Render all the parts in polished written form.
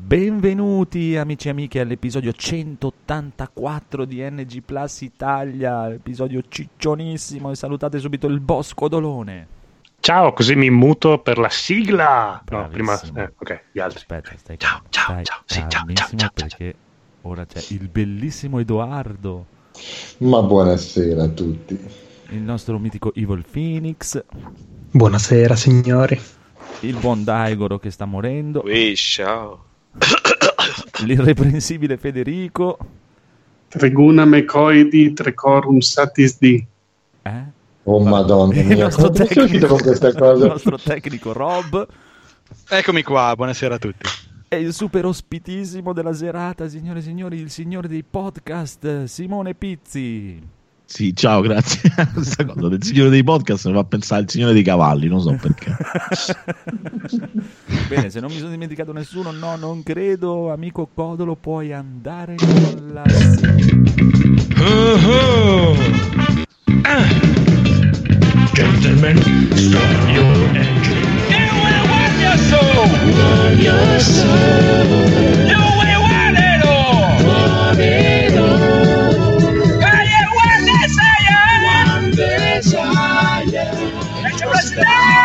Benvenuti amici e amiche all'episodio 184 di NG Plus Italia, episodio ciccionissimo, e salutate subito il boss Codolone. Ciao, così mi muto per la sigla. No, prima ok, gli altri. Aspetta, stai ciao, perché ora c'è il bellissimo Edoardo. Ma buonasera a tutti. Il nostro mitico Evil Phoenix. Buonasera signori. Il buon Daigoro che sta morendo. Ciao. L'irreprensibile Federico. Treguna mecoidi trecorum satis di. Oh madonna mia, il nostro tecnico, con questa cosa? Il nostro tecnico Rob. Eccomi qua, buonasera a tutti. E il super ospitissimo della serata, signore e signori, il signore dei podcast, Simone Pizzi. Sì, ciao, grazie. Questa cosa del signore dei podcast mi fa pensare al signore dei cavalli, non so perché. Bene, se non mi sono dimenticato nessuno, no, non credo. Amico Codolo, puoi andare con la Gentlemen, start your engine. You will want your soul. Want your soul. You will want it all. Want it all. Where you want desire. Want desire. And you must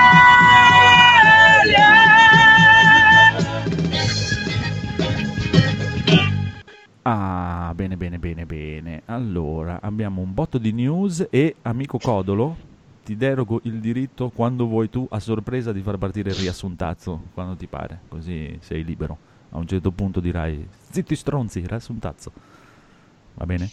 Ah, bene. Allora, abbiamo un botto di news e, amico Codolo, ti derogo il diritto, quando vuoi tu, a sorpresa, di far partire il riassuntazzo, quando ti pare, così sei libero. A un certo punto dirai, zitti stronzi, riassuntazzo. Va bene?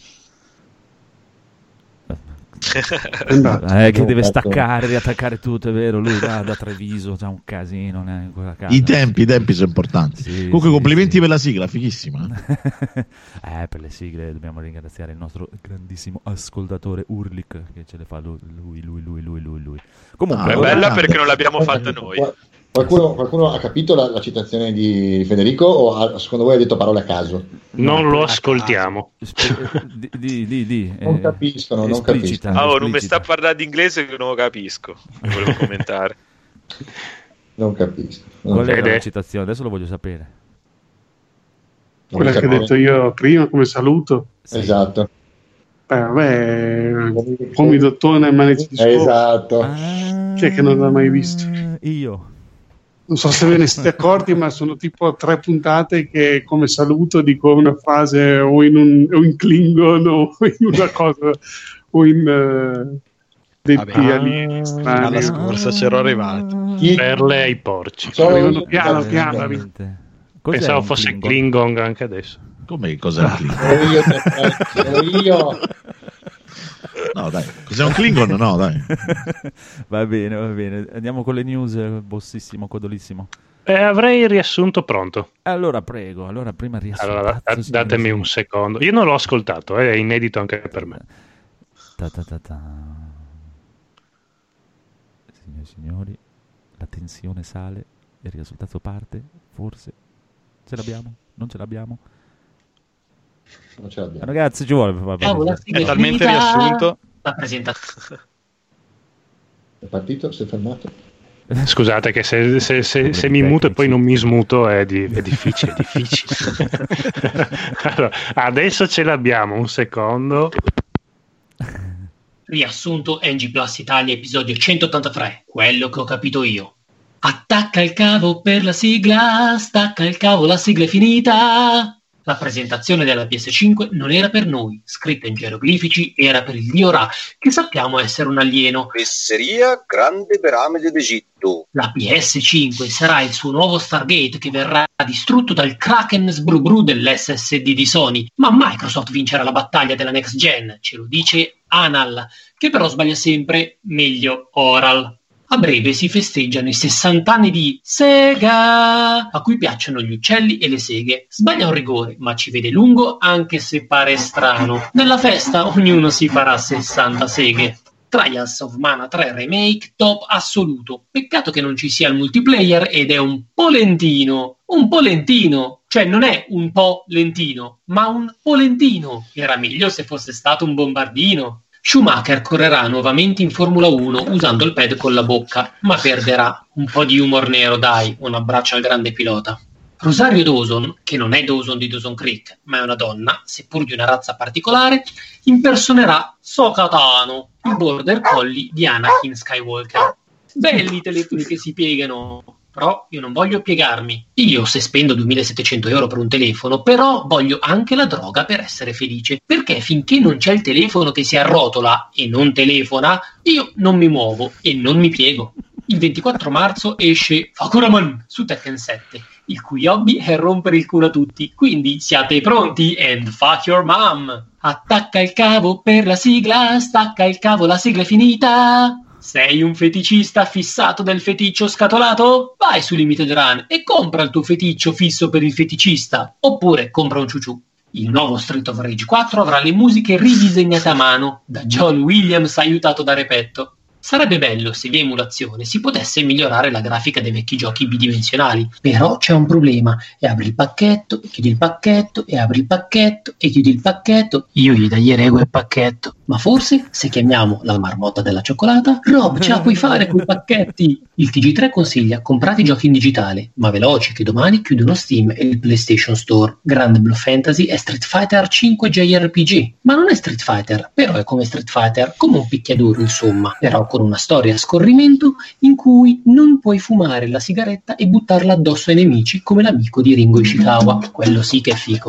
Che deve staccare, riattaccare tutto, è vero, lui va da Treviso, c'ha un casino in quella casa. I tempi sono importanti. Sì, comunque complimenti sì. per la sigla, fighissima. Per le sigle dobbiamo ringraziare il nostro grandissimo ascoltatore Urlik, che ce le fa lui. Comunque è bella perché non l'abbiamo fatta noi. Qualcuno ha capito la citazione di Federico o secondo voi ha detto parole a caso? Non lo ascoltiamo. Non capiscono. Non mi sta parlando inglese che non lo capisco. Volevo commentare. Non capisco. Qual è la citazione? Adesso lo voglio sapere. Quella che ho detto io prima come saluto. Sì. Esatto. Pomidottone e manici di scopo. Esatto. Chi è che non l'ha mai visto? Io. Non so se ve ne siete accorti, ma sono tipo 3 puntate che come saluto dico una frase o in Klingon o in una cosa o in dei alieni strani. Alla scorsa c'ero arrivato. Perle ai porci. Arrivano piano. Pensavo fosse Klingon anche adesso. Come cos'è un Klingon? Io. No, dai, cos'è un Klingon? No, dai. Va bene. Andiamo con le news, bossissimo, codolissimo. Avrei il riassunto pronto. Allora, prego. Prima riassunto. Allora, datemi un secondo. Io non l'ho ascoltato, è inedito anche per me. Signore e signori, la tensione sale, il risultato parte, forse. Ce l'abbiamo? Non ce l'abbiamo? Non ce l'abbiamo. Ragazzi, ci vuole. È talmente riassunto. La presentazione. È partito? Si è fermato? Scusate che se mi muto e poi non mi smuto è difficile. Allora, adesso ce l'abbiamo, un secondo. Riassunto NG Plus Italia, episodio 183, quello che ho capito io. Attacca il cavo per la sigla, stacca il cavo, la sigla è finita. La presentazione della PS5 non era per noi, scritta in geroglifici, era per il dio Ra, che sappiamo essere un alieno. Fesseria grande piramide d'Egitto. La PS5 sarà il suo nuovo Stargate che verrà distrutto dal Kraken sbrubru dell'SSD di Sony, ma Microsoft vincerà la battaglia della next gen, ce lo dice Anal, che però sbaglia sempre, meglio Oral. A breve si festeggiano i 60 anni di Sega, a cui piacciono gli uccelli e le seghe. Sbaglia un rigore, ma ci vede lungo anche se pare strano. Nella festa ognuno si farà 60 seghe. Trials of Mana 3 Remake top assoluto. Peccato che non ci sia il multiplayer ed è un po' lentino. Un po' lentino. Cioè non è un po' lentino, ma un po' lentino. Era meglio se fosse stato un bombardino. Schumacher correrà nuovamente in Formula 1 usando il pad con la bocca, ma perderà. Un po' di humor nero, dai, un abbraccio al grande pilota. Rosario Dawson, che non è Dawson di Dawson Creek, ma è una donna, seppur di una razza particolare, impersonerà Ahsoka Tano, il border collie di Anakin Skywalker. Belli i telefoni che si piegano, però io non voglio piegarmi. Io, se spendo 2.700 euro per un telefono, però voglio anche la droga per essere felice, perché finché non c'è il telefono che si arrotola e non telefona, io non mi muovo e non mi piego. Il 24 marzo esce Fakuraman su Tekken 7, il cui hobby è rompere il culo a tutti, quindi siate pronti and fuck your mom. Attacca il cavo per la sigla, stacca il cavo, la sigla è finita. Sei un feticista fissato del feticcio scatolato? Vai su Limited Run e compra il tuo feticcio fisso per il feticista, oppure compra un ciuciù. Il nuovo Street of Rage 4 avrà le musiche ridisegnate a mano da John Williams aiutato da Repetto. Sarebbe bello se via emulazione si potesse migliorare la grafica dei vecchi giochi bidimensionali, però c'è un problema, e apri il pacchetto, e chiudi il pacchetto, e apri il pacchetto, e chiudi il pacchetto, io gli taglierei quel pacchetto. Ma forse, se chiamiamo la marmotta della cioccolata, Rob, ce la puoi fare con i pacchetti! Il TG3 consiglia comprate i giochi in digitale, ma veloci che domani chiudono Steam e il PlayStation Store. Grand Blue Fantasy è Street Fighter 5 JRPG, ma non è Street Fighter, però è come Street Fighter, come un picchiaduro insomma, però con una storia a scorrimento in cui non puoi fumare la sigaretta e buttarla addosso ai nemici come l'amico di Ringo Ishikawa. Quello sì che è figo.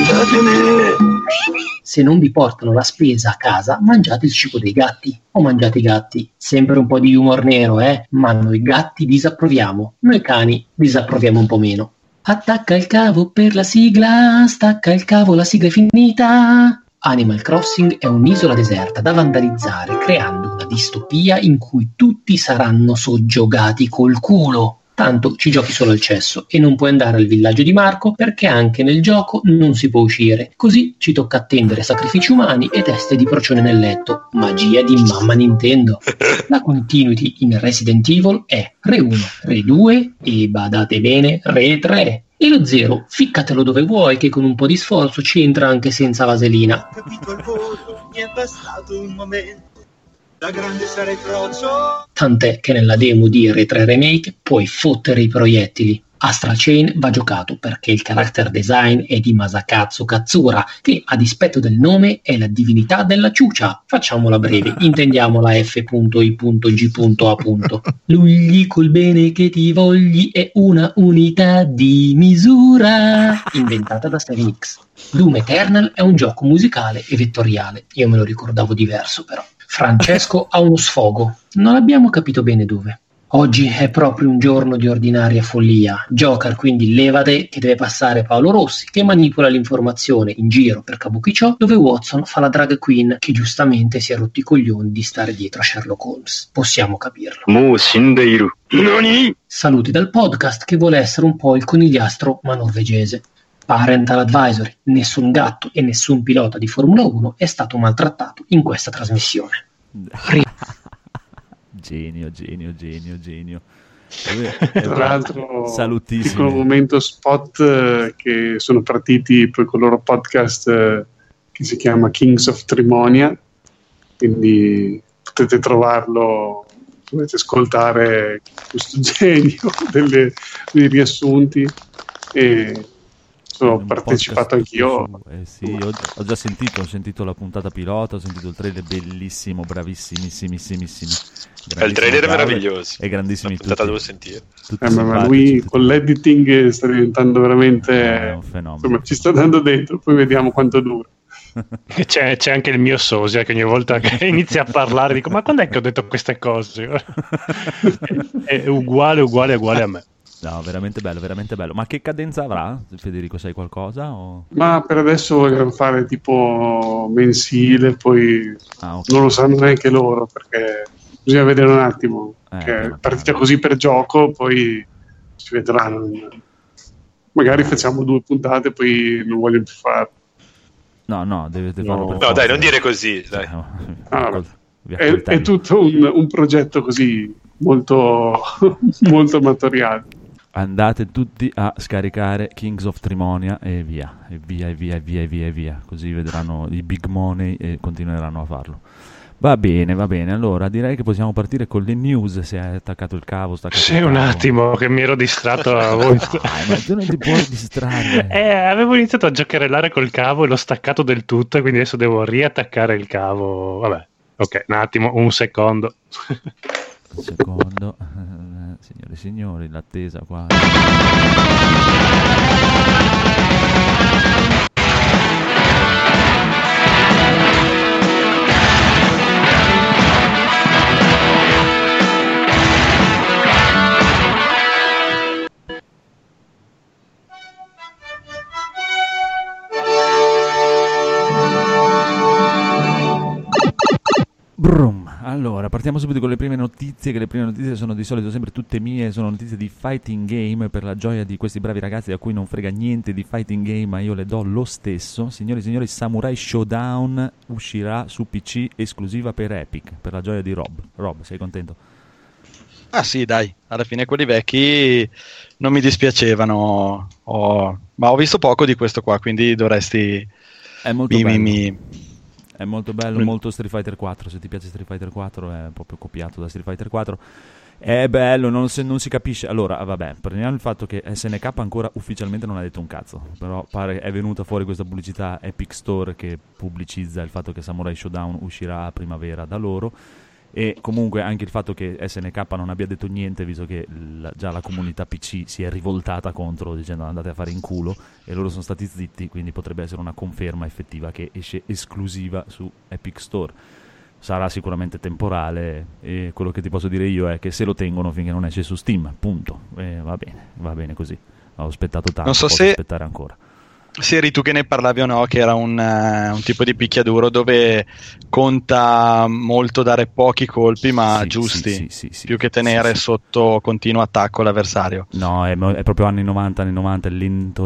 Se non vi portano la spesa a casa, mangiate il cibo dei gatti o mangiate i gatti. Sempre un po' di humor nero, ma noi gatti disapproviamo, noi cani disapproviamo un po' meno. Attacca il cavo per la sigla, stacca il cavo, la sigla è finita. Animal Crossing è un'isola deserta da vandalizzare, creando una distopia in cui tutti saranno soggiogati col culo. Tanto ci giochi solo al cesso e non puoi andare al villaggio di Marco perché anche nel gioco non si può uscire. Così ci tocca attendere sacrifici umani e teste di procione nel letto. Magia di mamma Nintendo. La continuity in Resident Evil è Re 1, Re 2 e, badate bene, Re 3. E lo 0, ficcatelo dove vuoi che con un po' di sforzo ci entra anche senza vaselina. Capito al volo, mi è bastato un momento. Da grande sarei frocio. Tant'è che nella demo di Re 3 Remake puoi fottere i proiettili. Astral Chain va giocato perché il character design è di Masakatsu Katsura, che a dispetto del nome è la divinità della ciucia. Facciamola breve, intendiamola F.I.G.A. Lugli col bene che ti vogli è una unità di misura, inventata da 7X. Doom Eternal è un gioco musicale e vettoriale. Io me lo ricordavo diverso però. Francesco ha uno sfogo, non abbiamo capito bene dove. Oggi è proprio un giorno di ordinaria follia. Joker quindi levate che deve passare Paolo Rossi, che manipola l'informazione in giro per Kabukicho, dove Watson fa la drag queen che giustamente si è rotti i coglioni di stare dietro a Sherlock Holmes. Possiamo capirlo. Saluti dal podcast che vuole essere un po' il conigliastro ma norvegese. Parental advisory: nessun gatto e nessun pilota di Formula 1 è stato maltrattato in questa trasmissione. Genio. Tra l'altro, salutissimi. piccolo momento spot che sono partiti poi con il loro podcast che si chiama Kings of Trimonia, quindi potete trovarlo, potete ascoltare questo genio dei riassunti e ho partecipato anch'io. Sì, ho già sentito la puntata pilota, ho sentito il trailer, bellissimo, bravissimissimi. Il trailer è meraviglioso. E grandissimi. La puntata devo sentire. Ma lui con l'editing sta diventando veramente un fenomeno. Insomma, ci sta dando dentro, poi vediamo quanto dura. C'è anche il mio sosia che ogni volta che inizia a parlare dico: ma quando è che ho detto queste cose? È uguale a me. No, veramente bello. Ma che cadenza avrà, Federico? Sai qualcosa? O... Ma per adesso vogliono fare tipo mensile, poi non lo sanno neanche loro, perché bisogna vedere un attimo. Che è partita così per gioco, poi si vedranno. Magari facciamo 2 puntate e poi non voglio più farlo. No, dovete farlo per No, forza. dai, non dire così. Dai. È tutto un progetto così molto molto amatoriale. Andate tutti a scaricare Kings of Trimonia e via, così vedranno i big money e continueranno a farlo. Va bene, allora direi che possiamo partire con le news, se hai attaccato il cavo, Sì, un attimo che mi ero distratto a voi. Ma tu non ti puoi distrarre. Avevo iniziato a giocherellare col cavo e l'ho staccato del tutto, e quindi adesso devo riattaccare il cavo. Vabbè, ok, un attimo, un secondo. Signore e signori, l'attesa qua. Brum. Allora, partiamo subito con le prime notizie, che le prime notizie sono di solito sempre tutte mie, sono notizie di fighting game, per la gioia di questi bravi ragazzi a cui non frega niente di fighting game, ma io le do lo stesso. Signori e signori, Samurai Showdown uscirà su PC esclusiva per Epic, per la gioia di Rob. Rob, sei contento? Ah sì, dai, alla fine quelli vecchi non mi dispiacevano, ma ho visto poco di questo qua, quindi dovresti... È molto bello. È molto bello, molto Street Fighter 4. Se ti piace Street Fighter 4 è proprio copiato da Street Fighter 4. È bello, non si capisce. Allora, vabbè, prendiamo il fatto che SNK ancora ufficialmente non ha detto un cazzo, però pare è venuta fuori questa pubblicità Epic Store che pubblicizza il fatto che Samurai Showdown uscirà a primavera da loro. E comunque anche il fatto che SNK non abbia detto niente, visto che già la comunità PC si è rivoltata contro, dicendo andate a fare in culo, e loro sono stati zitti, quindi potrebbe essere una conferma effettiva che esce esclusiva su Epic Store. Sarà sicuramente temporale, e quello che ti posso dire io è che se lo tengono finché non esce su Steam, punto. Va bene così. Ho aspettato tanto, non so posso aspettare ancora. Se eri tu che ne parlavi o no, che era un tipo di picchiaduro dove conta molto dare pochi colpi ma giusti, più che tenere sotto continuo attacco l'avversario. No, è proprio anni 90, è lento,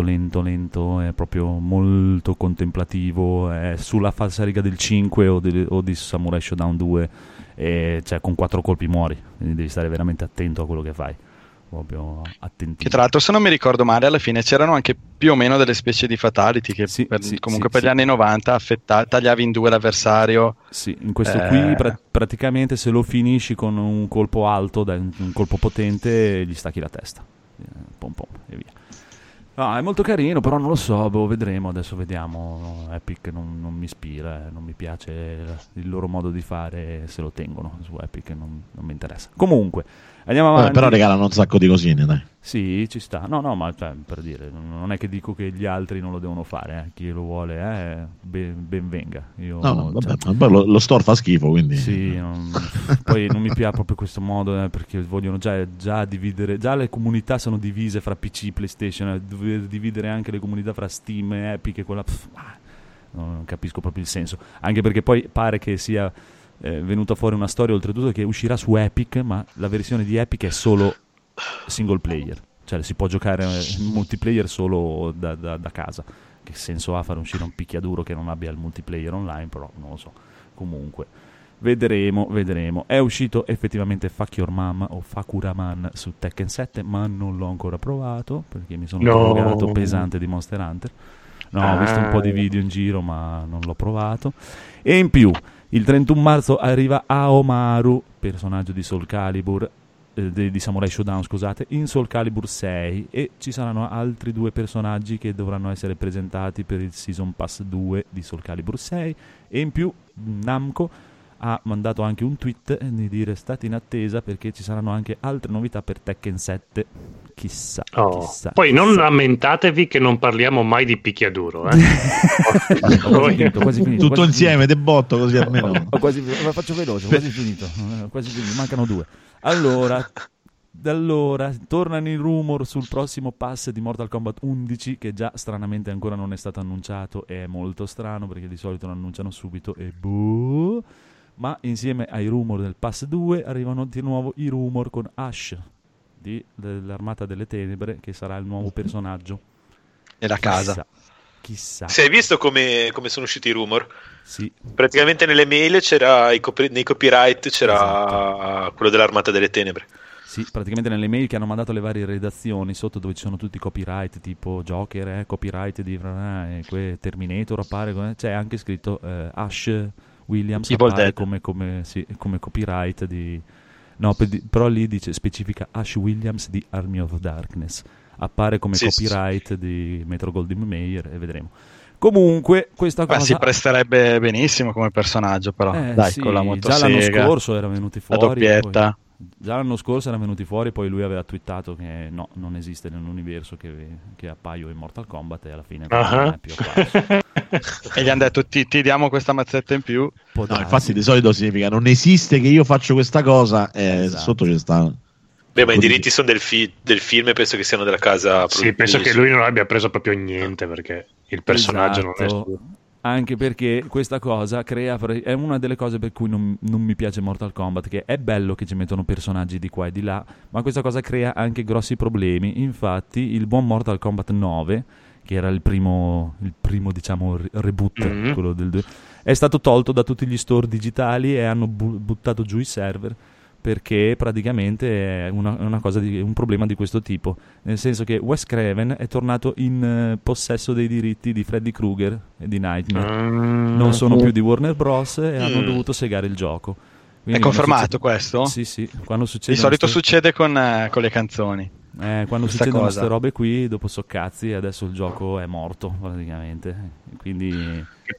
è proprio molto contemplativo, è sulla falsariga del 5 o di Samurai Showdown 2, cioè con 4 colpi muori, quindi devi stare veramente attento a quello che fai. Proprio attenti. Che tra l'altro, se non mi ricordo male, alla fine c'erano anche più o meno delle specie di fatality che per gli anni 90 tagliavi in due l'avversario. Sì, in questo qui praticamente se lo finisci con un colpo alto, un colpo potente, gli stacchi la testa. Pom pom e via. No, è molto carino, però non lo so, vedremo, adesso vediamo. Epic non mi ispira, non mi piace il loro modo di fare, se lo tengono su Epic non mi interessa. Comunque, andiamo avanti. Però regalano un sacco di cosine, dai. Sì, ci sta. No, ma cioè, per dire, non è che dico che gli altri non lo devono fare, chi lo vuole, ben venga. Io, vabbè, lo store fa schifo, quindi. Sì, poi non mi piace proprio questo modo, perché vogliono già dividere, già le comunità sono divise fra PC, PlayStation, dover dividere anche le comunità fra Steam e Epic e quella... non capisco proprio il senso. Anche perché poi pare che sia venuta fuori una storia oltretutto che uscirà su Epic, ma la versione di Epic è solo single player, cioè si può giocare in multiplayer solo da casa. Che senso ha fare uscire un picchiaduro che non abbia il multiplayer online? Però non lo so. Comunque vedremo. È uscito effettivamente Fuck Your Mom o Fakuraman su Tekken 7, ma non l'ho ancora provato perché mi sono drogato pesante di Monster Hunter. Ho visto un po' di video in giro, ma non l'ho provato. E in più il 31 marzo arriva Aomaru, personaggio di Soul Calibur, di Samurai Showdown, scusate, in Soul Calibur 6, e ci saranno altri 2 personaggi che dovranno essere presentati per il Season Pass 2 di Soul Calibur 6, e in più Namco ha mandato anche un tweet di dire state in attesa perché ci saranno anche altre novità per Tekken 7. Chissà. Poi non lamentatevi che non parliamo mai di picchiaduro, quasi finito. Tutto insieme, debotto così almeno. Faccio veloce, quasi finito. Mancano 2. Allora, tornano i rumor sul prossimo pass di Mortal Kombat 11, che già stranamente ancora non è stato annunciato. È molto strano perché di solito lo annunciano subito e ma insieme ai rumor del pass 2 arrivano di nuovo i rumor con Ash dell'Armata delle Tenebre, che sarà il nuovo personaggio. E la casa. Chissà. Se hai visto come sono usciti i rumor? Sì. Praticamente nelle mail c'era nei copyright c'era quello dell'Armata delle Tenebre. Sì, praticamente nelle mail che hanno mandato le varie redazioni sotto, dove ci sono tutti i copyright tipo Joker, copyright di Terminator appare, c'è anche scritto Ash Williams Evil appare Dead. come copyright di... No, però lì dice, specifica Ash Williams di Army of Darkness. Appare come copyright di Metro Goldwyn Mayer e vedremo. Comunque, questa cosa... si presterebbe benissimo come personaggio, però. Dai, sì, con la già motosega. l'anno scorso era venuti fuori. La doppietta. Già l'anno scorso erano venuti fuori, poi lui aveva twittato che no, non esiste nell'universo che appaio in Mortal Kombat, e alla fine non è più apparso. E gli hanno detto ti diamo questa mazzetta in più. No, infatti di solito significa non esiste che io faccio questa cosa, sotto ci sta. Beh, ma i diritti sono del film e penso che siano della casa. Sì, penso che lui non abbia preso proprio niente, perché il personaggio non è suo. Anche perché questa cosa è una delle cose per cui non mi piace Mortal Kombat, che è bello che ci mettono personaggi di qua e di là, ma questa cosa crea anche grossi problemi. Infatti il buon Mortal Kombat 9, che era il primo diciamo reboot, quello del 2, è stato tolto da tutti gli store digitali e hanno buttato giù i server, perché praticamente è un problema di questo tipo, nel senso che Wes Craven è tornato in possesso dei diritti di Freddy Krueger e di Nightmare, non sono più di Warner Bros. E hanno dovuto segare il gioco. Quindi è confermato questo? Sì. Quando di solito succede con le canzoni. Quando succedono queste robe qui, dopo so cazzi, adesso il gioco è morto praticamente. Quindi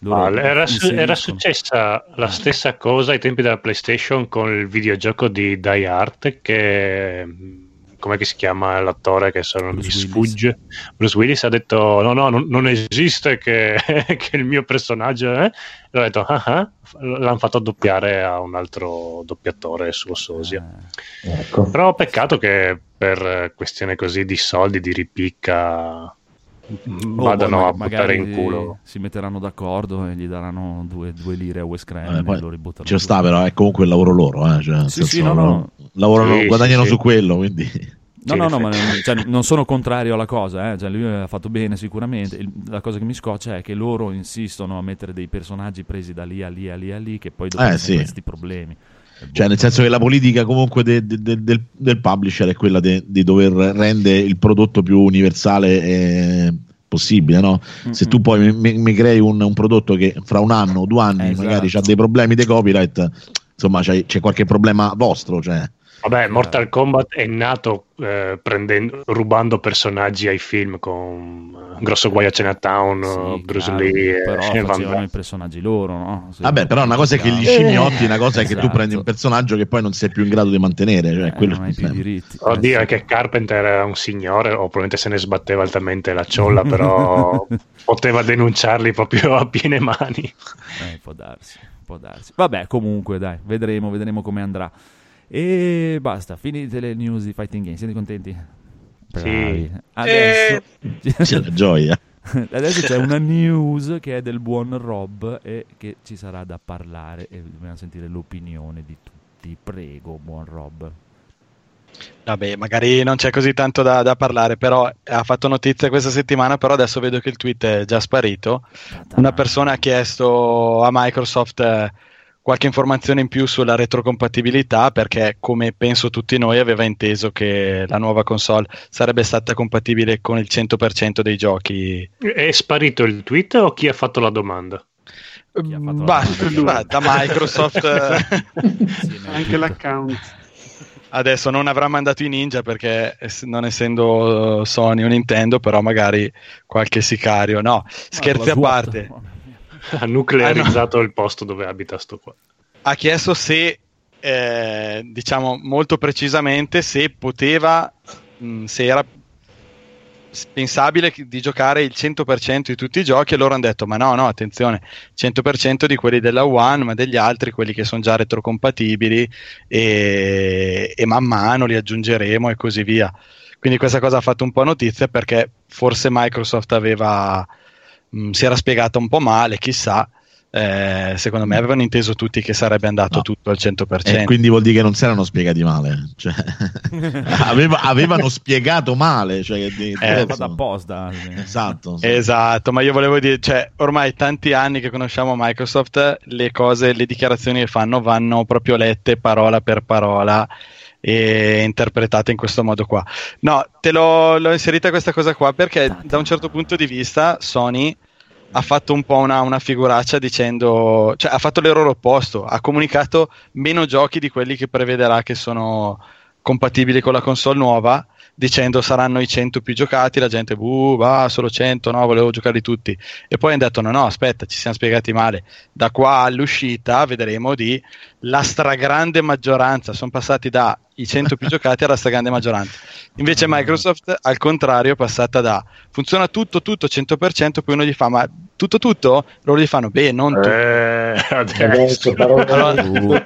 era successa la stessa cosa ai tempi della PlayStation con il videogioco di Die Hard, che com'è che si chiama l'attore che mi sfugge? Bruce Willis ha detto no, non esiste che il mio personaggio è. E ho detto l'hanno fatto doppiare a un altro doppiatore, suo sosia. Ecco. Però peccato che per questione così di soldi, di ripicca, vadano a buttare in culo. Si metteranno d'accordo e gli daranno due lire a Wes Craven e lo ributtano. Ci sta, però è comunque il lavoro loro, Sì, lavorano, guadagnano su quello, quindi... No, ma non sono contrario alla cosa, lui ha fatto bene sicuramente. La cosa che mi scoccia è che loro insistono a mettere dei personaggi presi da lì a lì che poi dopo questi problemi. Cioè, nel senso che la politica comunque del publisher è quella di dover rendere il prodotto più universale possibile, no? Se tu poi mi crei un prodotto che fra un anno o 2 anni magari ha dei problemi di copyright, insomma c'è qualche problema vostro, cioè. Vabbè, Mortal Kombat è nato rubando personaggi ai film, con Grosso Guai a Chinatown, Bruce Lee, però facevano i personaggi loro, no? Vabbè, però una cosa è che gli scimmiotti, una cosa è che tu prendi un personaggio che poi non sei più in grado di mantenere, cioè quello non hai più diritti. Oddio, è che Carpenter era un signore, o probabilmente se ne sbatteva altamente la ciolla, però poteva denunciarli proprio a piene mani. Può darsi. Vabbè, comunque dai, vedremo come andrà. E basta, finite le news di Fighting Game, siete contenti? Sì. Adesso c'è la gioia. Adesso c'è una news che è del buon Rob e che ci sarà da parlare e dobbiamo sentire l'opinione di tutti. Prego, buon Rob. Vabbè, magari non c'è così tanto da parlare, però ha fatto notizia questa settimana, però adesso vedo che il tweet è già sparito. Una persona ha chiesto a Microsoft qualche informazione in più sulla retrocompatibilità, perché come penso tutti noi aveva inteso che la nuova console sarebbe stata compatibile con il 100% dei giochi. È sparito il tweet o chi ha fatto la domanda? Da Microsoft. Anche l'account. Adesso non avrà mandato i ninja perché non essendo Sony o Nintendo, però magari qualche sicario. No, scherzi a parte. Ha nuclearizzato il posto dove abita sto qua. Ha chiesto se, diciamo molto precisamente, se poteva, se era pensabile di giocare il 100% di tutti i giochi, e loro hanno detto ma no, attenzione, 100% di quelli della One, ma degli altri, quelli che sono già retrocompatibili, e man mano li aggiungeremo e così via. Quindi questa cosa ha fatto un po' notizia, perché forse Microsoft si era spiegata un po' male, chissà. Secondo me avevano inteso tutti che sarebbe andato tutto al 100%. Quindi vuol dire che non si erano spiegati male, cioè, avevano spiegato male, cioè, apposta. Esatto, sì. Esatto, ma io volevo dire, cioè, ormai tanti anni che conosciamo Microsoft, le cose, le dichiarazioni che fanno vanno proprio lette parola per parola e interpretate in questo modo qua. No, l'ho inserita questa cosa qua perché da un certo punto di vista Sony ha fatto un po' una figuraccia dicendo, cioè ha fatto l'errore opposto, ha comunicato meno giochi di quelli che prevederà che sono compatibili con la console nuova, dicendo saranno i 100 più giocati, la gente va solo 100, no, volevo giocarli tutti, e poi hanno detto no aspetta, ci siamo spiegati male, da qua all'uscita vedremo di la stragrande maggioranza, sono passati da i 100 più giocati alla stragrande maggioranza. Invece Microsoft al contrario è passata da funziona tutto 100%, poi uno gli fa ma tutto? Loro gli fanno beh non tutto. Adesso quando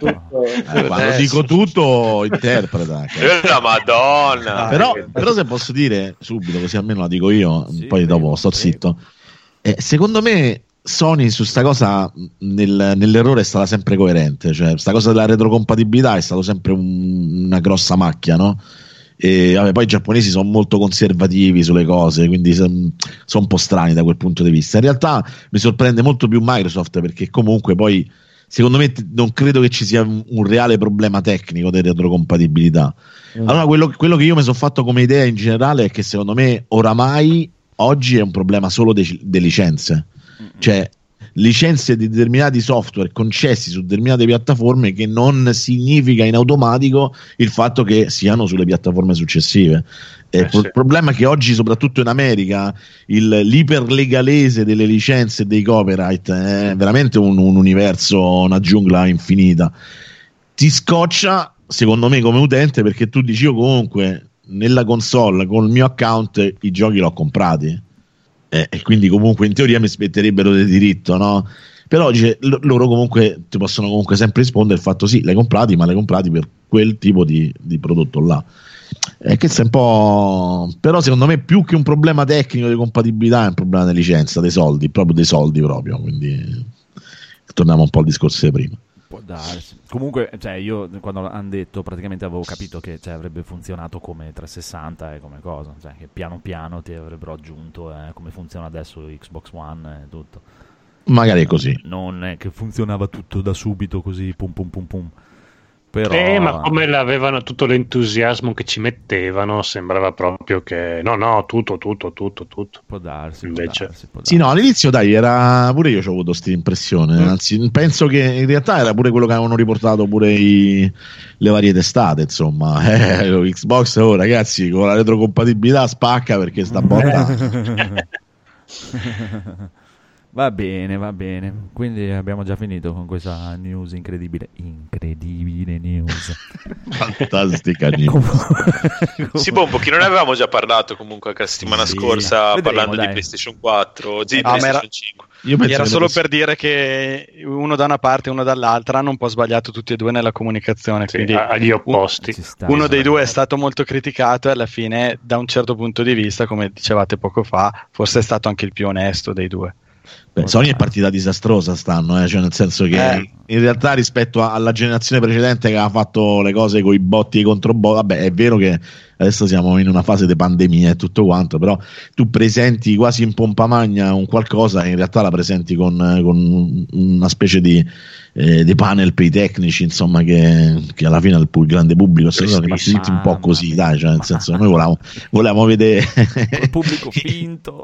dico tutto interpreta. La Madonna. Però se posso dire subito, così almeno la dico io, poi dopo sto zitto. Secondo me Sony su sta cosa nell'errore è stata sempre coerente, cioè sta cosa della retrocompatibilità è stato sempre una grossa macchia, no? E vabbè, poi i giapponesi sono molto conservativi sulle cose, quindi sono un po' strani da quel punto di vista. In realtà mi sorprende molto più Microsoft, perché comunque poi secondo me non credo che ci sia un reale problema tecnico di retrocompatibilità. Allora quello che io mi sono fatto come idea in generale è che secondo me oramai oggi è un problema solo delle licenze, cioè licenze di determinati software concessi su determinate piattaforme, che non significa in automatico il fatto che siano sulle piattaforme successive. Il problema è che oggi, soprattutto in America, l'iperlegalese delle licenze e dei copyright è veramente un universo, una giungla infinita. Ti scoccia, secondo me, come utente, perché tu dici io comunque nella console con il mio account i giochi l'ho comprati. E quindi comunque in teoria mi spetterebbero del diritto, no? Però loro comunque ti possono comunque sempre rispondere il fatto sì, l'hai comprati, ma l'hai comprati per quel tipo di prodotto là. Che è un po', però secondo me più che un problema tecnico di compatibilità è un problema di licenza, dei soldi proprio, quindi torniamo un po' al discorso di prima. Può darsi. Comunque, cioè, io quando hanno detto praticamente avevo capito che avrebbe funzionato come 360 e come cosa, cioè che piano piano ti avrebbero aggiunto come funziona adesso Xbox One e tutto. Magari è così. Non è che funzionava tutto da subito così pum pum pum pum. Però... ma come l'avevano tutto l'entusiasmo che ci mettevano, sembrava proprio che no, tutto. Può darsi, invece. Può darsi. Sì, no, all'inizio era pure io ho avuto questa impressione, anzi penso che in realtà era pure quello che avevano riportato pure le varie testate, insomma. Xbox ragazzi, con la retrocompatibilità spacca, perché sta botta. Va bene, quindi abbiamo già finito con questa news incredibile news. Fantastica news. Sì, un pochino ne avevamo già parlato comunque la settimana scorsa, parlando di PlayStation 4, PlayStation 5. Era solo per dire che uno da una parte e uno dall'altra hanno un po' sbagliato tutti e due nella comunicazione, quindi agli opposti. Uno dei due è stato molto criticato e alla fine, da un certo punto di vista, come dicevate poco fa, forse è stato anche il più onesto dei due. Sony è partita disastrosa stanno, cioè nel senso che in realtà rispetto alla generazione precedente che aveva fatto le cose con i botti e i controbotti, vabbè, è vero che adesso siamo in una fase di pandemia e tutto quanto, però tu presenti quasi in pompa magna un qualcosa e in realtà la presenti con una specie di panel per i tecnici, insomma, che alla fine il grande pubblico sono rimasti tutti un po' così, dai, cioè nel senso noi volevamo vedere il pubblico finto.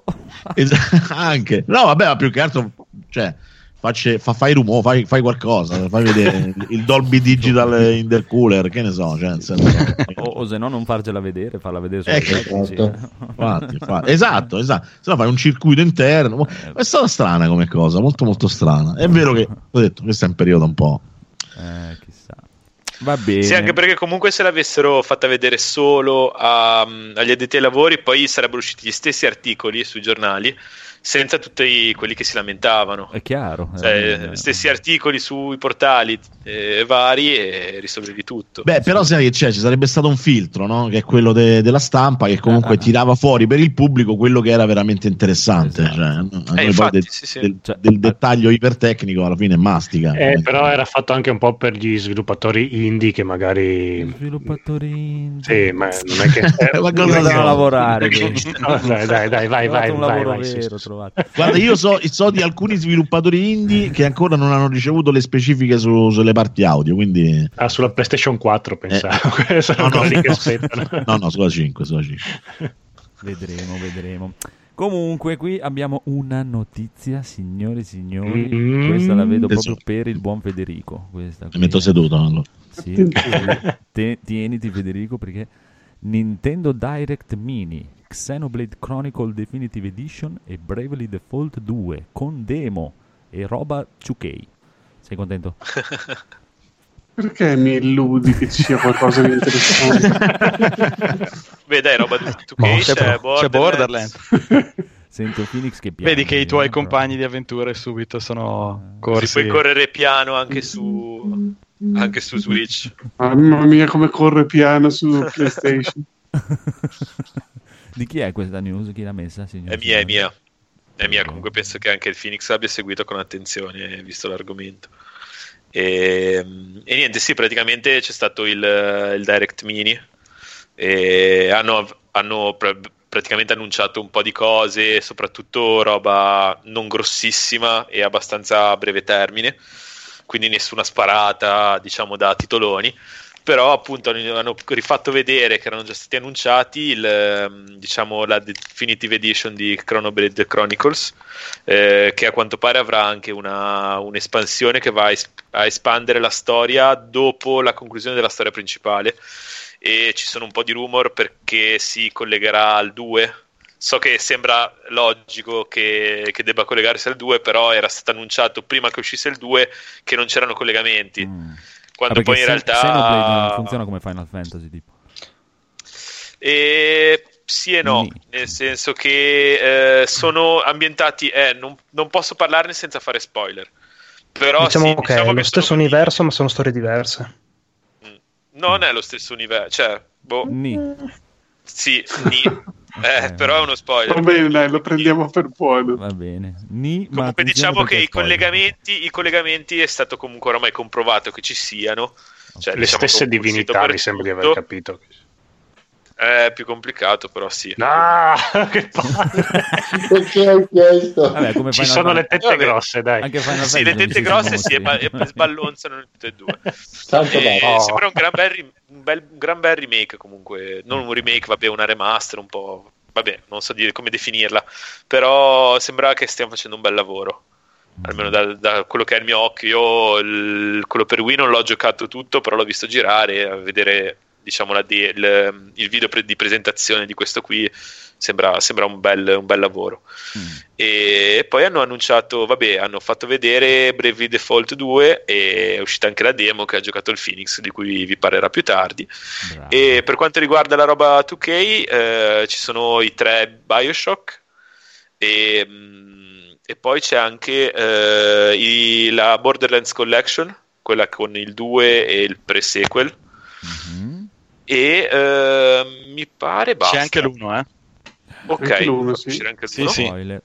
Anche no, vabbè, ma più che altro, cioè fai rumore, fai qualcosa, fai vedere il Dolby Digital Intercooler, che ne so, cioè nel senso, o se no non farcela vedere, farla vedere solo infatti. Esatto, se no fai un circuito interno. È stata strana come cosa, molto molto strana. È vero che ho detto questo è un periodo un po' chissà. Va bene. Sì, anche perché comunque se l'avessero fatta vedere solo agli addetti ai lavori, poi sarebbero usciti gli stessi articoli sui giornali senza tutti quelli che si lamentavano. È chiaro. Stessi articoli sui portali vari e risolvevi tutto. Beh, però sai che ci sarebbe stato un filtro, no? Che è quello della stampa, che comunque tirava fuori per il pubblico quello che era veramente interessante. Esatto. Cioè, infatti, del dettaglio ipertecnico alla fine mastica. Però era fatto anche un po' per gli sviluppatori indie che magari... Sviluppatori indie? Sì, ma non è che... ma cosa devono lavorare? Dai, vai. Un lavoro vero. Guarda, io so di alcuni sviluppatori indie che ancora non hanno ricevuto le specifiche sulle parti audio, quindi sulla PlayStation 4 pensavo. No, sulla 5. Vedremo. Comunque qui abbiamo una notizia, signori e signori, questa la vedo proprio per il buon Federico. Questa Mi metto seduto allora. Sì. Tieniti Federico, perché Nintendo Direct Mini, Xenoblade Chronicle Definitive Edition e Bravely Default 2 con demo e roba 2K. Sei contento? Perché mi illudi che ci sia qualcosa di interessante? Beh dai, roba 2K, c'è Borderlands. Sento Phoenix che piange. Vedi che i tuoi compagni di avventure subito sono corsi. Si puoi correre piano anche su Switch. Mamma mia, come corre piano su PlayStation. Di chi è questa news? Chi l'ha messa, signore? È mia. Comunque penso che anche il Phoenix abbia seguito con attenzione, visto l'argomento. E niente, sì, praticamente c'è stato il Direct Mini e hanno praticamente annunciato un po' di cose, soprattutto roba non grossissima e abbastanza a breve termine, quindi nessuna sparata, diciamo, da titoloni. Però appunto hanno rifatto vedere che erano già stati annunciati la Definitive Edition di Xenoblade Chronicles, che a quanto pare avrà anche un'espansione che va a espandere la storia dopo la conclusione della storia principale, e ci sono un po' di rumor perché si collegherà al 2. So che sembra logico che debba collegarsi al 2, però era stato annunciato prima che uscisse il 2 che non c'erano collegamenti. Quando poi in realtà Xenoblade non funziona come Final Fantasy tipo. Sì e no, nel senso che sono ambientati, non posso parlarne senza fare spoiler, però diciamo che è lo stesso sono universo ma sono storie diverse. Non è lo stesso universo, cioè sì, però è uno spoiler. Va bene, dai, lo prendiamo per buono. Va bene. Comunque diciamo che i collegamenti è stato comunque ormai comprovato che ci siano. Cioè, le stesse divinità mi sembra di aver capito. È più complicato, però sì. Che Perché hai chiesto? Vabbè, come ci sono le tette grosse, dai. Anche sì, le tette grosse e sballonzano tutte e due. Sembra un gran bel remake, comunque. Non un remake, vabbè, una remaster un po'. Vabbè, non so dire come definirla, però sembra che stiamo facendo un bel lavoro. Almeno da quello che è il mio occhio. Io quello per Wii non l'ho giocato tutto, però l'ho visto girare, a vedere, diciamo, il video di presentazione di questo qui sembra un bel lavoro. E poi hanno annunciato, hanno fatto vedere Bravely Default 2 e è uscita anche la demo che ha giocato il Phoenix, di cui vi parlerà più tardi. Bravo. E per quanto riguarda la roba 2K, ci sono i 3 BioShock e poi c'è anche la Borderlands Collection, quella con il 2 e il pre-sequel. E mi pare basta. C'è anche l'1, ok, anche l'1, sì. C'è anche l'1.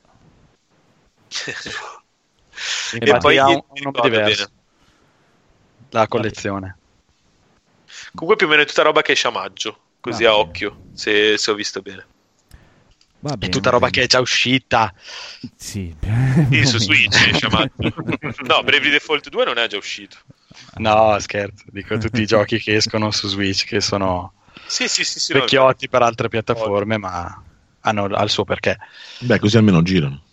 Sì. E poi ha un nome diverso, la collezione. Comunque più o meno è tutta roba che esce a maggio, così a occhio, se ho visto bene. È tutta roba che è già uscita. Sì, su Switch esce a maggio. No, Bravely Default 2 non è già uscito. No, scherzo, dico tutti i giochi che escono su Switch, che sono sì, vecchiotti per altre piattaforme, ma hanno al suo perché. Beh, così almeno girano.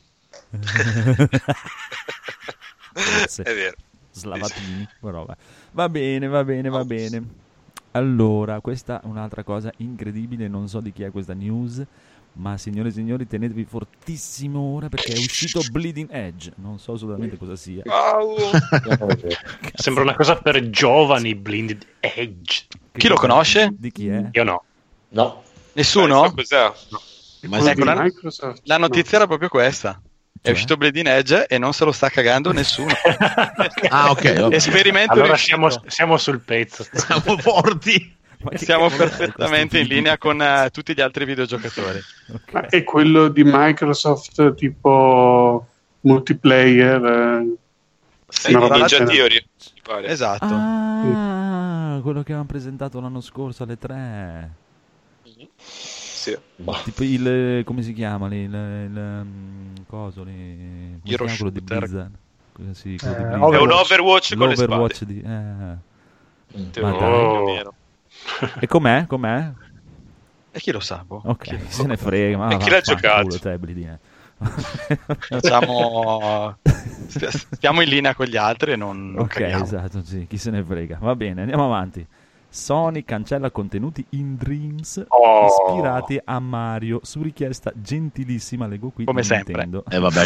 È vero. Slavatini, però va bene. Allora, questa è un'altra cosa incredibile, non so di chi è questa news, ma signore e signori tenetevi fortissimo ora perché è uscito Bleeding Edge, non so assolutamente cosa sia. Sembra una cosa per giovani. Bleeding Edge, chi lo conosce? Di chi è? Io no. Nessuno? Cos'è? Ecco, la notizia era proprio questa. È uscito Bleeding Edge e non se lo sta cagando nessuno. Ok. Esperimento allora riuscito. siamo sul pezzo, siamo forti. Siamo perfettamente in linea con tutti gli altri videogiocatori. Ma è quello di Microsoft tipo multiplayer? Sì, Ninja Theory, mi pare. Esatto. Quello che avevamo presentato l'anno scorso alle 3. Sì. Tipo il come si chiama il coso lì, quello di Blizzard. Sì, quello di Blizzard. È un Overwatch con l'Overwatch le spade. Ma dai. E com'è? E chi lo sa? Boh. Ok, chi se ne frega. Ma e chi l'ha giocato? Stiamo in linea con gli altri e non ok, caghiamo. esatto, sì, chi se ne frega. Va bene, andiamo avanti. Sony cancella contenuti in Dreams ispirati a Mario su richiesta gentilissima, leggo qui, come sempre. Vabbè,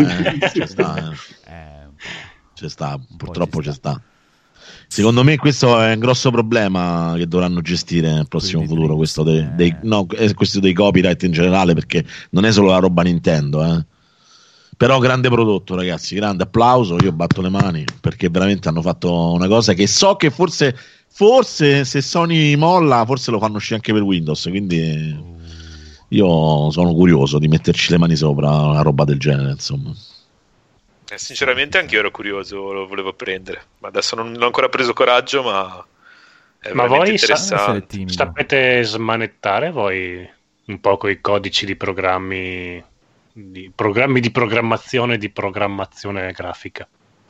c'è sta, purtroppo c'è sta. Secondo me questo è un grosso problema che dovranno gestire nel prossimo futuro, questo questo dei copyright in generale, perché non è solo la roba Nintendo, Però grande prodotto, ragazzi, grande applauso, io batto le mani, perché veramente hanno fatto una cosa che so che forse se Sony molla, forse lo fanno uscire anche per Windows, quindi io sono curioso di metterci le mani sopra una roba del genere, insomma. Sinceramente anche io ero curioso, lo volevo prendere, ma adesso non ho ancora preso coraggio, ma è veramente interessante. Sapete smanettare voi un po' coi codici di programmi di programmazione grafica?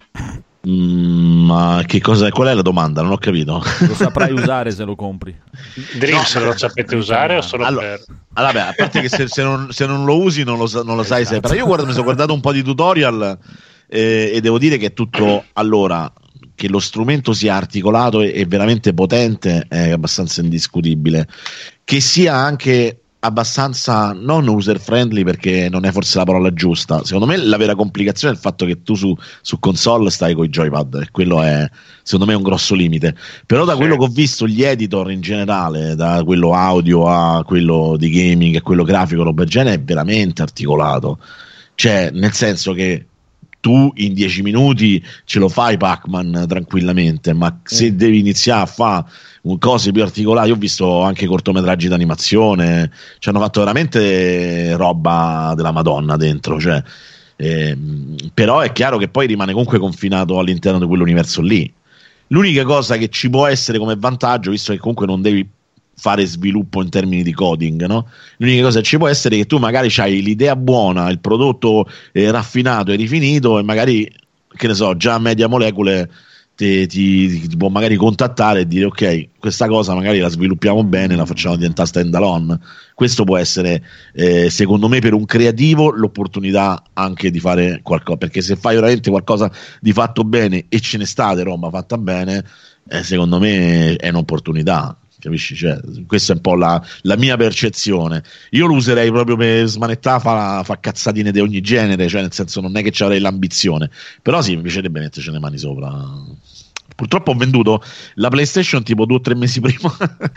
Ma che cosa? Qual è la domanda? Non ho capito. Lo saprai usare se lo compri. Dreams lo sapete usare o solo per... Allora, a parte che se non lo usi non lo sai sempre. Io mi sono guardato un po' di tutorial e devo dire che è tutto, allora, che lo strumento sia articolato e veramente potente è abbastanza indiscutibile. Che sia anche abbastanza non user friendly, perché non è forse la parola giusta. Secondo me la vera complicazione è il fatto che tu su console stai con i joypad, e quello è secondo me un grosso limite. Però da quello che ho visto, gli editor in generale, da quello audio a quello di gaming e quello grafico, roba del genere, è veramente articolato, cioè nel senso che tu in 10 minuti ce lo fai Pac-Man tranquillamente, ma se devi iniziare a fare cose più articolate, io ho visto anche cortometraggi d'animazione, ci hanno fatto veramente roba della Madonna dentro, cioè, però è chiaro che poi rimane comunque confinato all'interno di quell'universo lì. L'unica cosa che ci può essere come vantaggio, visto che comunque non devi fare sviluppo in termini di coding, no? L'unica cosa che ci può essere è che tu magari c'hai l'idea buona, il prodotto raffinato e rifinito, e magari, che ne so, già Media Molecule ti può magari contattare e dire ok, questa cosa magari la sviluppiamo bene, la facciamo diventare stand alone. Questo può essere secondo me per un creativo l'opportunità anche di fare qualcosa, perché se fai veramente qualcosa di fatto bene e ce ne state roba fatta bene, secondo me è un'opportunità. Capisci? Cioè, questa è un po' la mia percezione. Io lo userei proprio per smanettare, fa cazzatine di ogni genere, cioè nel senso non è che ci avrei l'ambizione, però sì, mi piacerebbe metterci le mani sopra. Purtroppo ho venduto la PlayStation tipo 2 o 3 mesi prima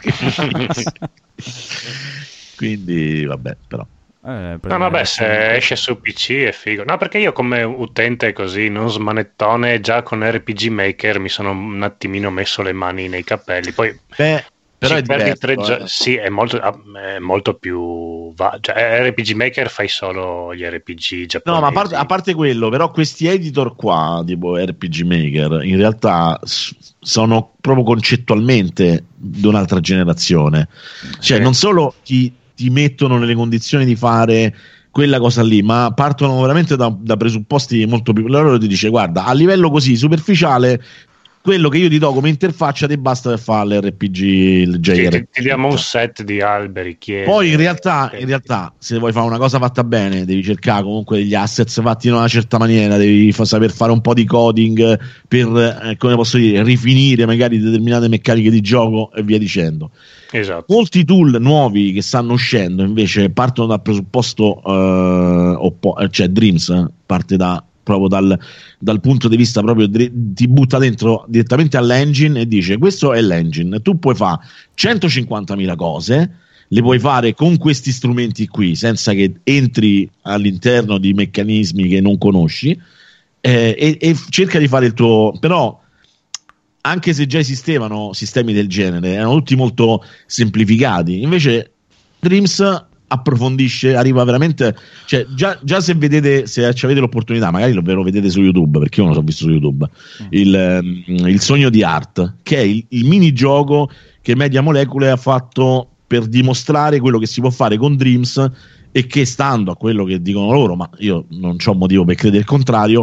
quindi vabbè, però no, vabbè, se esce su PC è figo. No, perché io come utente così non smanettone, già con RPG Maker mi sono un attimino messo le mani nei capelli. Poi però è diverso, sì, è molto più cioè, RPG Maker fai solo gli RPG giapponesi. No, ma a parte quello, però questi editor qua, tipo RPG Maker, in realtà sono proprio concettualmente di un'altra generazione. Cioè, non solo ti mettono nelle condizioni di fare quella cosa lì, ma partono veramente da presupposti molto più. Loro ti dice: guarda, a livello così superficiale, quello che io ti do come interfaccia ti basta per fare l'RPG, il JRPG. Ti diamo un set di alberi, poi in realtà se vuoi fare una cosa fatta bene devi cercare comunque degli assets fatti in una certa maniera, devi saper fare un po' di coding per come posso dire, rifinire magari determinate meccaniche di gioco e via dicendo. Esatto. Molti tool nuovi che stanno uscendo invece partono dal presupposto cioè Dreams parte proprio dal punto di vista proprio ti butta dentro direttamente all'engine e dice: questo è l'engine, tu puoi fare 150.000 cose, le puoi fare con questi strumenti qui senza che entri all'interno di meccanismi che non conosci, e cerca di fare il tuo. Però anche se già esistevano sistemi del genere, erano tutti molto semplificati. Invece Dreams approfondisce, arriva veramente, cioè già se vedete, se avete l'opportunità, magari lo vedete su YouTube, perché io non l'ho visto su YouTube, il Sogno di Art, che è il minigioco che Media Molecule ha fatto per dimostrare quello che si può fare con Dreams, e che, stando a quello che dicono loro, ma io non c'ho motivo per credere il contrario,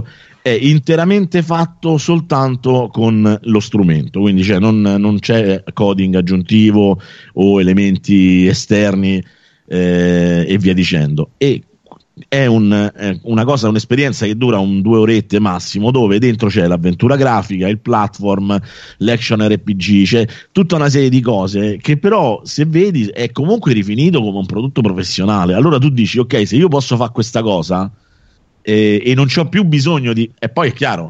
è interamente fatto soltanto con lo strumento, quindi cioè non c'è coding aggiuntivo o elementi esterni e via dicendo. E è una cosa, un'esperienza che dura 2 orette massimo, dove dentro c'è l'avventura grafica, il platform, l'action RPG, c'è tutta una serie di cose che però, se vedi, è comunque rifinito come un prodotto professionale. Allora tu dici, ok, se io posso fare questa cosa e non c'ho più bisogno di... E poi è chiaro,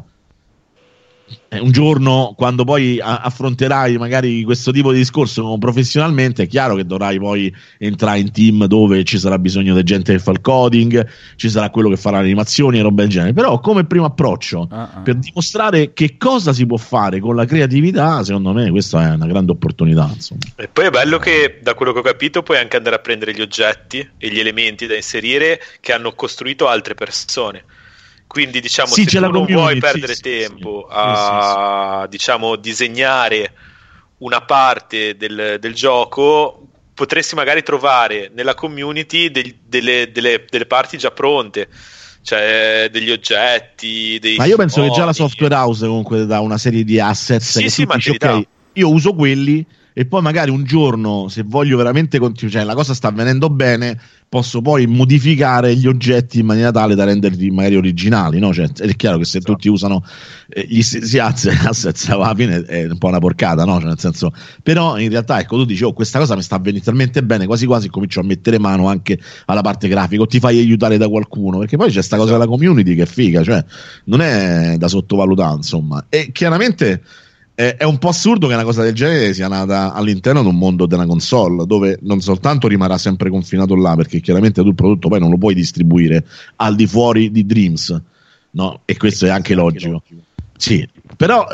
un giorno, quando poi affronterai magari questo tipo di discorso professionalmente, è chiaro che dovrai poi entrare in team dove ci sarà bisogno di gente che fa il coding, ci sarà quello che fa le animazioni e roba del genere. Però come primo approccio per dimostrare che cosa si può fare con la creatività, secondo me questa è una grande opportunità, insomma. E poi è bello che, da quello che ho capito, puoi anche andare a prendere gli oggetti e gli elementi da inserire che hanno costruito altre persone. Quindi diciamo, se tu non vuoi perdere tempo a diciamo disegnare una parte del gioco, potresti magari trovare nella community delle parti già pronte, cioè degli oggetti, ma io penso che già la software house comunque dà una serie di assets che tu dici, ok, io uso quelli e poi magari un giorno, se voglio veramente continuare, cioè la cosa sta venendo bene, posso poi modificare gli oggetti in maniera tale da renderli magari originali, no? Cioè, è chiaro che se tutti usano gli stessi assets alla fine è un po' una porcata, no? Cioè, nel senso, però in realtà, ecco, tu dici, oh, questa cosa mi sta venendo talmente bene, quasi quasi comincio a mettere mano anche alla parte grafica, o ti fai aiutare da qualcuno, perché poi c'è sta cosa della community che è figa, cioè non è da sottovalutare, insomma. E chiaramente è un po' assurdo che una cosa del genere sia nata all'interno di un mondo della console, dove non soltanto rimarrà sempre confinato là, perché chiaramente tu il prodotto poi non lo puoi distribuire al di fuori di Dreams, no? E questo è anche logico. Sì, però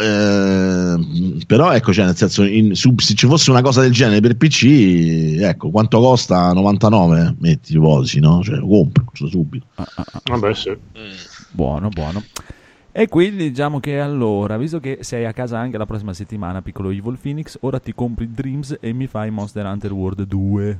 ecco, cioè, nel senso, se ci fosse una cosa del genere per PC, ecco, quanto costa? 99? Metti i polsi, no? Cioè, lo compro subito. Vabbè, sì. Buono. E quindi diciamo che allora, visto che sei a casa anche la prossima settimana, piccolo Evil Phoenix, ora ti compri Dreams e mi fai Monster Hunter World 2.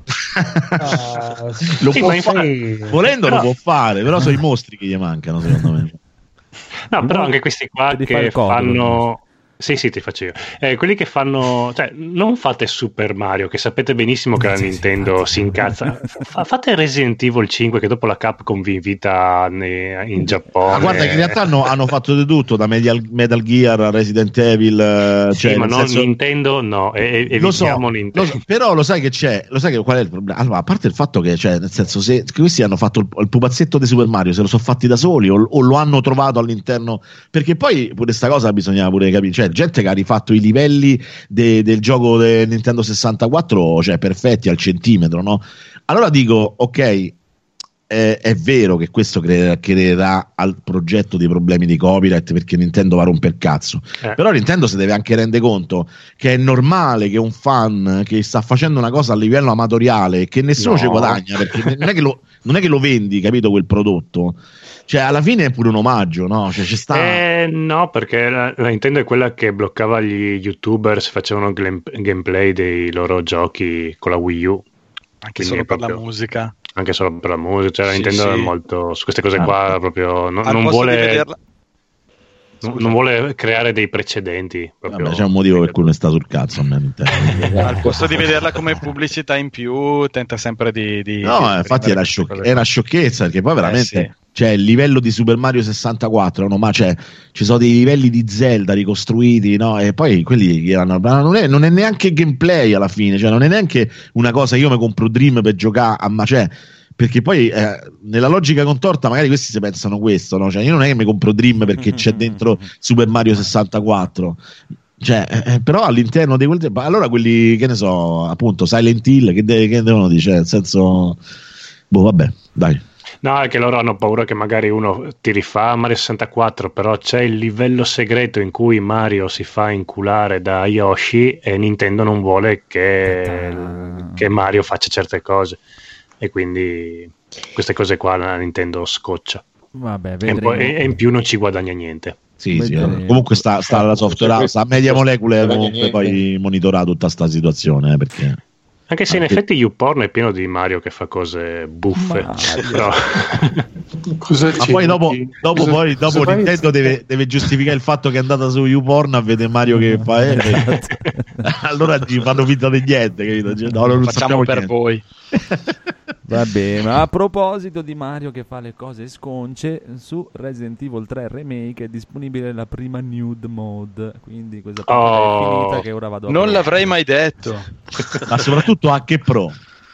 Lo può fare, volendo lo può fare, però sono i mostri che gli mancano, secondo me. No, però anche questi qua che fanno... Sì, ti faccio io. Quelli che fanno, cioè, non fate Super Mario, che sapete benissimo che la Nintendo si incazza. Fate Resident Evil 5, che dopo la Capcom vi invita in Giappone. Ma guarda che in realtà hanno fatto di tutto, da Metal Gear a Resident Evil. Sì, cioè, ma non senso... Nintendo, no. Lo so, però lo sai che c'è, lo sai che qual è il problema? Allora, a parte il fatto che, cioè, nel senso, se questi hanno fatto il pupazzetto di Super Mario, se lo sono fatti da soli o lo hanno trovato all'interno, perché poi pure sta cosa bisognava pure capire, cioè gente che ha rifatto i livelli del gioco del Nintendo 64, cioè perfetti al centimetro, no? Allora dico, ok, è vero che questo creerà al progetto dei problemi di copyright, perché Nintendo va a romper cazzo, però Nintendo si deve anche rendere conto che è normale che un fan che sta facendo una cosa a livello amatoriale, che nessuno ci guadagna, perché non è che lo vendi, capito, quel prodotto. Cioè, alla fine è pure un omaggio, no? Cioè, ci sta... no, perché la Nintendo è quella che bloccava gli YouTuber se facevano gameplay dei loro giochi con la Wii U. Anche solo per la musica. Anche solo per la musica. Cioè, la Nintendo è molto... Su queste cose qua proprio... non vuole... Non vuole creare dei precedenti. Vabbè, c'è un motivo per cui non sta sul cazzo a me. Al posto di vederla come pubblicità in più, tenta sempre di no, infatti è una sciocchezza, perché poi veramente cioè, il livello di Super Mario 64, no? Ma cioè, ci sono dei livelli di Zelda ricostruiti, no? E poi quelli erano, non è neanche gameplay alla fine, cioè non è neanche una cosa, io mi compro Dream per giocare ma cioè, perché poi nella logica contorta magari questi si pensano questo, no? Cioè, io non è che mi compro Dream perché c'è dentro Super Mario 64, cioè, però all'interno di quel allora quelli, che ne so, appunto Silent Hill, che devono dire, cioè, nel senso, vabbè, dai. No, è che loro hanno paura che magari uno ti rifà Mario 64, però c'è il livello segreto in cui Mario si fa inculare da Yoshi e Nintendo non vuole che Mario faccia certe cose. E quindi queste cose qua la Nintendo scoccia. Vabbè, e in più non ci guadagna niente. Sì, comunque sta la software house, a Media Molecule comunque poi monitora tutta sta situazione, perché Anche se in effetti YouPorn è pieno di Mario che fa cose buffe. Però... Ma poi dopo Nintendo deve giustificare il fatto che è andata su YouPorn a vedere Mario che fa allora ci fanno finta di niente, capito? Cioè, no, non facciamo per niente. Voi. Va bene, ma a proposito di Mario che fa le cose sconce, su Resident Evil 3 Remake è disponibile la prima nude mode, quindi questa partita è finita che ora vado a non l'avrei mai detto. Ma soprattutto anche Pro.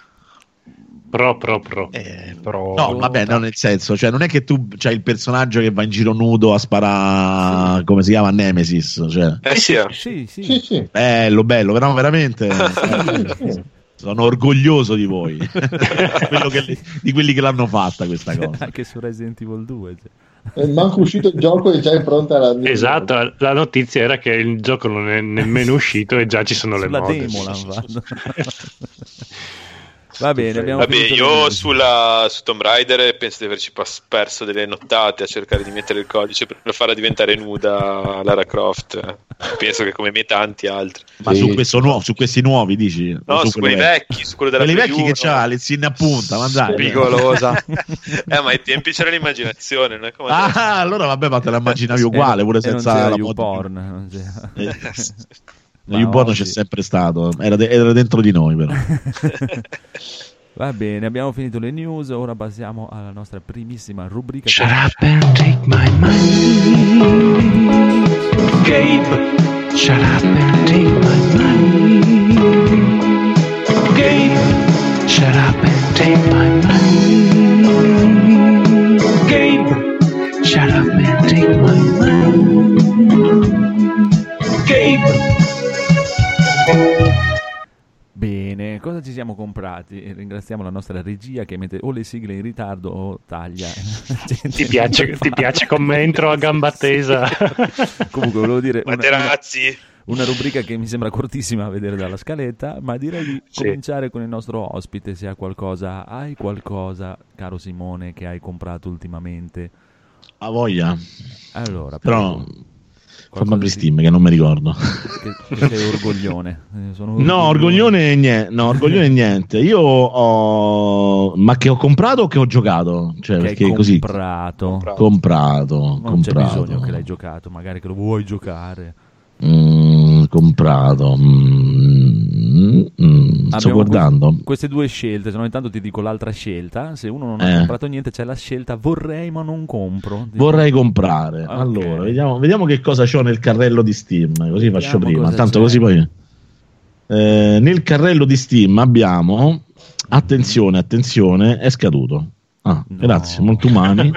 No, vabbè, no, nel senso, cioè non è che tu c'hai il personaggio che va in giro nudo a sparare, come si chiama, Nemesis, cioè. Sì. Bello, però veramente sono orgoglioso di voi di quelli che l'hanno fatta questa cosa. Anche su Resident Evil 2 cioè. Manco uscito il gioco e già è pronta la esatto, la notizia era che il gioco non è nemmeno uscito e già ci sono le mode. Demo l'hanno fatto. Va bene, io su Tomb Raider penso di averci perso delle nottate a cercare di mettere il codice per farla diventare nuda Lara Croft. Penso che come me tanti altri. Ma su questi nuovi dici? No, su quelli vecchi, su quello della quelli vecchi che c'ha le zinne a punta, ma dai. Spigolosa. Ma ai tempi c'era l'immaginazione, non è come allora vabbè, ma te la immaginavi uguale pure senza la porn. YouPorn c'è sempre stato, era dentro di noi però. Va bene, abbiamo finito le news, ora passiamo alla nostra primissima rubrica. Shut up and take my money, Gabe. Shut up and take my money, Gabe. Shut up and take my money, Gabe. Shut up and take my money, Gabe. Bene, cosa ci siamo comprati? Ringraziamo la nostra regia che mette o le sigle in ritardo o taglia. Ti piace come entro a gamba tesa? Comunque volevo dire una rubrica che mi sembra cortissima a vedere dalla scaletta, ma direi di cominciare con il nostro ospite. Se hai qualcosa, caro Simone, che hai comprato ultimamente? A voglia. Allora, però fammi apri Steam che non mi ricordo. Che sei orgoglione. No, orgoglione niente. Io ma che ho comprato o che ho giocato? Cioè, che perché hai così comprato. Non c'è bisogno che l'hai giocato, magari che lo vuoi giocare. Comprato. Sto guardando queste due scelte, se no intanto ti dico l'altra scelta. Se uno non ha comprato niente, c'è la scelta vorrei ma non compro. Vorrei comprare. Okay. Allora vediamo che cosa c'ho nel carrello di Steam, così faccio prima, tanto c'è. Così poi nel carrello di Steam abbiamo attenzione, è scaduto. Grazie, molto umani.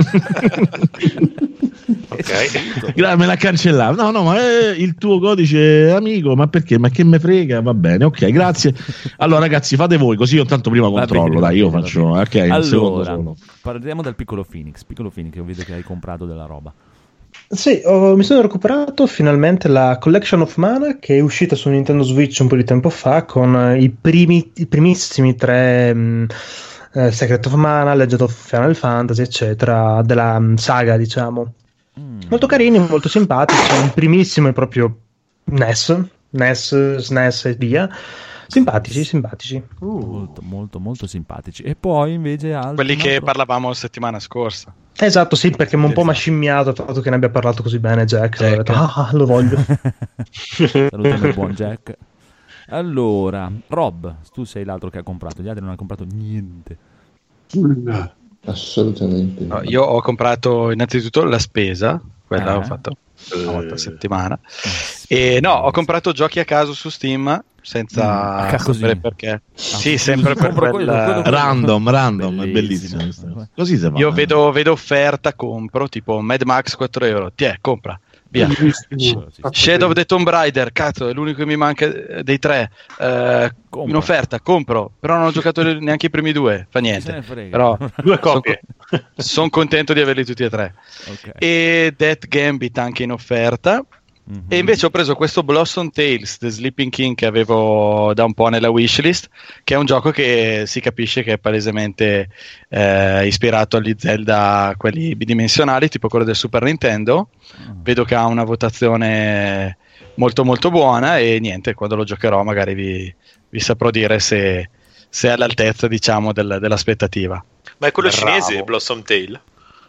Ok, me l'ha cancellato. No, ma è il tuo codice amico. Ma perché? Ma che me frega? Va bene, ok, grazie. Allora, ragazzi, fate voi così. Io tanto prima controllo. Dai, io faccio. Ok, allora, parliamo del Piccolo Phoenix. Io vedo che hai comprato della roba. Sì, mi sono recuperato finalmente la Collection of Mana che è uscita su Nintendo Switch un po' di tempo fa con i primissimi 3. Secret of Mana, Legend of Final Fantasy, eccetera, della saga, diciamo. Molto carini, molto simpatici. Il primissimo è proprio NES, SNES e via. Simpatici. Molto simpatici. E poi invece altri. Quelli che parlavamo settimana scorsa. Esatto, sì, perché un po' mi ha scimmiato il fatto che ne abbia parlato così bene Jack. Ho detto, lo voglio. Salutiamo il buon Jack. Allora, Rob, tu sei l'altro che ha comprato, gli altri non hanno comprato niente. No, assolutamente. No, io ho comprato innanzitutto la spesa, quella ho fatto una volta a settimana. E ho comprato giochi a caso su Steam senza sapere perché. Sì, sempre per quello. Random, è bellissimo. Così si fa. Io vedo offerta, compro, tipo Mad Max 4 euro. Compra. Via. Shadow of the Tomb Raider, cazzo, è l'unico che mi manca dei 3. In offerta, compro, però non ho giocato neanche i primi 2, fa niente. Però 2 copie. Sono contento di averli tutti e 3. Okay. E Death Gambit anche in offerta. E invece ho preso questo Blossom Tales The Sleeping King che avevo da un po' nella wishlist, che è un gioco che si capisce che è palesemente ispirato agli Zelda, quelli bidimensionali, tipo quello del Super Nintendo. Vedo che ha una votazione molto molto buona e niente, quando lo giocherò magari vi saprò dire se è all'altezza, diciamo, dell'aspettativa. Ma è quello cinese, Blossom Tale?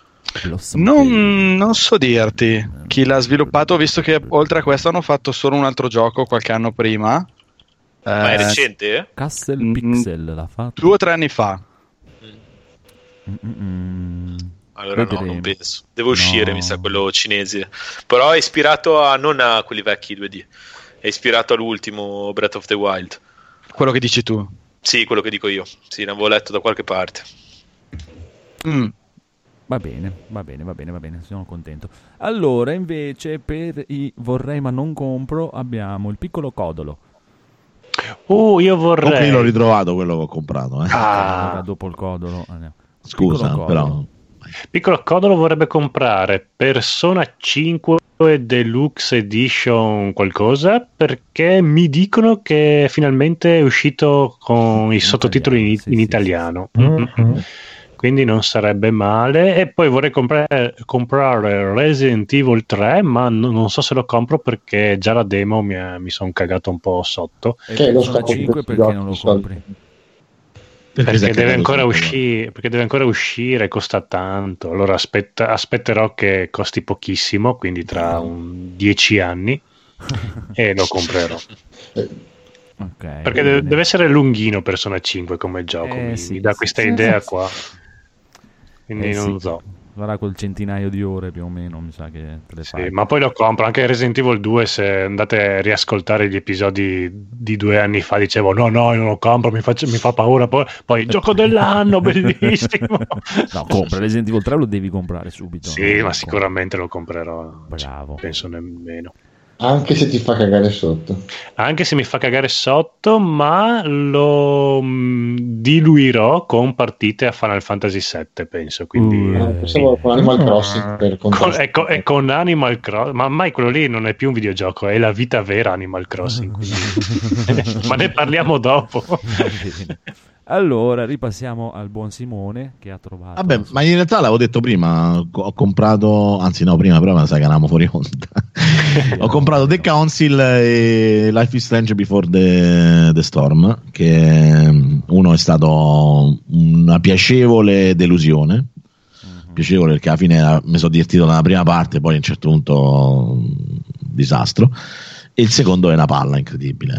Non so dirti chi l'ha sviluppato, visto che oltre a questo hanno fatto solo un altro gioco qualche anno prima. Ma è recente? Castle Pixel l'ha fatto 2 o 3 anni fa. Allora no, non penso. Deve uscire, mi sa, quello cinese. Però è ispirato non a quelli vecchi 2D. È ispirato all'ultimo Breath of the Wild. Quello che dici tu? Sì, quello che dico io. Sì, ne avevo letto da qualche parte. Va bene, sono contento. Allora, invece, per i vorrei ma non compro, abbiamo il piccolo Codolo. Io vorrei. Io l'ho ritrovato quello che ho comprato. Allora, dopo il Codolo. Scusa, però. Piccolo Codolo vorrebbe comprare Persona 5 Deluxe Edition qualcosa, perché mi dicono che finalmente è uscito con i sottotitoli in italiano. Quindi non sarebbe male. E poi vorrei comprare Resident Evil 3, ma non so se lo compro perché già la demo mi sono cagato un po' sotto. E lo 5 perché non lo compri? Perché deve ancora uscire, costa tanto. Allora aspetterò che costi pochissimo, quindi tra 10 anni, e lo comprerò. Perché deve essere lunghino Persona 5 come gioco, mi dà questa idea qua. Quindi non so. Sarà quel centinaio di ore più o meno, mi sa che te le fai. Ma poi lo compro. Anche Resident Evil 2, se andate a riascoltare gli episodi di 2 anni fa, dicevo no, io non lo compro, mi fa paura. Poi gioco dell'anno, bellissimo. No, compra Resident Evil 3, lo devi comprare subito. Sì, ma sicuramente lo comprerò. Bravo. Penso nemmeno. Anche se ti fa cagare sotto. Anche se mi fa cagare sotto, ma lo diluirò con partite a Final Fantasy VII, penso. Quindi con Animal Crossing per con Animal Crossing, ma mai quello lì non è più un videogioco, è la vita vera Animal Crossing. Ma ne parliamo dopo. Allora, ripassiamo al buon Simone che ha trovato. Vabbè, ma in realtà l'avevo detto prima, ho comprato, anzi no, prima però me la sai che eravamo fuori onda. Ho comprato The Council e Life is Strange Before the Storm, che uno è stato una piacevole delusione. Piacevole perché alla fine mi sono divertito nella prima parte, poi a un certo punto disastro. E il secondo è una palla incredibile.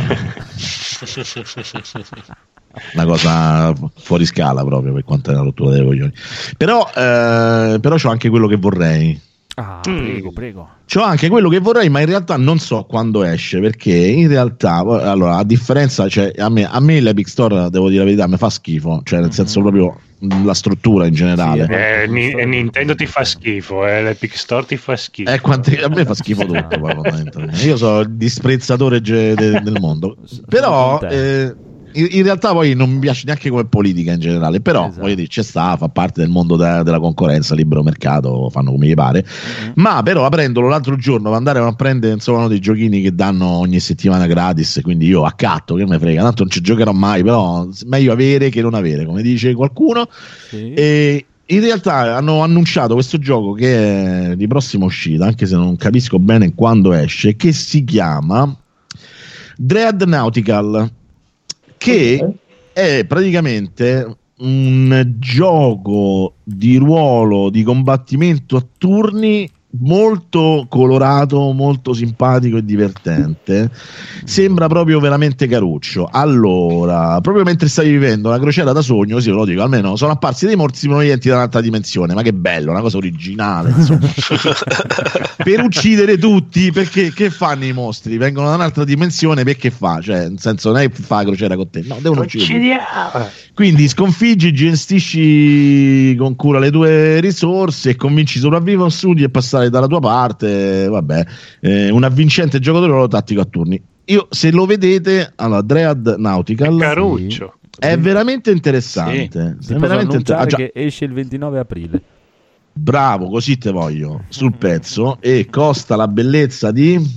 Una cosa fuori scala proprio per quanto è la rottura dei coglioni. Però c'ho anche quello che vorrei. Prego. C'ho anche quello che vorrei, ma in realtà non so quando esce, perché in realtà, allora, a differenza, cioè, a me l'Epic Store, devo dire la verità, mi fa schifo, cioè nel senso proprio la struttura in generale. Sì, Nintendo ti fa schifo, l'Epic Store ti fa schifo. A me fa schifo tutto, poi, io sono il disprezzatore del mondo. Però in realtà poi non mi piace neanche come politica in generale, però voglio dire, c'è sta, fa parte del mondo della concorrenza, libero mercato, fanno come gli pare. Ma però aprendolo l'altro giorno per andare a prendere insomma dei giochini che danno ogni settimana gratis, quindi io accatto, che me frega, tanto non ci giocherò mai, però meglio avere che non avere, come dice qualcuno. E in realtà hanno annunciato questo gioco che è di prossima uscita, anche se non capisco bene quando esce, che si chiama Dread Nautical, che è praticamente un gioco di ruolo di combattimento a turni molto colorato, molto simpatico e divertente. Sembra proprio veramente caruccio. Allora, proprio mentre stavi vivendo una crociera da sogno, così ve lo dico, almeno sono apparsi dei morsi provenienti da un'altra dimensione. Ma che bello, una cosa originale, insomma. Per uccidere tutti, perché che fanno i mostri? Vengono da un'altra dimensione, perché fa? Cioè, nel senso, non è che fa la crociera con te, no, devono uccidere. Quindi sconfiggi, gestisci con cura le tue risorse e convinci i sopravvissuti a passare dalla tua parte. Vabbè, un avvincente gioco di ruolo tattico a turni. Io, se lo vedete, allora, Dread Nautical caruccio. È veramente interessante. Sì. È veramente che esce il 29 aprile. Bravo, così te voglio sul pezzo, e costa la bellezza di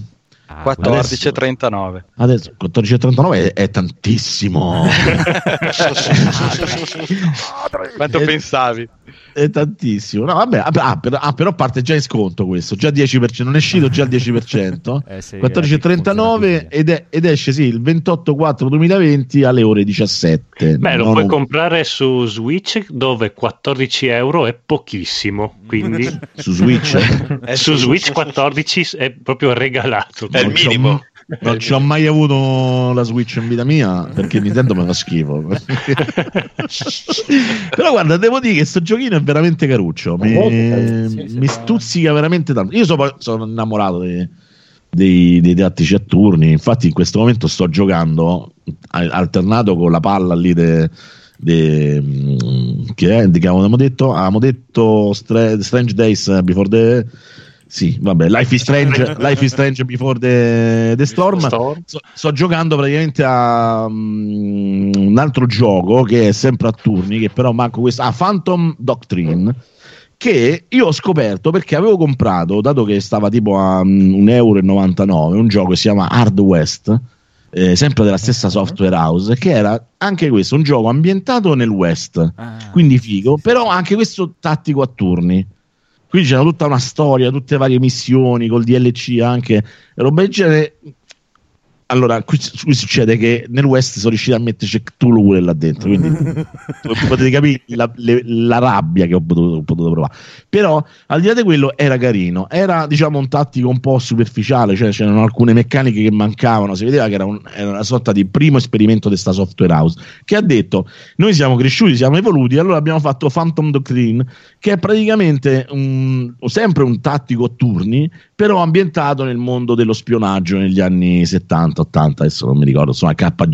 14,39. Adesso 14,39 è tantissimo. Quanto pensavi? È tantissimo. No, vabbè, però parte già in sconto questo, già 10%, non è uscito già il 10%. Sì, 14,39 ed esce il 28/4/2020 alle ore 17. Beh, lo puoi comprare su Switch, dove 14 euro è pochissimo, quindi su Switch su Switch 14 è proprio regalato. È il minimo. Non ci ho mai avuto la Switch in vita mia perché Nintendo me fa schifo. Però guarda, devo dire che sto giochino è veramente caruccio, mi stuzzica veramente tanto. Io sono innamorato dei tattici a turni, infatti in questo momento sto giocando alternato con la palla lì che avevamo detto Strange Days Before the Life is Strange Before the Storm. Sto giocando praticamente a un altro gioco che è sempre a turni, che però manco questo, Phantom Doctrine, che io ho scoperto perché avevo comprato, dato che stava tipo a €1,99, un gioco che si chiama Hard West, sempre della stessa software house, che era anche questo un gioco ambientato nel West, quindi figo, però anche questo tattico a turni. Qui c'era tutta una storia, tutte varie missioni col DLC, anche roba del genere. Allora, qui succede che nel West sono riuscito a metterci Cthulhu pure là dentro, quindi potete capire la rabbia che ho potuto provare. Però, al di là di quello, era carino. Era, diciamo, un tattico un po' superficiale, cioè c'erano alcune meccaniche che mancavano. Si vedeva che era una sorta di primo esperimento di sta software house, che ha detto: noi siamo cresciuti, siamo evoluti, allora abbiamo fatto Phantom Doctrine, che è praticamente sempre un tattico a turni, però ambientato nel mondo dello spionaggio negli anni 70-80, adesso non mi ricordo, insomma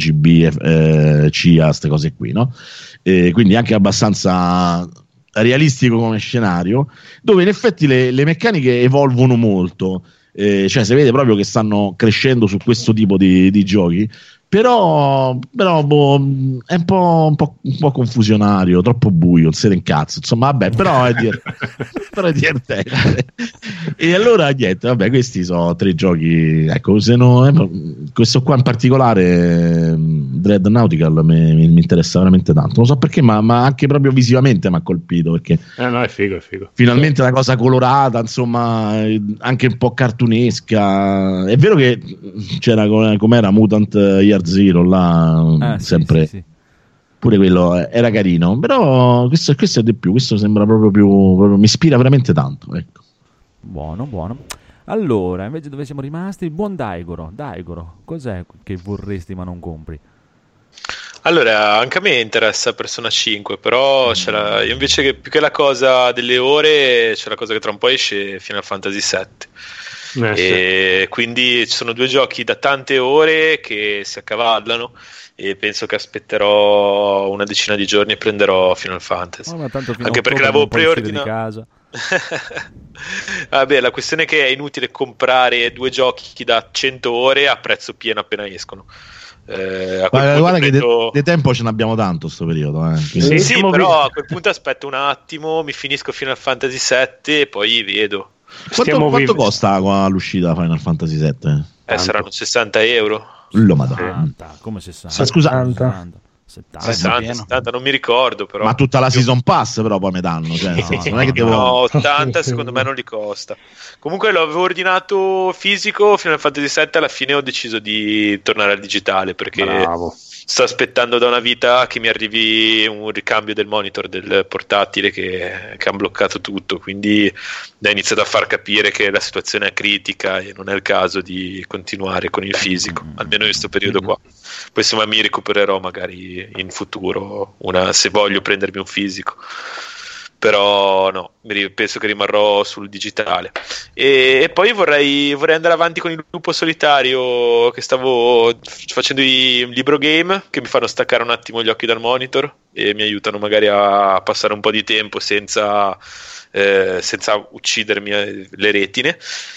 KGB, CIA, queste cose qui, no? Quindi anche abbastanza realistico come scenario, dove in effetti le meccaniche evolvono molto, cioè si vede proprio che stanno crescendo su questo tipo di giochi. Però è un po' confusionario, troppo buio, non se ne incazzo, insomma, vabbè, però è divertente. E allora niente, vabbè, questi sono 3 giochi, ecco, questo qua in particolare, Dread Nautical, mi interessa veramente tanto, non so perché, ma anche proprio visivamente mi ha colpito, perché no, è figo. Finalmente una cosa colorata, insomma, anche un po' cartunesca. È vero che c'era com'era Mutant Year Zero là, sempre sì. Pure quello era carino, però questo è di più, questo sembra proprio mi ispira veramente tanto, ecco. Buono. Allora, invece dove siamo rimasti? Il buon Daigoro, cos'è che vorresti ma non compri? Allora, anche a me interessa Persona 5, però io invece che più che la cosa delle ore, c'è la cosa che tra un po' esce Final Fantasy VII. E quindi ci sono 2 giochi da tante ore che si accavallano, e penso che aspetterò una decina di giorni e prenderò Final Fantasy, anche perché l'avevo preordinato. Vabbè, la questione è che è inutile comprare 2 giochi da 100 ore a prezzo pieno appena escono. Guarda che di tempo ce n'abbiamo tanto sto periodo, sì, però a quel punto aspetto un attimo, mi finisco Final Fantasy VII e poi vedo. Quanto costa l'uscita Final Fantasy VII? Saranno €60. Lo madonna. Come 60? Scusa, 60, non mi ricordo, però. Ma tutta la season pass però poi mi danno, cioè, non è che devo... No, 80 secondo me non li costa. Comunque l'avevo ordinato fisico Final Fantasy VII, alla fine ho deciso di tornare al digitale perché sto aspettando da una vita che mi arrivi un ricambio del monitor del portatile che ha bloccato tutto, quindi ha iniziato a far capire che la situazione è critica e non è il caso di continuare con il fisico, almeno in questo periodo qua. Poi insomma mi recupererò magari in futuro se voglio prendermi un fisico, però no, penso che rimarrò sul digitale. E poi vorrei andare avanti con il lupo solitario, che stavo facendo i libro game che mi fanno staccare un attimo gli occhi dal monitor e mi aiutano magari a passare un po' di tempo senza uccidermi le retine.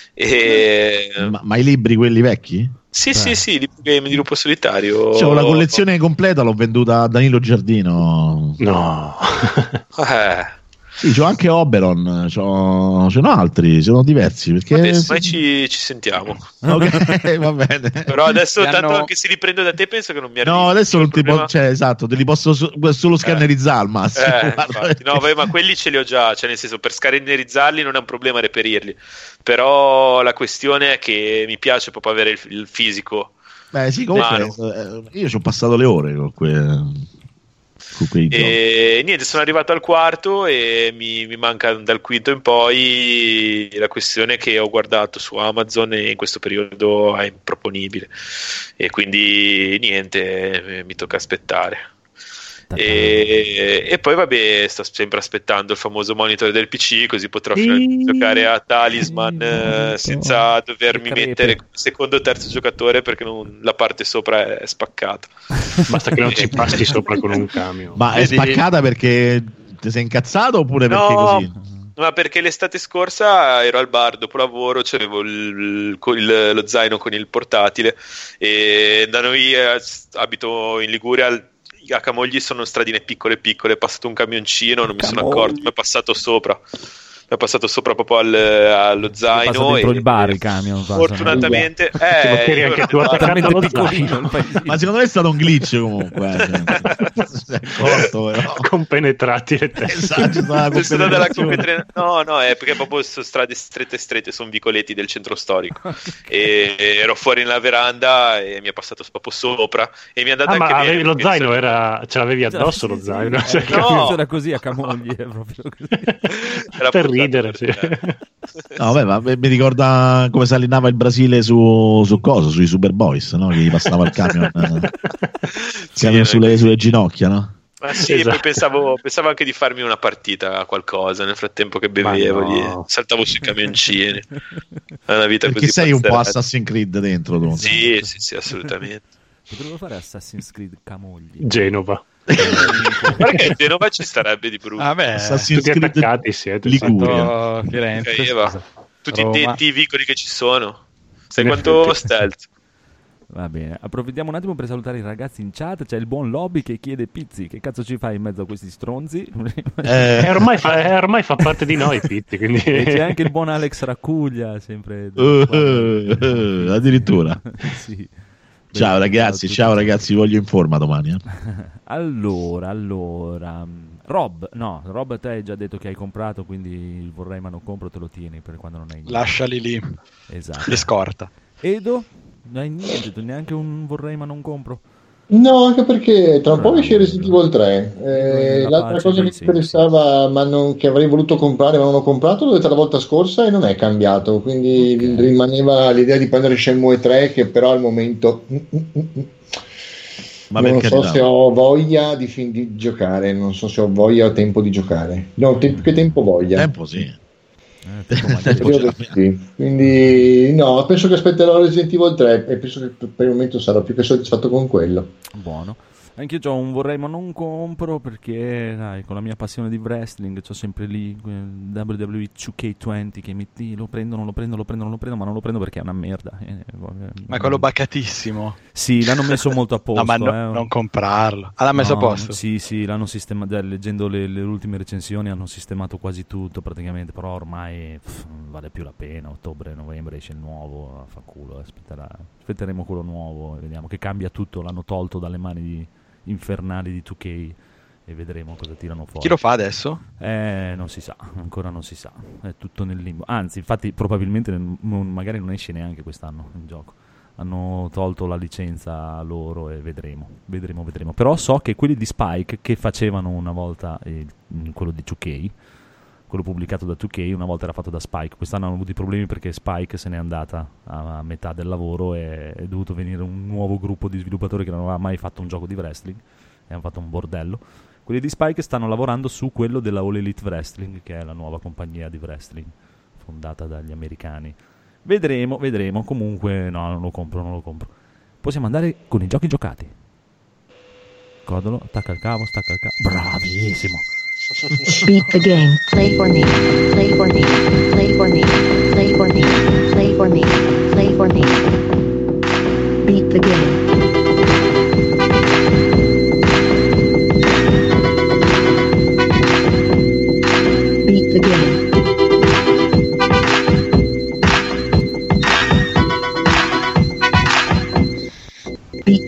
Ma i libri quelli vecchi? Sì, i libri game di lupo solitario. Cioè, la collezione completa l'ho venduta a Danilo Giardino. No. Sì, c'ho anche Oberon, ce n'ho altri, sono diversi. Perché adesso noi ci sentiamo. Ok, va bene. Però adesso, tanto che si riprendo da te, penso che non mi arrivi. No, adesso non ti esatto, te li posso solo scannerizzare al massimo. Infatti, no, ma quelli ce li ho già, cioè nel senso, per scannerizzarli non è un problema reperirli. Però la questione è che mi piace proprio avere il fisico. Beh, sì, comunque io ci ho passato le ore con quei e niente, sono arrivato al quarto e mi manca dal quinto in poi. La questione è che ho guardato su Amazon e in questo periodo è improponibile e quindi niente, mi tocca aspettare. E poi vabbè, sto sempre aspettando il famoso monitor del PC, così potrò finalmente giocare a Talisman senza dovermi mettere come secondo o terzo giocatore, perché la parte sopra è spaccata. Basta che non ci passi sopra con un camion. Ma è spaccata perché ti sei incazzato oppure perché così? Ma perché l'estate scorsa ero al bar dopo lavoro, c'avevo lo zaino con il portatile e da noi abito in Liguria, a Camogli sono stradine piccole, è passato un camioncino, non mi sono accorto, mi è passato sopra proprio allo zaino dentro il bar il camion fortunatamente anche tu talmente piccolino. Ma secondo me è stato un glitch comunque compenetrati no, è perché proprio sono strade strette, sono vicoletti del centro storico e ero fuori nella veranda e mi è passato proprio sopra e mi è andato anche bene. Lo zaino ce l'avevi addosso lo zaino? No, era così a Camogli, proprio così. Era per ridere, sì. No, vabbè, ma mi ricorda come si allenava il Brasile su cosa, sui Super Boys, no? Che gli passava il camion, sulle ginocchia, no? Ma sì, esatto. Poi pensavo anche di farmi una partita a qualcosa nel frattempo che bevevo, saltavo sui camioncini. È una vita perché così sei pazzesca. Un po' Assassin's Creed dentro tu. Sì, assolutamente. Potremmo fare Assassin's Creed Camogli. Genova. Perché Genova ci starebbe di brutto. Assassin's tutti Creed attaccati siete. Liguria. Firenze. Tutti i tetti vicoli che ci sono. Sai quanto stealth? Va bene, approfittiamo un attimo per salutare i ragazzi in chat. C'è il buon Lobby che chiede: Pizzi, che cazzo ci fai in mezzo a questi stronzi? Ormai fa parte di noi Pizzi, quindi... E c'è anche il buon Alex Raccuglia, sempre addirittura. Sì. Ciao ragazzi, voglio in forma domani. Allora, Rob, te hai già detto che hai comprato, quindi vorrei ma non compro, te lo tieni per quando non hai niente. Lasciali lì. Esatto. Li scorta. Edo? Non hai niente, neanche un vorrei ma non compro? No, anche perché tra un po' esce Resident Evil 3. L'altra cosa che mi interessava, che avrei voluto comprare ma non ho comprato, l'ho detta la volta scorsa e non è cambiato. Quindi rimaneva l'idea di prendere Shenmue 3, che però al momento non so se ho voglia di giocare, non so se ho voglia o tempo di giocare. No, che tempo voglia? Tempo sì. Sì. Quindi no, penso che aspetterò Resident Evil 3 e penso che per il momento sarò più che soddisfatto con quello. Buono. Anche io ho un vorrei ma non compro, perché dai, con la mia passione di wrestling c'ho sempre lì WWE 2K20 che lo prendo, ma non lo prendo perché è una merda. Ma è quello baccatissimo. Sì, l'hanno messo molto a posto. No, ma non comprarlo. L'ha messo a posto. Sì, l'hanno sistemato. Leggendo le ultime recensioni hanno sistemato quasi tutto praticamente, però ormai non vale più la pena. Ottobre, novembre esce il nuovo, fa culo, aspetteremo quello nuovo e vediamo che cambia tutto. L'hanno tolto dalle mani infernali di 2K e vedremo cosa tirano fuori. Chi lo fa adesso? Non si sa, ancora non si sa, è tutto nel limbo. Anzi, infatti probabilmente magari non esce neanche quest'anno il gioco. Hanno tolto la licenza loro e vedremo. Però so che quelli di Spike, che facevano una volta quello di 2K, quello pubblicato da 2K, una volta era fatto da Spike, quest'anno hanno avuto i problemi perché Spike se n'è andata a metà del lavoro e è dovuto venire un nuovo gruppo di sviluppatori che non aveva mai fatto un gioco di wrestling e hanno fatto un bordello. Quelli di Spike stanno lavorando su quello della All Elite Wrestling, che è la nuova compagnia di wrestling fondata dagli americani. Vedremo. Comunque no, non lo compro. Possiamo andare con i giochi giocati. Codolo, attacca il cavo, stacca il cavo. Bravissimo. Beat the game. Play for me. Play for me. Play for me. Play for me. Play for me. Play for me. Beat the game.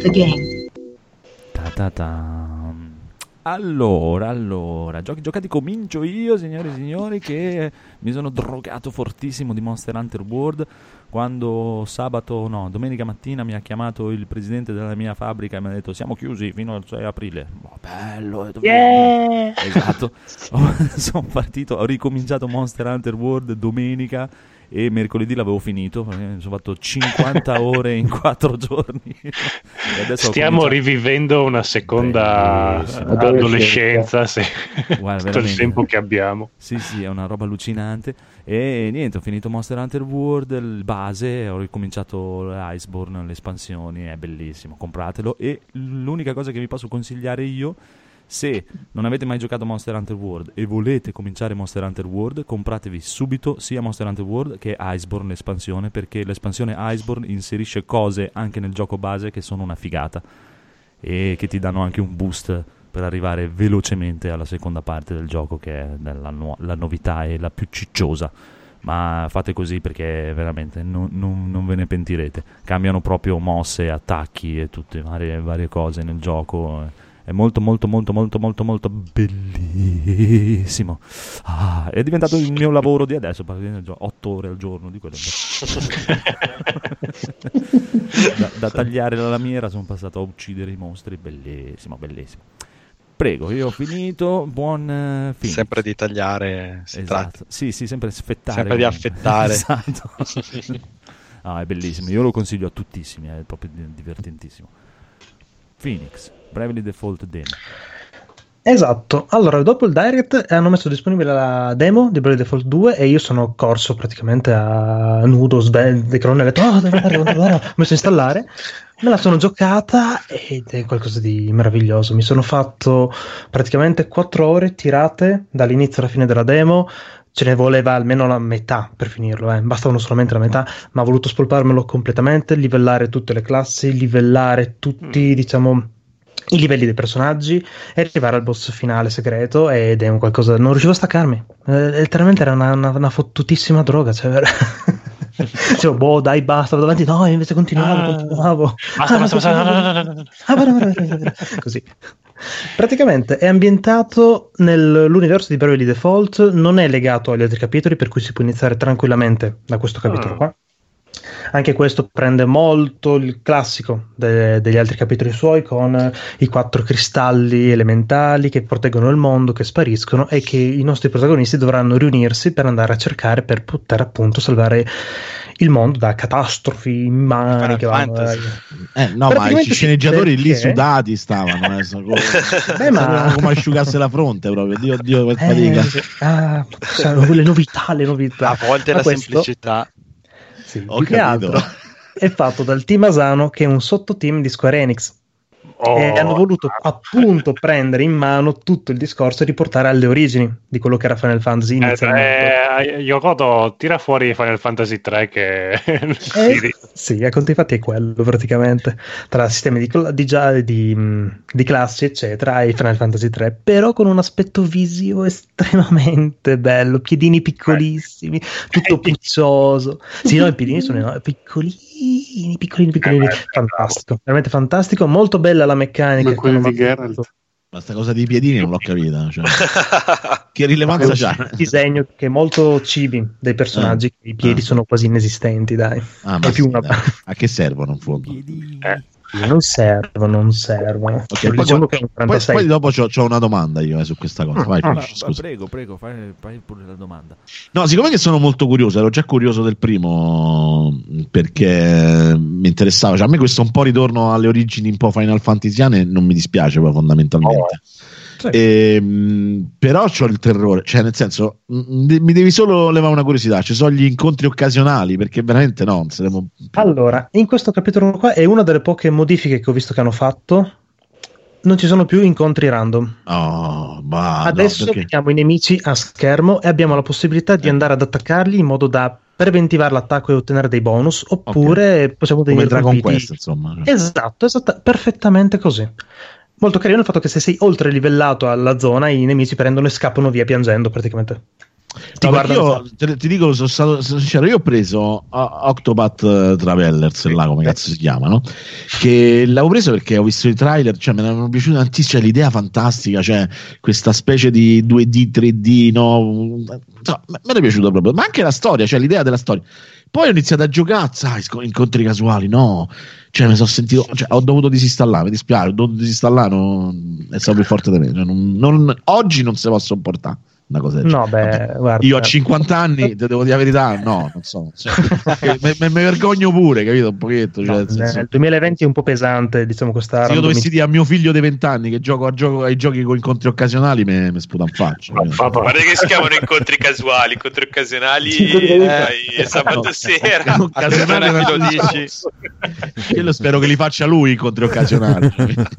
the game. Allora, giochi giocati comincio io, signore e signori, che mi sono drogato fortissimo di Monster Hunter World quando domenica mattina mi ha chiamato il presidente della mia fabbrica e mi ha detto siamo chiusi fino al 6 aprile. Bello, esatto. Sono partito, ho ricominciato Monster Hunter World domenica e mercoledì l'avevo finito, mi sono fatto 50 ore in 4 giorni. E adesso stiamo rivivendo una seconda adolescenza, Guarda, tutto il tempo che abbiamo. Sì, è una roba allucinante. E niente, ho finito Monster Hunter World, il base, ho ricominciato l'Iceborne, le espansioni, è bellissimo, compratelo. E l'unica cosa che vi posso consigliare io, se non avete mai giocato Monster Hunter World e volete cominciare Monster Hunter World, compratevi subito sia Monster Hunter World che Iceborne, l'espansione, perché l'espansione Iceborne inserisce cose anche nel gioco base che sono una figata e che ti danno anche un boost per arrivare velocemente alla seconda parte del gioco, che è la novità e la più cicciosa. Ma fate così perché veramente non ve ne pentirete. Cambiano proprio mosse, attacchi e tutte varie cose nel gioco. È molto bellissimo. È diventato il mio lavoro di adesso, 8 ore al giorno di quello. da tagliare la lamiera sono passato a uccidere i mostri. Bellissimo. Prego, io ho finito. Buon fine. Sempre di tagliare. Esatto. Sì, sempre sfettare. Sempre di affettare. Esatto. È bellissimo. Io lo consiglio a tuttissimi. È proprio divertentissimo. Phoenix, Bravely Default Demo. Esatto, allora dopo il Direct hanno messo disponibile la demo di Bravely Default 2 e io sono corso praticamente a nudo, decronne, ho detto ho messo a installare, me la sono giocata ed è qualcosa di meraviglioso. Mi sono fatto praticamente 4 ore tirate dall'inizio alla fine della demo. Ce ne voleva almeno la metà per finirlo, bastavano solamente la metà, ma ho voluto spolparmelo completamente, livellare tutte le classi, livellare tutti, diciamo, i livelli dei personaggi e arrivare al boss finale segreto, ed è un qualcosa, non riuscivo a staccarmi, letteralmente era una fottutissima droga, cioè dicevo, dai, basta, vado avanti, no, invece continuavo. Basta. Così. Praticamente è ambientato nell'universo di Bravely Default, non è legato agli altri capitoli, per cui si può iniziare tranquillamente da questo capitolo qua. Anche questo prende molto il classico degli altri capitoli suoi, con i 4 cristalli elementali che proteggono il mondo, che spariscono e che i nostri protagonisti dovranno riunirsi per andare a cercare, per poter appunto salvare il mondo da catastrofi immani che vanno. Ma i sceneggiatori lì sudati stavano, ma come asciugarsi la fronte proprio. Dio che fatica. Le novità. A volte la semplicità. Sì, più che altro è fatto dal team Asano, che è un sottoteam di Square Enix. E hanno voluto appunto prendere in mano tutto il discorso e riportare alle origini di quello che era Final Fantasy inizialmente. Yokoto, tira fuori Final Fantasy 3 che sì, a conti fatti è quello praticamente, tra sistemi di classi eccetera e Final Fantasy 3, però con un aspetto visivo estremamente bello, piedini piccolissimi, tutto puccioso. Sì, no, i piedini sono piccolini, fantastico, veramente fantastico, molto bella la meccanica. Quelli di Geralt. Ma sta cosa dei piedini non l'ho capita, cioè. Che rilevanza c'ha? Il disegno che è molto cibi dei personaggi, i piedi sono quasi inesistenti, dai. È più una... A che servono in fondo? Non servono. Okay, poi dopo c'ho una domanda io su questa cosa. Vai, prego, fai pure la domanda. No, siccome che sono molto curioso, ero già curioso del primo perché mi interessava. Cioè, a me questo un po' ritorno alle origini un po' Final Fantasyane non mi dispiace poi fondamentalmente. Sì. Però c'ho il terrore, cioè nel senso mi devi solo levare una curiosità, ci sono gli incontri occasionali, perché veramente no, saremo... Allora, in questo capitolo qua è una delle poche modifiche che ho visto che hanno fatto, non ci sono più incontri random. Adesso mettiamo i nemici a schermo e abbiamo la possibilità di andare ad attaccarli in modo da preventivare l'attacco e ottenere dei bonus, oppure possiamo come Dragon Quest, insomma. Esatto, perfettamente così. Molto carino il fatto che se sei oltre livellato alla zona i nemici prendono e scappano via piangendo praticamente. Io ti dico, sono stato sincero, io ho preso Octopath Travelers, là come cazzo si chiama, no? Che l'avevo preso perché ho visto i trailer, cioè mi erano piaciuti tantissimo, cioè, l'idea fantastica, cioè questa specie di 2D, 3D, no? Mi era piaciuto proprio, ma anche la storia, cioè l'idea della storia. Poi ho iniziato a giocare, sai, incontri casuali, no? Cioè mi sono sentito, cioè, ho dovuto disinstallare, mi dispiace, ho dovuto disinstallare, è stato più forte di me, cioè, oggi non se posso sopportare una cosa del genere. Guarda, io ho 50 anni, te devo dire la verità, no, non so, cioè, mi vergogno pure, capito, un pochetto, cioè, nel 2020 è un po' pesante, diciamo, questa se io dovessi dire a mio figlio di 20 anni che gioco ai giochi con incontri occasionali, mi sputa in faccia. Guarda che si chiamano incontri casuali, incontri occasionali sabato sera occasionali lo dici. Io spero che li faccia lui incontri occasionali.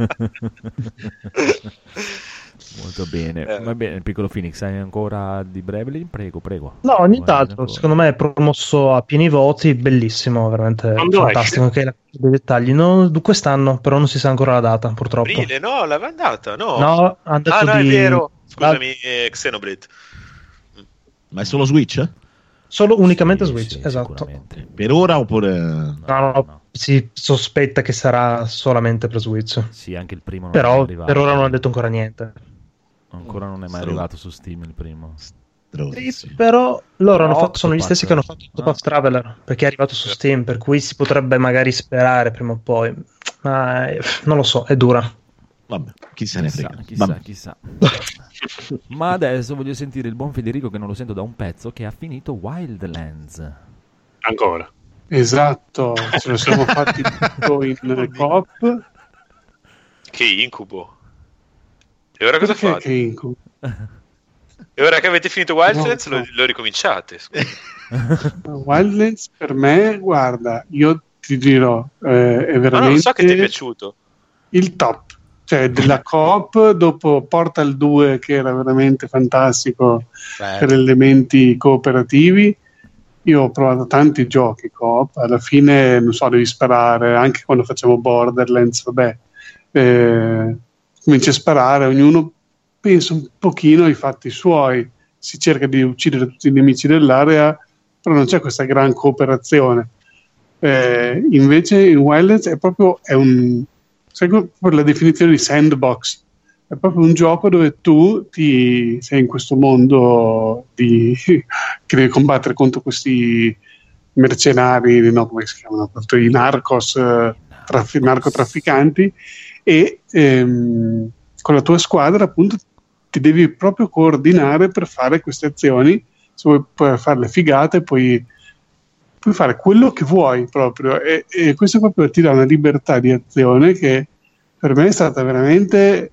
Molto bene, va bene. Il piccolo Phoenix, hai ancora di Bravely? Prego. No, nient'altro, secondo me è promosso a pieni voti, bellissimo, veramente fantastico, anche dei dettagli. Quest'anno, però non si sa ancora la data, purtroppo. Aprile, no, l'aveva andata, no, hanno detto no, è vero, scusami, Xenoblade. Ma è solo Switch? Solo unicamente Switch, esatto. Per ora oppure... No. Si sospetta che sarà solamente per Switch. Sì, anche il primo non però è arrivato. Per ora non ha detto ancora niente. Ancora non è mai arrivato su Steam il primo. Sì, però loro sono gli stessi che hanno fatto Octopath Traveler, perché è arrivato su Steam, per cui si potrebbe magari sperare prima o poi, ma non lo so, è dura. Vabbè, chi se ne frega. Chissà. Ma adesso voglio sentire il buon Federico, che non lo sento da un pezzo, che ha finito Wildlands. Ancora. Esatto, ce lo siamo fatti tutto in coop. Che incubo. E ora cosa fate? Che incubo? E ora che avete finito Wildlands lo ricominciate. Wildlands per me, guarda, io ti dirò, è veramente non so che ti è piaciuto. Il top, cioè della coop dopo Portal 2 che era veramente fantastico per elementi cooperativi. Io ho provato tanti giochi coop, alla fine non so, devi sparare, anche quando facciamo Borderlands, cominci a sparare, ognuno pensa un pochino ai fatti suoi, si cerca di uccidere tutti i nemici dell'area, però non c'è questa gran cooperazione. Invece in Wildlands è proprio per la definizione di sandbox, è proprio un gioco dove tu sei in questo mondo che devi combattere contro questi mercenari, no, come si chiamano, i narcotrafficanti, e con la tua squadra appunto ti devi proprio coordinare per fare queste azioni. Se vuoi puoi fare le figate, puoi fare quello che vuoi proprio, e questo proprio ti dà una libertà di azione che per me è stata veramente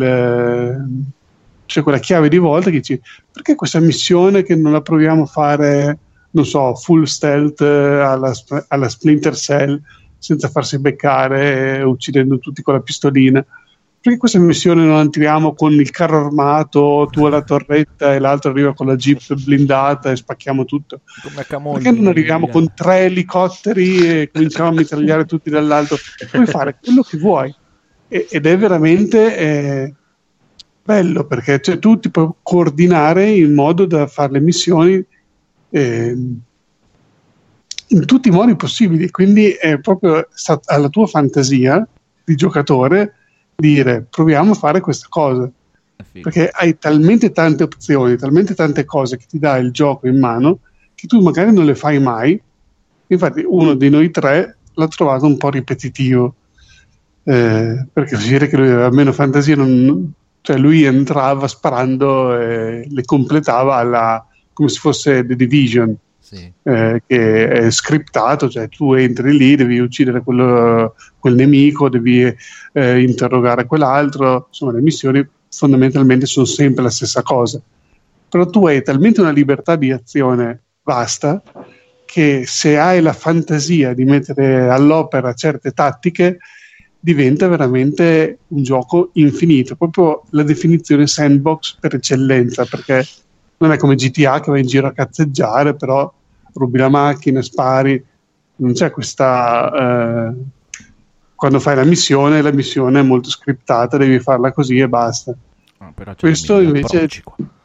cioè quella chiave di volta che dici, perché questa missione che non la proviamo a fare, non so, full stealth alla Splinter Cell senza farsi beccare, uccidendo tutti con la pistolina? Perché questa missione non entriamo con il carro armato, tu alla torretta e l'altro arriva con la jeep blindata e spacchiamo tutto? Perché non arriviamo con 3 elicotteri e cominciamo a mitragliare tutti dall'alto? Puoi fare quello che vuoi, ed è veramente bello, perché cioè, tu ti puoi coordinare in modo da fare le missioni in tutti i modi possibili, quindi è proprio alla tua fantasia di giocatore dire proviamo a fare questa cosa, perché hai talmente tante opzioni, talmente tante cose che ti dà il gioco in mano che tu magari non le fai mai. Infatti uno di noi tre l'ha trovato un po' ripetitivo, perché si vede che lui aveva meno fantasia, cioè lui entrava sparando e le completava come se fosse The Division. Sì. Che è scriptato, cioè tu entri lì, devi uccidere quel nemico, devi interrogare quell'altro, insomma le missioni fondamentalmente sono sempre la stessa cosa, però tu hai talmente una libertà di azione vasta che se hai la fantasia di mettere all'opera certe tattiche diventa veramente un gioco infinito, proprio la definizione sandbox per eccellenza, perché non è come GTA che vai in giro a cazzeggiare, però rubi la macchina, spari, non c'è questa quando fai la missione è molto scriptata, devi farla così e basta. Però questo invece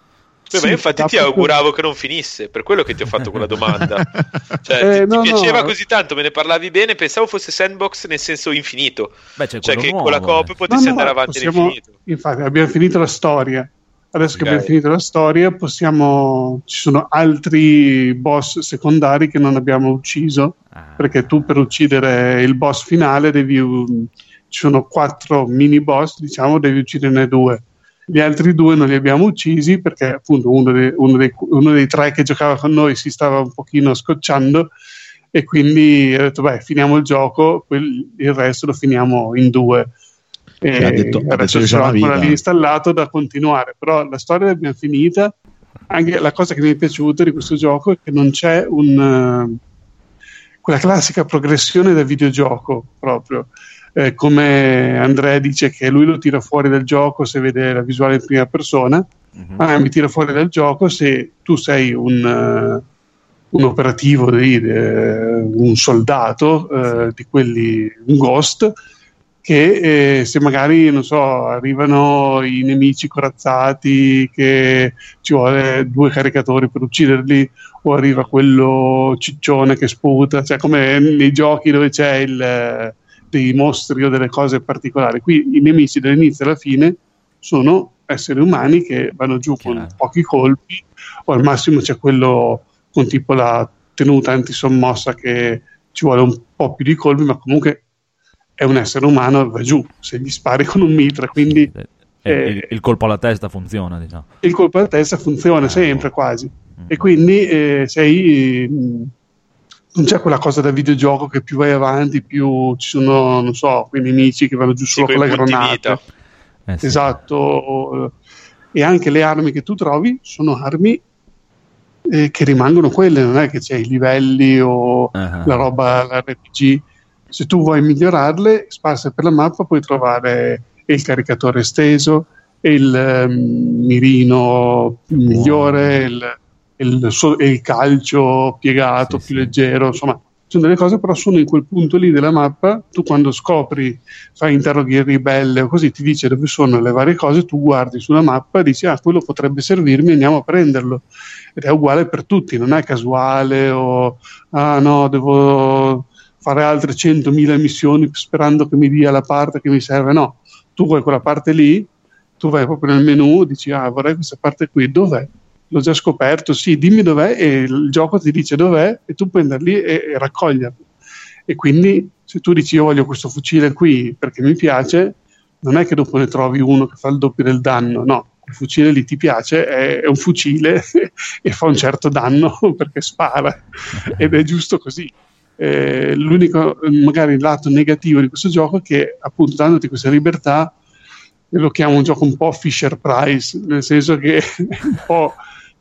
Ma infatti ti auguravo che non finisse, per quello che ti ho fatto quella domanda. Cioè, ti piaceva così tanto, me ne parlavi bene, pensavo fosse sandbox nel senso infinito. Beh, cioè che nuovo, con la coop potessi andare avanti all'infinito. Infatti abbiamo finito la storia. Adesso che abbiamo finito la storia ci sono altri boss secondari che non abbiamo ucciso, perché tu per uccidere il boss finale ci sono 4 mini boss, diciamo, devi ucciderne 2. Gli altri 2 non li abbiamo uccisi perché appunto uno dei 3 che giocava con noi si stava un pochino scocciando, e quindi ho detto finiamo il gioco, il resto lo finiamo in 2. Adesso c'è ancora lì installato da continuare, però la storia l'abbiamo finita. Anche la cosa che mi è piaciuta di questo gioco è che non c'è quella classica progressione da videogioco proprio. Come Andrea dice che lui lo tira fuori dal gioco se vede la visuale in prima persona, mi tira fuori dal gioco se tu sei un operativo, un soldato di quelli, un ghost, che se magari, non so, arrivano i nemici corazzati che ci vuole 2 caricatori per ucciderli, o arriva quello ciccione che sputa, cioè come nei giochi dove c'è dei mostri o delle cose particolari. Qui i nemici dall'inizio alla fine sono esseri umani che vanno giù con pochi colpi, o al massimo c'è quello con tipo la tenuta antisommossa che ci vuole un po' più di colpi, ma comunque è un essere umano e va giù se gli spari con un mitra, quindi il colpo alla testa funziona, diciamo. Il colpo alla testa funziona sempre quasi, e quindi non c'è quella cosa da videogioco che più vai avanti più ci sono, non so, quei nemici che vanno giù solo con la granata. Sì. Esatto. E anche le armi che tu trovi sono armi che rimangono quelle, non è che c'è i livelli o la roba, l'RPG. Se tu vuoi migliorarle, sparse per la mappa, puoi trovare il caricatore esteso, il mirino migliore, il calcio piegato, più leggero, insomma, sono delle cose, però sono in quel punto lì della mappa. Tu quando scopri, fai interroghi il ribelle o così, ti dice dove sono le varie cose, tu guardi sulla mappa e dici quello potrebbe servirmi, andiamo a prenderlo. Ed è uguale per tutti, non è casuale o no, devo fare altre 100.000 missioni sperando che mi dia la parte che mi serve. No, tu vuoi quella parte lì, tu vai proprio nel menu, dici vorrei questa parte qui, dov'è? L'ho già scoperto, sì, dimmi dov'è, e il gioco ti dice dov'è e tu puoi andare lì e raccoglierlo. E quindi se tu dici io voglio questo fucile qui perché mi piace, non è che dopo ne trovi uno che fa il doppio del danno, no, il fucile lì ti piace, è un fucile e fa un certo danno perché spara, ed è giusto così. L'unico magari lato negativo di questo gioco è che, appunto, dandoti questa libertà, io lo chiamo un gioco un po' Fisher Price, nel senso che è un po'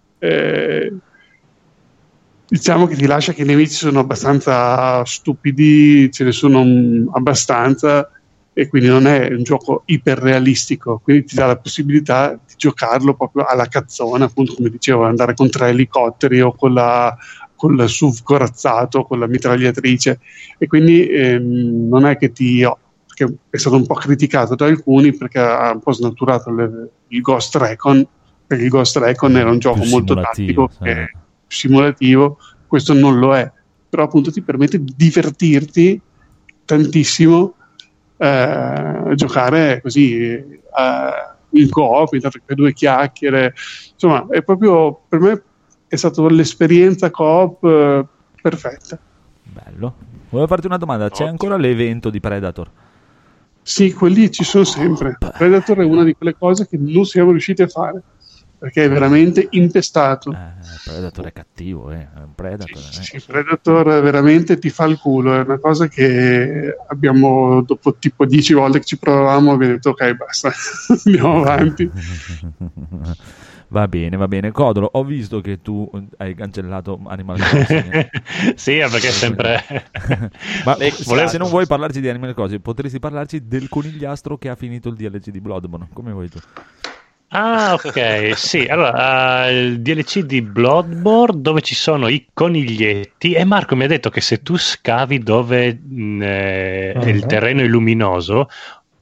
diciamo che ti lascia che i nemici sono abbastanza stupidi, ce ne sono abbastanza, e quindi non è un gioco iperrealistico, quindi ti dà la possibilità di giocarlo proprio alla cazzona, appunto, come dicevo, andare con 3 elicotteri o con il SUV corazzato, con la mitragliatrice, e quindi non è che che è stato un po' criticato da alcuni perché ha un po' snaturato il Ghost Recon, perché il Ghost Recon era un gioco molto tattico, simulativo. Questo non lo è, però appunto ti permette di divertirti tantissimo, giocare così in coop, intanto che 2 chiacchiere, insomma, è proprio, per me è stata l'esperienza coop perfetta. Bello. Volevo farti una domanda, c'è ancora l'evento di Predator? Sì, quelli ci sono sempre. Predator è una di quelle cose che non siamo riusciti a fare perché è veramente impestato. Predator è cattivo, è un Predator. Sì, Predator veramente ti fa il culo, è una cosa che abbiamo, dopo tipo 10 volte che ci provavamo, abbiamo detto ok, basta, andiamo avanti. Va bene. Codolo, ho visto che tu hai cancellato Animal Crossing. Sì, perché è sempre... Ma se non vuoi parlarci di Animal Crossing, potresti parlarci del conigliastro che ha finito il DLC di Bloodborne. Come vuoi tu? Ah, ok, sì. Allora, il DLC di Bloodborne dove ci sono i coniglietti, e Marco mi ha detto che se tu scavi dove il terreno è luminoso,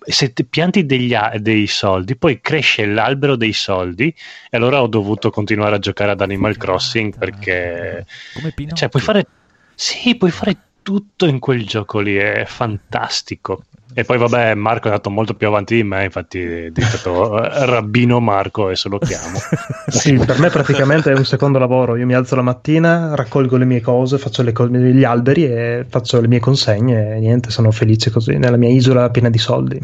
se pianti dei soldi, poi cresce l'albero dei soldi, e allora ho dovuto continuare a giocare ad Animal Crossing perché cioè, puoi fare tutto in quel gioco lì, è fantastico. E poi vabbè, Marco è andato molto più avanti di me, infatti è diventato Rabbino Marco, adesso lo chiamo. Sì, per me praticamente è un secondo lavoro. Io mi alzo la mattina, raccolgo le mie cose, faccio gli alberi e faccio le mie consegne e niente, sono felice così nella mia isola piena di soldi.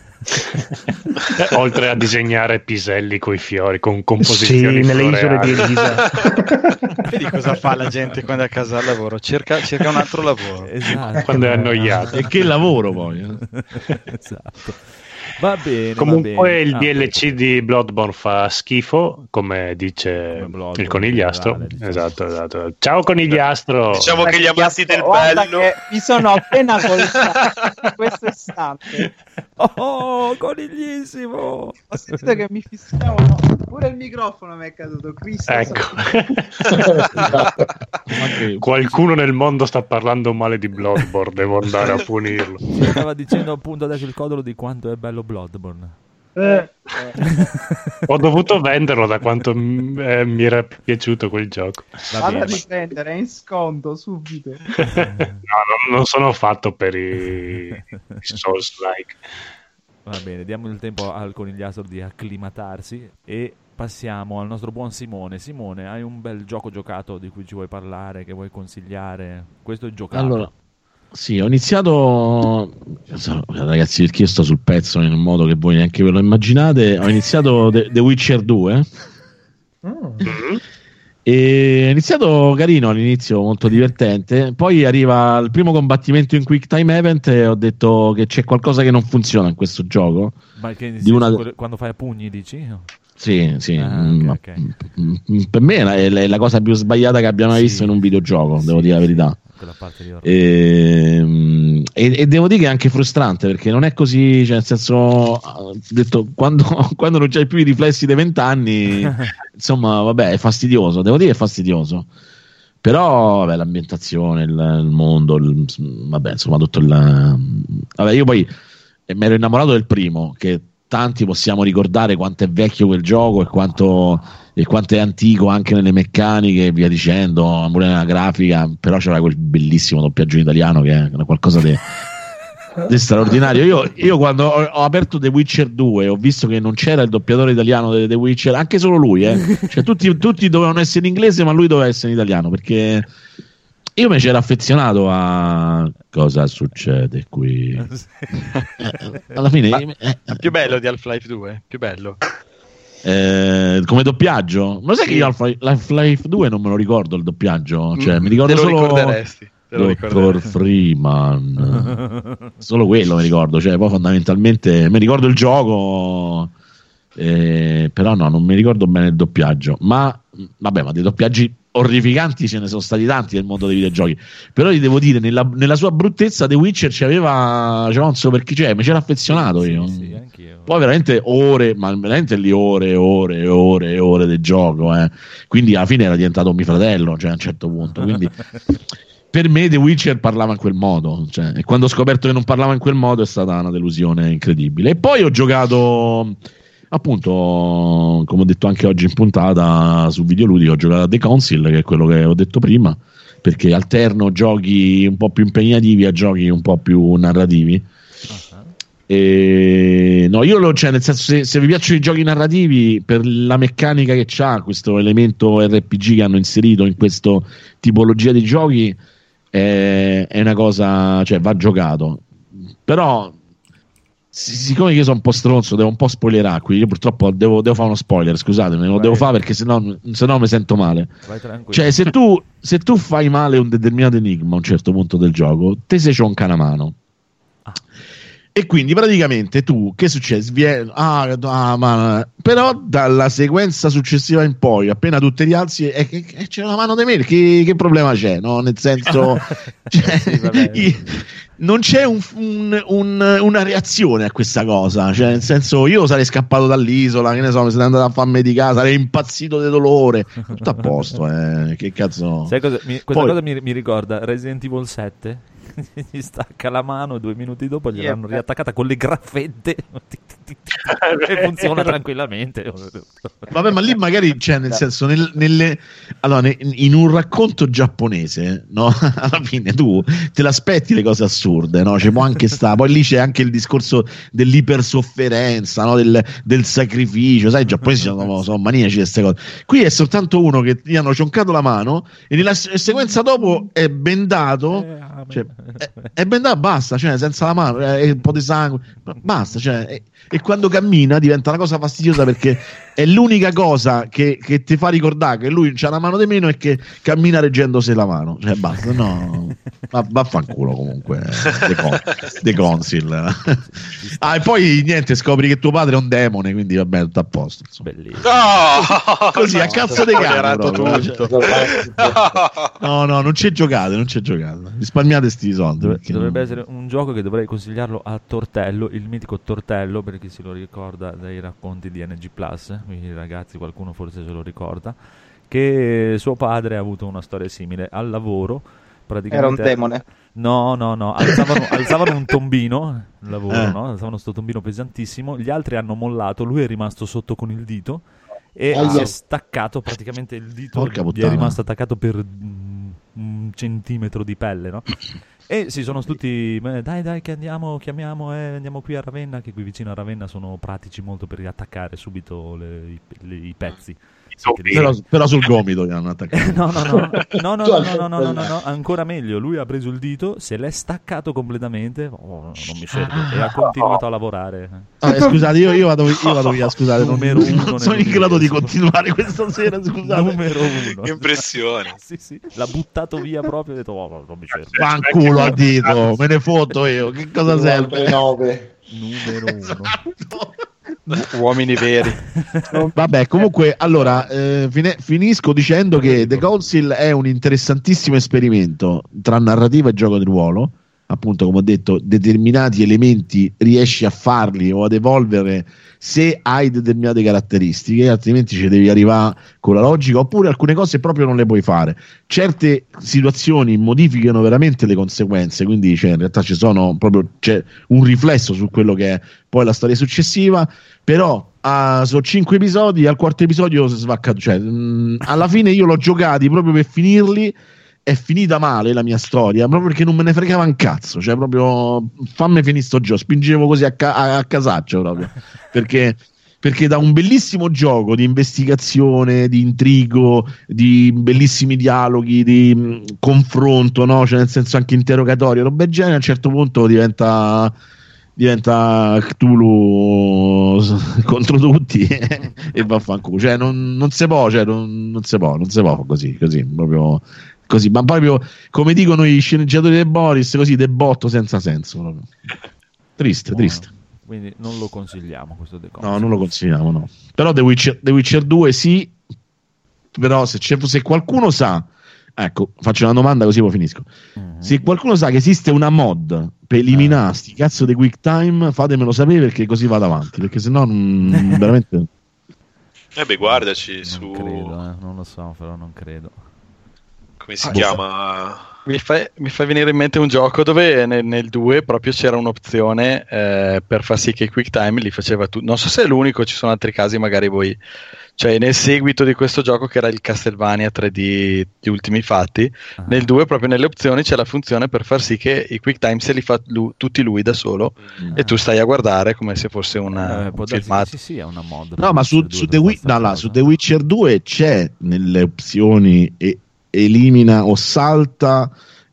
Oltre a disegnare piselli coi fiori, con composizioni nelle floreali. isole di Elisa. Vedi cosa fa la gente quando è a casa al lavoro? Cerca un altro lavoro. Esatto. Quando è annoiato. E che lavoro poi? Esatto. Va bene. Comunque il DLC di Bloodborne fa schifo, come dice il conigliastro. Esatto. Ciao conigliastro. Diciamo che gli amanti del bello mi sono appena coltato in questo istante. Oh, coniglissimo! Ho sentito che mi fischiavano, pure il microfono mi è caduto. Cristo, ecco. Qualcuno nel mondo sta parlando male di Bloodborne, devo andare a punirlo. Stava dicendo appunto adesso il codolo di quanto è bello Bloodborne. Ho dovuto venderlo da quanto mi era piaciuto quel gioco. Vado a riprendere, è in sconto subito. No, non sono fatto per i Souls-like. Va bene, diamo il tempo al conigliastro di acclimatarsi e passiamo al nostro buon Simone. Simone, hai un bel gioco giocato di cui ci vuoi parlare, che vuoi consigliare? Questo è giocato. Allora, sì, ho iniziato, ragazzi, perché io sto sul pezzo in un modo che voi neanche ve lo immaginate. Ho iniziato The Witcher 2 e ho iniziato carino all'inizio, molto divertente. Poi arriva il primo combattimento in Quick Time Event e ho detto che c'è qualcosa che non funziona in questo gioco. Ma che quando fai a pugni dici? Sì. Okay. Per me è la cosa più sbagliata che abbia mai visto in un videogioco, devo dire la verità. E devo dire che è anche frustrante, perché non è così, cioè, nel senso, detto, quando non c'hai più i riflessi dei 20 anni, insomma, vabbè, è fastidioso, devo dire, è fastidioso. Però vabbè, l'ambientazione, il mondo, vabbè, insomma, tutto vabbè, io poi mi ero innamorato del primo, che tanti possiamo ricordare quanto è vecchio quel gioco e quanto è antico anche nelle meccaniche e via dicendo, pure nella grafica, però c'era quel bellissimo doppiaggio in italiano che è qualcosa di straordinario. Io quando ho aperto The Witcher 2 ho visto che non c'era il doppiatore italiano di The Witcher, anche solo lui, cioè tutti dovevano essere in inglese, ma lui doveva essere in italiano, perché io mi c'ero affezionato a cosa succede qui. Alla fine è più bello di Half-Life 2, più bello. Come doppiaggio, ma sai che io Half-Life 2 non me lo ricordo il doppiaggio, cioè mi ricordo solo ricorderesti. Dottor Freeman, solo quello mi ricordo, cioè poi fondamentalmente mi ricordo il gioco, però no, non mi ricordo bene il doppiaggio, ma vabbè, ma dei doppiaggi orrificanti ce ne sono stati tanti nel mondo dei videogiochi, però gli devo dire, nella sua bruttezza The Witcher c'aveva un so perché, cioè mi c'era affezionato io. Sì, anch'io. Poi veramente ore, ma veramente lì ore del gioco, quindi alla fine era diventato un mio fratello, cioè a un certo punto, quindi per me The Witcher parlava in quel modo, cioè, e quando ho scoperto che non parlava in quel modo è stata una delusione incredibile. E poi ho giocato, appunto, come ho detto anche oggi in puntata su Videoludico, ho giocato a The Council, che è quello che ho detto prima, perché alterno giochi un po' più impegnativi a giochi un po' più narrativi. E no, cioè, nel senso, se vi piacciono i giochi narrativi, per la meccanica che c'ha, questo elemento RPG che hanno inserito in questa tipologia di giochi, è una cosa, cioè va giocato. Però siccome io sono un po' stronzo, devo un po' spoilerare qui. Io purtroppo devo fare uno spoiler, scusatemi, lo devo fare perché sennò mi sento male. Cioè, se tu fai male un determinato enigma a un certo punto del gioco, te sei cionca una mano. E quindi praticamente tu, che succede? Però dalla sequenza successiva in poi, appena tu ti rialzi, c'è una mano di me, che problema c'è? No? Nel senso, non c'è una reazione a questa cosa, cioè nel senso, io sarei scappato dall'isola, che ne so, mi sarei andato a far medicare, sarei impazzito di dolore, tutto a posto, che cazzo. Sai cosa? Questa cosa mi ricorda Resident Evil 7, gli stacca la mano e 2 minuti dopo gliel'hanno riattaccata con le graffette e funziona tranquillamente. Vabbè, ma lì magari c'è, nel senso, in un racconto giapponese, no? Alla fine tu te l'aspetti le cose assurde, no? Ci può anche stare. Poi lì c'è anche il discorso dell'ipersofferenza, no? Del sacrificio, sai, i giapponesi sono maniaci di queste cose. Qui è soltanto uno che gli hanno cioncato la mano e nella sequenza dopo è bendato, cioè, è bendato, basta, cioè senza la mano, un po' di sangue, basta, cioè, e quando cammina diventa una cosa fastidiosa, perché è l'unica cosa che ti fa ricordare che lui c'ha una mano di meno e che cammina reggendosi la mano, cioè basta, no, vaffanculo comunque, De Consil. E poi niente, scopri che tuo padre è un demone, quindi vabbè, tutto a posto, bellissimo. Così a cazzo di cane no, non c'è giocate, risparmiate sti soldi. Dovrebbe essere un gioco che dovrei consigliarlo a Tortello, il mitico Tortello, per chi se lo ricorda dai racconti di NG Plus, i ragazzi, qualcuno forse se lo ricorda, che suo padre ha avuto una storia simile al lavoro. Praticamente era un demone? No, alzavano un tombino al lavoro, no? Alzavano sto tombino pesantissimo, gli altri hanno mollato, lui è rimasto sotto con il dito e si è staccato praticamente il dito, gli è rimasto attaccato per 1 centimetro di pelle, no? E si sono tutti, dai che andiamo qui a Ravenna, che qui vicino a Ravenna sono pratici molto per riattaccare subito i pezzi. Però sul gomito gli hanno attaccato. No, ancora meglio, lui ha preso il dito, se l'è staccato completamente, non mi serve, e ha continuato a lavorare. Scusate, io vado via, scusate, non sono in grado di continuare questa sera, scusate. Numero 1. Che impressione. Sì, l'ha buttato via proprio e ha detto non mi serve. Fanculo a dito, me ne foto io, che cosa serve? 9. Numero 1. Esatto. Uomini veri. Vabbè, comunque, allora finisco dicendo che The Council è un interessantissimo esperimento tra narrativa e gioco di ruolo. Appunto, come ho detto, determinati elementi riesci a farli o ad evolvere se hai determinate caratteristiche, altrimenti ci devi arrivare con la logica, oppure alcune cose proprio non le puoi fare. Certe situazioni modificano veramente le conseguenze, quindi in realtà c'è un riflesso su quello che è poi la storia successiva, però sono 5 episodi, al 4º episodio si svacca, cioè alla fine io l'ho giocati proprio per finirli. È finita male la mia storia proprio perché non me ne fregava un cazzo, cioè proprio fammi finire sto gioco, spingevo così a casaccio proprio perché da un bellissimo gioco di investigazione, di intrigo, di bellissimi dialoghi, di confronto, no? Cioè nel senso anche interrogatorio, roba del genere, a un certo punto diventa Cthulhu contro tutti e vaffanculo, cioè non si può così proprio così, ma proprio come dicono i sceneggiatori di Boris, così debotto senza senso proprio. Triste. Quindi non lo consigliamo questo The Council. No, non lo consigliamo, no. Però The Witcher 2 sì, però se qualcuno sa, ecco, faccio una domanda così poi finisco. Se qualcuno sa che esiste una mod per eliminare sti cazzo di quick time, fatemelo sapere, perché così vado avanti, perché sennò veramente guardaci su credo, non lo so, però non credo. Come si chiama? Mi fa venire in mente un gioco dove nel 2 proprio c'era un'opzione per far sì che i quick time li faceva tu. Non so se è l'unico, ci sono altri casi, magari voi. Cioè nel seguito di questo gioco, che era il Castlevania 3D Gli Ultimi Fatti, nel 2 proprio nelle opzioni c'è la funzione per far sì che i quick time se li fa tutti lui da solo e tu stai a guardare come se fosse un filmato. Sì, è una mod. No, ma su The Witcher 2 c'è nelle opzioni elimina o salta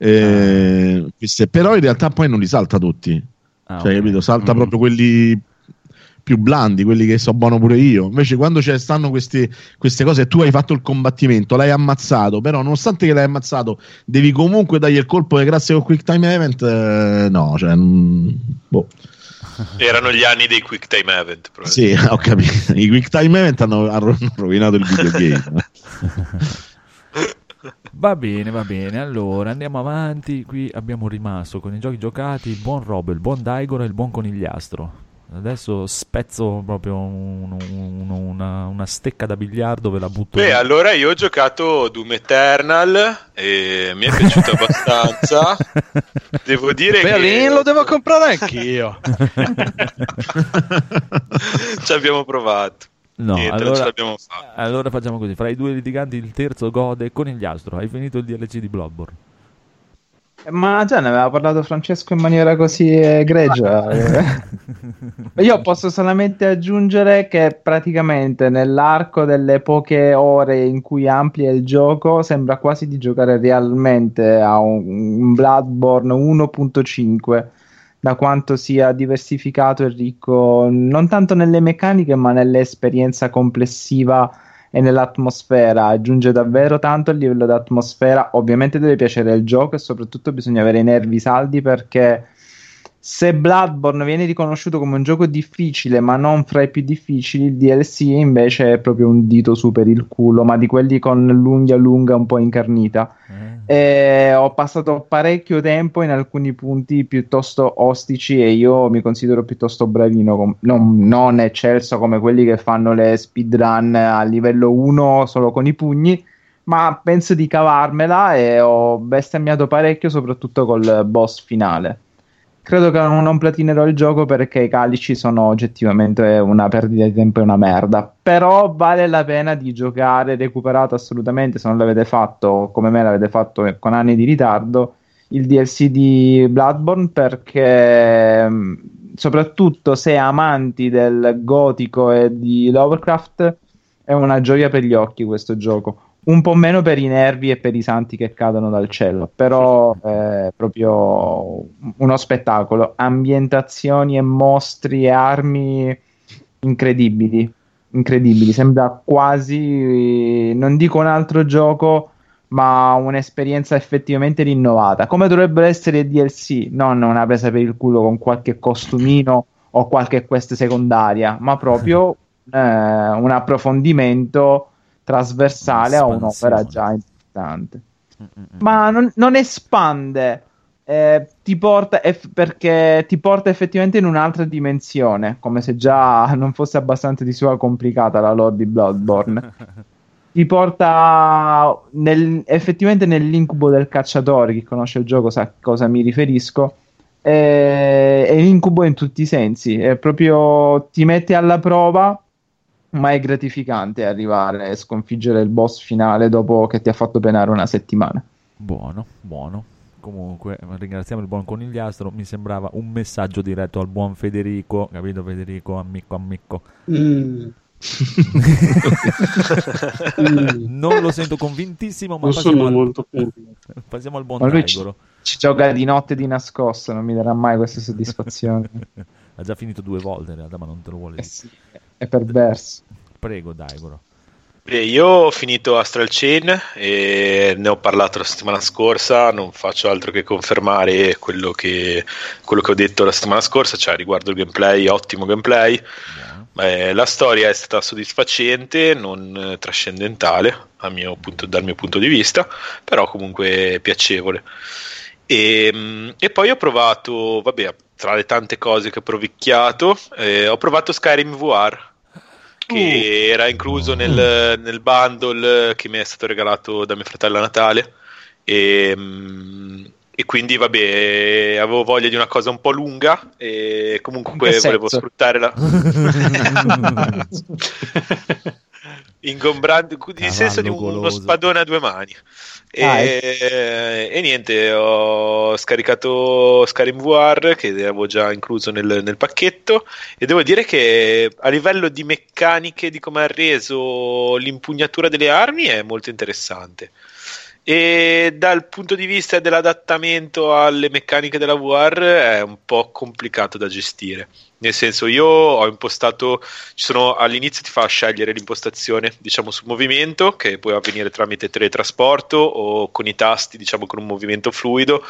però in realtà poi non li salta tutti, capito? Salta proprio quelli più blandi, quelli che so buono pure io. Invece quando stanno queste cose, tu hai fatto il combattimento, l'hai ammazzato, però nonostante che l'hai ammazzato devi comunque dargli il colpo di grazia con Quick Time Event, no, cioè boh. Erano gli anni dei Quick Time Event, sì, ho capito. I Quick Time Event hanno rovinato il videogame. Va bene, allora andiamo avanti. Qui abbiamo rimasto con i giochi giocati il buon Rob, il buon Daigoro e il buon Conigliastro. Adesso spezzo proprio una stecca da biliardo, ve la butto. Beh, allora io ho giocato Doom Eternal e mi è piaciuto abbastanza. Devo dire che lì lo devo comprare anch'io. Ci abbiamo provato. No, Niente, non ce l'abbiamo fatto. Allora facciamo così: fra i due litiganti il terzo gode Conigliastro. Hai finito il DLC di Bloodborne? Ma già ne aveva parlato Francesco in maniera così egregia. Io posso solamente aggiungere che praticamente nell'arco delle poche ore in cui amplia il gioco sembra quasi di giocare realmente a un Bloodborne 1.5, da quanto sia diversificato e ricco non tanto nelle meccaniche ma nell'esperienza complessiva e nell'atmosfera. Aggiunge davvero tanto a livello d'atmosfera. Ovviamente deve piacere il gioco e soprattutto bisogna avere i nervi saldi, perché se Bloodborne viene riconosciuto come un gioco difficile ma non fra i più difficili, il DLC invece è proprio un dito su per il culo, ma di quelli con l'unghia lunga un po' incarnita. Ho passato parecchio tempo in alcuni punti piuttosto ostici e io mi considero piuttosto bravino, non eccelso come quelli che fanno le speedrun a livello 1 solo con i pugni, ma penso di cavarmela e ho bestemmiato parecchio soprattutto col boss finale. Credo che non platinerò il gioco perché i calici sono oggettivamente una perdita di tempo e una merda, però vale la pena di giocare, recuperato assolutamente se non l'avete fatto come me l'avete fatto con anni di ritardo, il DLC di Bloodborne, perché soprattutto se amanti del gotico e di Lovecraft è una gioia per gli occhi questo gioco. Un po' meno per i nervi e per i santi che cadono dal cielo, però è proprio uno spettacolo. Ambientazioni e mostri e armi incredibili. Sembra quasi, non dico un altro gioco, ma un'esperienza effettivamente rinnovata, come dovrebbero essere i DLC, non una presa per il culo con qualche costumino o qualche quest secondaria, ma proprio un approfondimento trasversale a un'opera già importante. Ma non espande, ti porta perché ti porta effettivamente in un'altra dimensione, come se già non fosse abbastanza di sua complicata la lore di Bloodborne. Ti porta effettivamente nell'incubo del cacciatore. Chi conosce il gioco sa a cosa mi riferisco. È l'incubo in tutti i sensi, è proprio ti mette alla prova, ma è gratificante arrivare e sconfiggere il boss finale dopo che ti ha fatto penare una settimana. Buono. Comunque ringraziamo il buon Conigliastro. Mi sembrava un messaggio diretto al buon Federico, capito Federico? Amico. Non lo sento convintissimo, ma passiamo al buon Daigoro. Ci gioca di notte di nascosto, non mi darà mai questa soddisfazione. Ha già finito 2 volte in realtà, ma non te lo vuole dire. Sì, è perverso. Prego Daigoro. Io ho finito Astral Chain e ne ho parlato la settimana scorsa, non faccio altro che confermare quello che ho detto la settimana scorsa, cioè riguardo il gameplay, ottimo gameplay. La storia è stata soddisfacente, non trascendentale dal mio punto di vista, però comunque piacevole. E poi ho provato, tra le tante cose che ho provicchiato, ho provato Skyrim VR, che era incluso nel bundle che mi è stato regalato da mio fratello a Natale, e quindi avevo voglia di una cosa un po' lunga e comunque volevo sfruttare la ingombrante, nel senso di uno spadone a 2 mani. E niente, ho scaricato Skyrim VR che avevo già incluso nel pacchetto, e devo dire che a livello di meccaniche, di come ha reso l'impugnatura delle armi, è molto interessante, e dal punto di vista dell'adattamento alle meccaniche della VR è un po' complicato da gestire. Nel senso, io ho impostato, all'inizio ti fa scegliere l'impostazione, diciamo, sul movimento, che può avvenire tramite teletrasporto o con i tasti, diciamo, con un movimento fluido,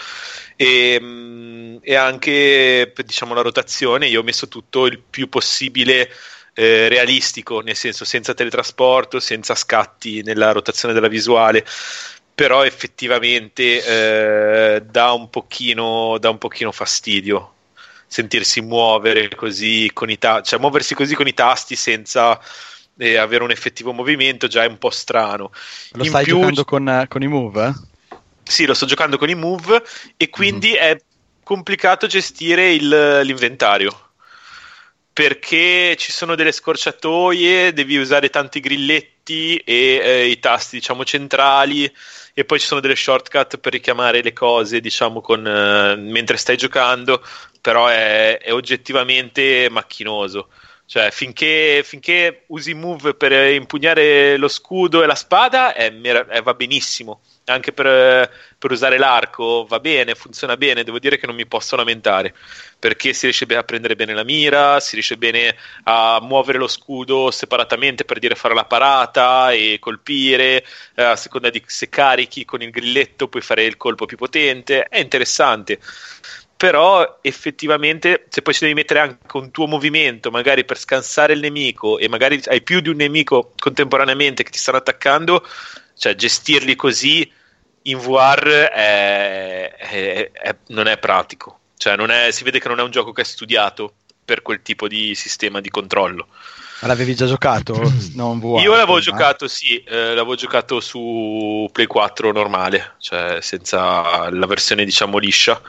e anche, diciamo, la rotazione. Io ho messo tutto il più possibile realistico, nel senso senza teletrasporto, senza scatti nella rotazione della visuale, però effettivamente dà un pochino fastidio. sentirsi muovere così con cioè muoversi così con i tasti senza avere un effettivo movimento già è un po' strano. Lo stai giocando con i move? Sì, lo sto giocando con i move e quindi è complicato gestire l'inventario, perché ci sono delle scorciatoie, devi usare tanti grilletti e i tasti, diciamo, centrali, e poi ci sono delle shortcut per richiamare le cose, diciamo, mentre stai giocando, però è oggettivamente macchinoso. Cioè, finché usi move per impugnare lo scudo e la spada va benissimo. Anche per usare l'arco va bene, funziona bene. Devo dire che non mi posso lamentare, perché si riesce a prendere bene la mira, si riesce bene a muovere lo scudo separatamente per fare la parata e colpire, a seconda di se carichi con il grilletto puoi fare il colpo più potente. È interessante, però effettivamente se poi ci devi mettere anche un tuo movimento magari per scansare il nemico, e magari hai più di un nemico contemporaneamente che ti stanno attaccando, cioè gestirli così in VR non è pratico, cioè si vede che non è un gioco che è studiato per quel tipo di sistema di controllo. Ma l'avevi già giocato? Non VR, io l'avevo giocato, sì, l'avevo giocato su Play 4 normale, cioè senza la versione, diciamo, liscia,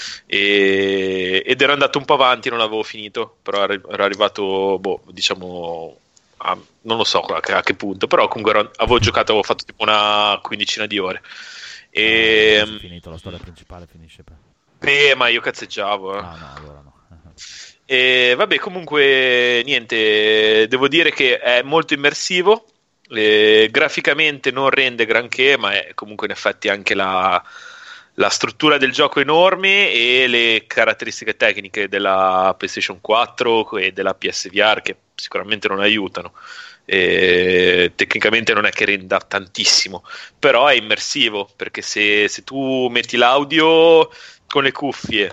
ed ero andato un po' avanti, non l'avevo finito, però ero arrivato, diciamo, non lo so a che punto, però comunque avevo fatto tipo una quindicina di ore. Finito la storia principale, finisce per... ma io cazzeggiavo. No, allora no. E vabbè, comunque niente, devo dire che è molto immersivo, graficamente non rende granché, ma è comunque in effetti anche la struttura del gioco enorme e le caratteristiche tecniche della PlayStation 4 e della PSVR che sicuramente non aiutano. Tecnicamente non è che renda tantissimo, però è immersivo, perché se tu metti l'audio con le cuffie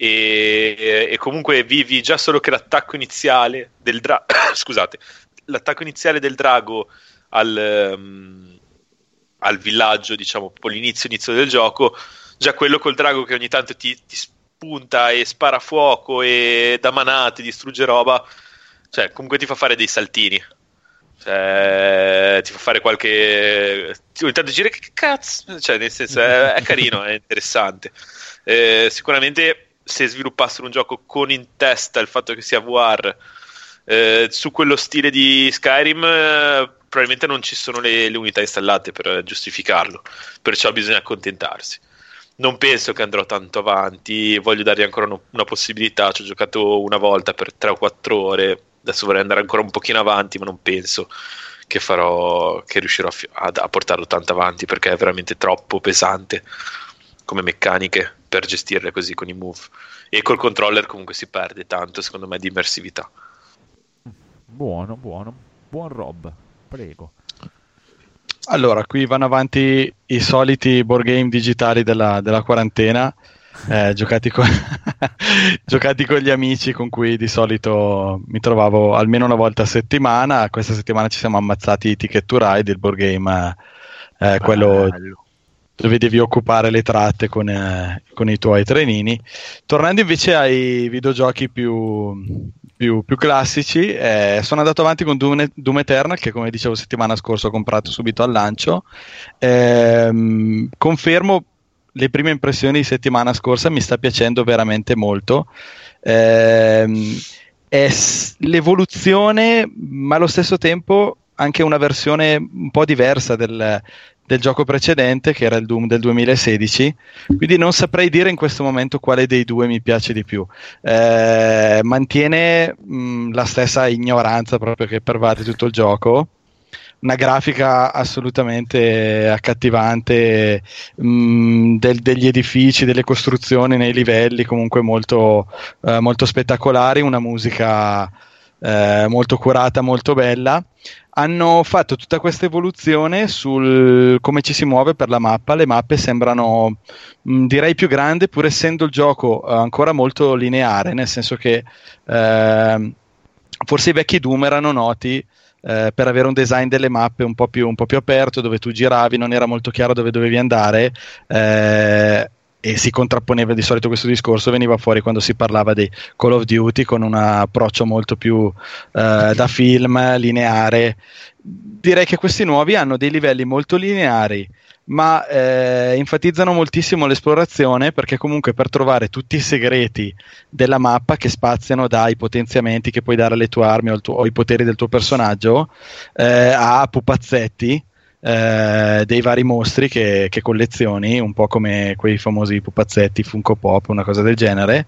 e comunque vivi già solo che l'attacco iniziale del l'attacco iniziale del drago al villaggio, diciamo, un po' l'inizio del gioco, già quello col drago che ogni tanto ti spunta e spara fuoco e da manate distrugge roba, cioè comunque ti fa fare dei saltini, cioè ti fa fare ogni tanto dire che cazzo, cioè nel senso è carino, è interessante. Sicuramente se sviluppassero un gioco con in testa il fatto che sia VR su quello stile di Skyrim, probabilmente non ci sono le unità installate per giustificarlo, perciò bisogna accontentarsi. Non penso che andrò tanto avanti, voglio dargli ancora una possibilità. Ci ho giocato una volta per 3 o 4 ore, adesso vorrei andare ancora un pochino avanti, ma non penso che riuscirò a portarlo tanto avanti, perché è veramente troppo pesante come meccaniche per gestirle così con i move, e col controller comunque si perde tanto, secondo me, di immersività. Buon Rob, prego. Allora, qui vanno avanti i soliti board game digitali della quarantena, giocati con gli amici con cui di solito mi trovavo almeno una volta a settimana. Questa settimana ci siamo ammazzati Ticket to Ride, il board game, quello dove devi occupare le tratte con i tuoi trenini. Tornando invece ai videogiochi più classici, sono andato avanti con Doom Eternal, che come dicevo settimana scorsa ho comprato subito al lancio. Confermo le prime impressioni di settimana scorsa, mi sta piacendo veramente molto. È l'evoluzione, ma allo stesso tempo anche una versione un po' diversa del gioco precedente, che era il Doom del 2016, quindi non saprei dire in questo momento quale dei due mi piace di più. Mantiene la stessa ignoranza proprio che pervade tutto il gioco, una grafica assolutamente accattivante, degli edifici, delle costruzioni nei livelli comunque molto spettacolari, una musica molto curata, molto bella. Hanno fatto tutta questa evoluzione sul come ci si muove per la mappa. Le mappe sembrano direi più grandi, pur essendo il gioco ancora molto lineare, nel senso che forse i vecchi Doom erano noti per avere un design delle mappe un po' più aperto, dove tu giravi, non era molto chiaro dove dovevi andare, e si contrapponeva di solito questo discorso, veniva fuori quando si parlava di Call of Duty con un approccio molto più da film, lineare. Direi che questi nuovi hanno dei livelli molto lineari, ma enfatizzano moltissimo l'esplorazione, perché comunque per trovare tutti i segreti della mappa che spaziano dai potenziamenti che puoi dare alle tue armi o i poteri del tuo personaggio a pupazzetti dei vari mostri che collezioni, un po' come quei famosi pupazzetti Funko Pop, una cosa del genere,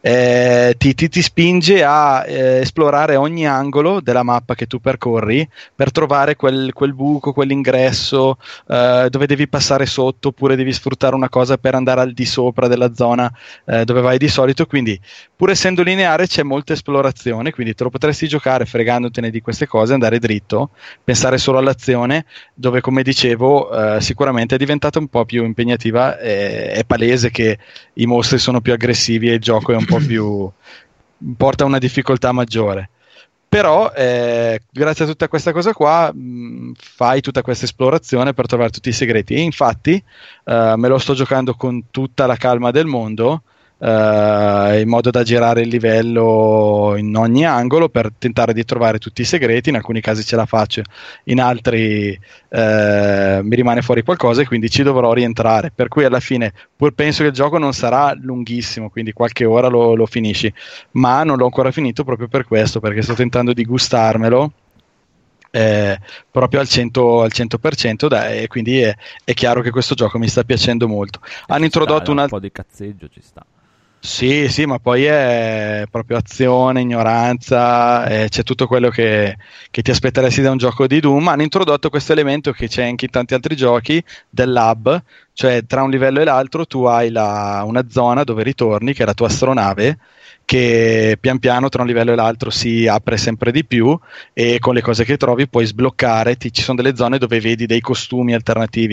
ti spinge a esplorare ogni angolo della mappa che tu percorri per trovare quel buco, quell'ingresso dove devi passare sotto, oppure devi sfruttare una cosa per andare al di sopra della zona dove vai di solito. Quindi, pur essendo lineare, c'è molta esplorazione, quindi te lo potresti giocare fregandotene di queste cose, andare dritto, pensare solo all'azione, dove, come dicevo, sicuramente è diventata un po' più impegnativa. È palese che i mostri sono più aggressivi e il gioco è un po' più porta una difficoltà maggiore, però grazie a tutta questa cosa qua fai tutta questa esplorazione per trovare tutti i segreti, e infatti me lo sto giocando con tutta la calma del mondo, in modo da girare il livello in ogni angolo per tentare di trovare tutti i segreti. In alcuni casi ce la faccio, in altri mi rimane fuori qualcosa e quindi ci dovrò rientrare, per cui alla fine, pur penso che il gioco non sarà lunghissimo, quindi qualche ora lo finisci, ma non l'ho ancora finito proprio per questo, perché sto tentando di gustarmelo proprio al 100%, e quindi è chiaro che questo gioco mi sta piacendo molto. Hanno introdotto un po' di cazzeggio, ci sta. Sì, ma poi è proprio azione, ignoranza, c'è tutto quello che ti aspetteresti da un gioco di Doom. Hanno introdotto questo elemento che c'è anche in tanti altri giochi, del lab, cioè tra un livello e l'altro tu hai una zona dove ritorni, che è la tua astronave, che pian piano tra un livello e l'altro si apre sempre di più, e con le cose che trovi puoi sbloccare. Ci sono delle zone dove vedi dei costumi alternativi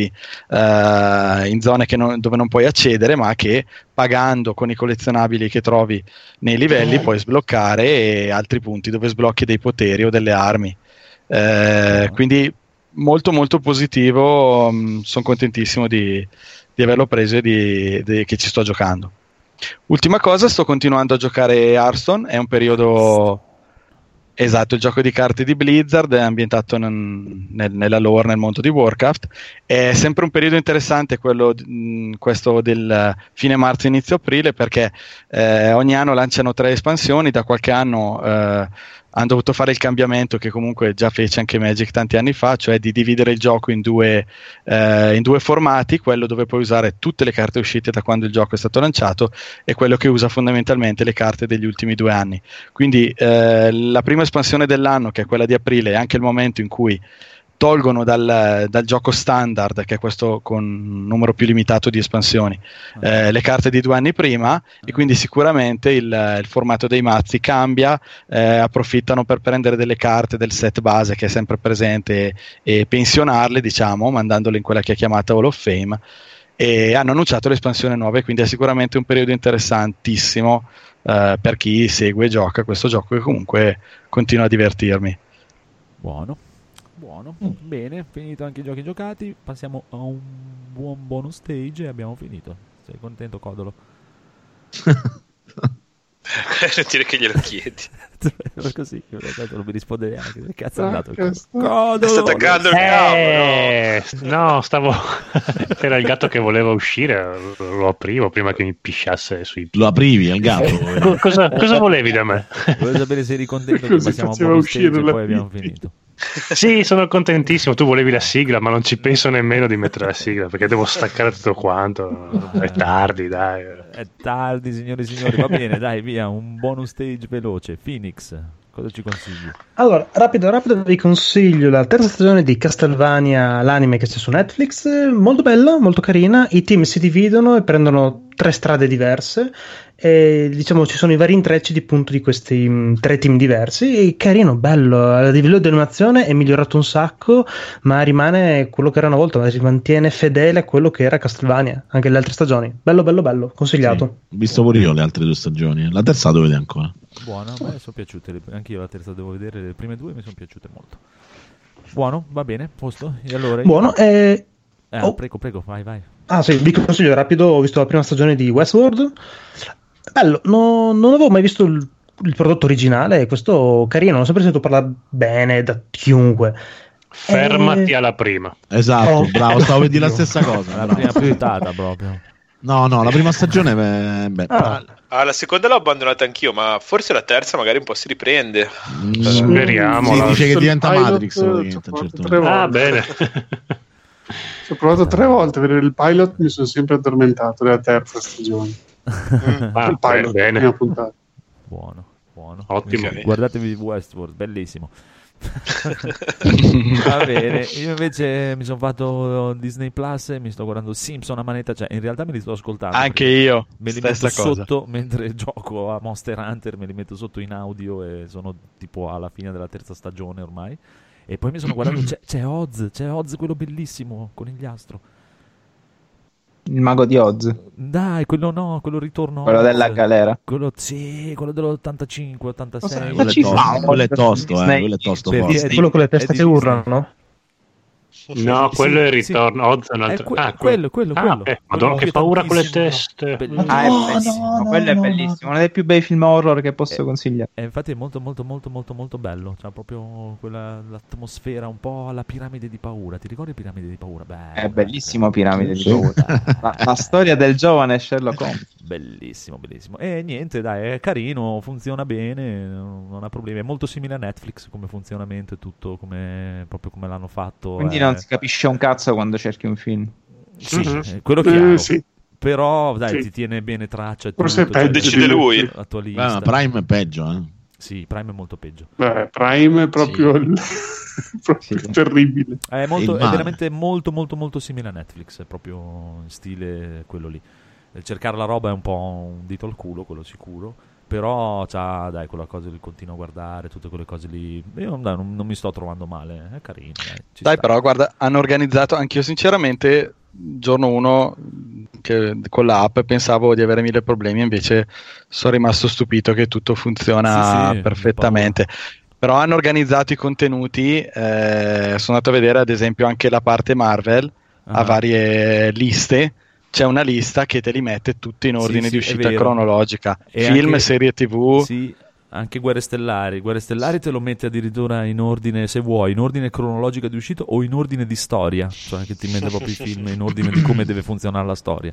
in zone dove non puoi accedere, ma che pagando con i collezionabili che trovi nei livelli puoi sbloccare, e altri punti dove sblocchi dei poteri o delle armi. Quindi molto molto positivo, sono contentissimo di averlo preso e che ci sto giocando. Ultima cosa, sto continuando a giocare Hearthstone, è un periodo esatto, il gioco di carte di Blizzard, è ambientato nella lore, nel mondo di Warcraft. È sempre un periodo interessante questo del fine marzo inizio aprile, perché ogni anno lanciano 3 espansioni. Da qualche anno hanno dovuto fare il cambiamento che comunque già fece anche Magic tanti anni fa, cioè di dividere il gioco in due formati: quello dove puoi usare tutte le carte uscite da quando il gioco è stato lanciato, e quello che usa fondamentalmente le carte degli ultimi 2 anni. Quindi la prima espansione dell'anno, che è quella di aprile, è anche il momento in cui tolgono dal gioco standard, che è questo con un numero più limitato di espansioni, le carte di 2 anni prima, e quindi sicuramente il formato dei mazzi cambia. Approfittano per prendere delle carte del set base che è sempre presente e pensionarle, diciamo, mandandole in quella che è chiamata Hall of Fame, e hanno annunciato l'espansione nuova, e quindi è sicuramente un periodo interessantissimo per chi segue e gioca questo gioco, che comunque continua a divertirmi. Buono. Bene, finito anche i giochi giocati, passiamo a un buon bonus stage e abbiamo finito. Sei contento, Codolo? Dire che glielo chiedi. Così, non mi risponde neanche. Che cazzo è andato? Codolo! Sta attaccando il capo, no, stavo... Era il gatto che voleva uscire, lo aprivo prima che mi pisciasse sui piedi. Lo aprivi il gatto? Cosa volevi da me? Volevo sapere se eri contento che passiamo a un bonus stage e poi abbiamo finito. Sì, sono contentissimo. Tu volevi la sigla, ma non ci penso nemmeno di mettere la sigla, perché devo staccare tutto quanto. È tardi, dai. È tardi, signori e signori. Va bene, dai, via. Un bonus stage veloce. Phoenix, cosa ci consigli? Allora, rapido, vi consiglio la terza stagione di Castlevania, l'anime che c'è su Netflix. Molto bella, molto carina. I team si dividono e prendono 3 strade diverse, e diciamo ci sono i vari intrecci di punto di questi 3 team diversi. Carino, bello, a livello di animazione è migliorato un sacco, ma rimane quello che era una volta, ma si mantiene fedele a quello che era Castlevania anche le altre stagioni. Bello, consigliato. Sì, ho visto pure io le altre 2 stagioni, la terza dove vede ancora. Buono, a me sono piaciute, anche io la terza devo vedere, le prime 2 mi sono piaciute molto. Buono, va bene, posto? E allora buono, prego, vai. Ah sì, vi consiglio rapido, ho visto la prima stagione di Westworld. Bello, non avevo mai visto il prodotto originale, questo carino, ho sempre sentito parlare bene da chiunque. Fermati alla prima. Esatto, bravo, stavo per dire la stessa cosa. La prima puntata proprio. No, la prima stagione la seconda l'ho abbandonata anch'io, ma forse la terza magari un po' si riprende. Speriamo. Si dice che diventa Matrix. Bene. Ci ho provato 3 volte a vedere il pilot, mi sono sempre addormentato della terza stagione. Il pilot, bene. prima puntata. Buono. Ottimo. Guardatevi Westworld, bellissimo. Va bene, io invece mi sono fatto Disney Plus e mi sto guardando Simpson a manetta, cioè in realtà me li sto ascoltando. Anche io. Me li metto sotto mentre gioco a Monster Hunter, me li metto sotto in audio e sono tipo alla fine della terza stagione ormai. E poi mi sono guardato, c'è Oz, quello bellissimo, conigliastro. Il mago di Oz. Dai, quello ritorno. Quello della galera. Quello dell'85, 86. Quello è tosto, quello è tosto. Quello con le teste che urlano, no? No, quello è il ritorno. Oz è un altro. Quello. Madonna, che paura con le teste. È bellissimo. Quello è bellissimo. Uno dei più bei film horror che posso consigliare. Infatti è molto bello. C'ha proprio l'atmosfera un po' alla Piramide di Paura. Ti ricordi Piramide di Paura? È bellissimo Piramide di Paura. La storia del giovane Sherlock Holmes. Bellissimo. E niente, dai, è carino, funziona bene, non ha problemi. È molto simile a Netflix come funzionamento e tutto, proprio come l'hanno fatto. Quindi non si capisce un cazzo quando cerchi un film. Sì, quello chiaro. Sì. Però dai, ti tiene bene traccia. Forse è peggio. Decide lui. La tua lista. Prime è peggio, Sì, Prime è molto peggio. Prime è proprio, terribile. È veramente molto simile a Netflix. È proprio in stile quello lì. Cercare la roba è un po' un dito al culo, quello sicuro. Però c'ha, dai, quella cosa li continuo a guardare, tutte quelle cose lì. Io non mi sto trovando male, è carino. Dai, però guarda, hanno organizzato, anch'io sinceramente, giorno 1 che con l'app pensavo di avere 1000 problemi, invece sono rimasto stupito che tutto funziona perfettamente. Però hanno organizzato i contenuti, sono andato a vedere ad esempio anche la parte Marvel, a varie liste. C'è una lista che te li mette tutti in ordine di uscita cronologica, film, anche, serie TV. Sì, anche Guerre Stellari te lo mette addirittura in ordine, se vuoi, in ordine cronologica di uscita o in ordine di storia, cioè che ti mette proprio i film in ordine di come deve funzionare la storia.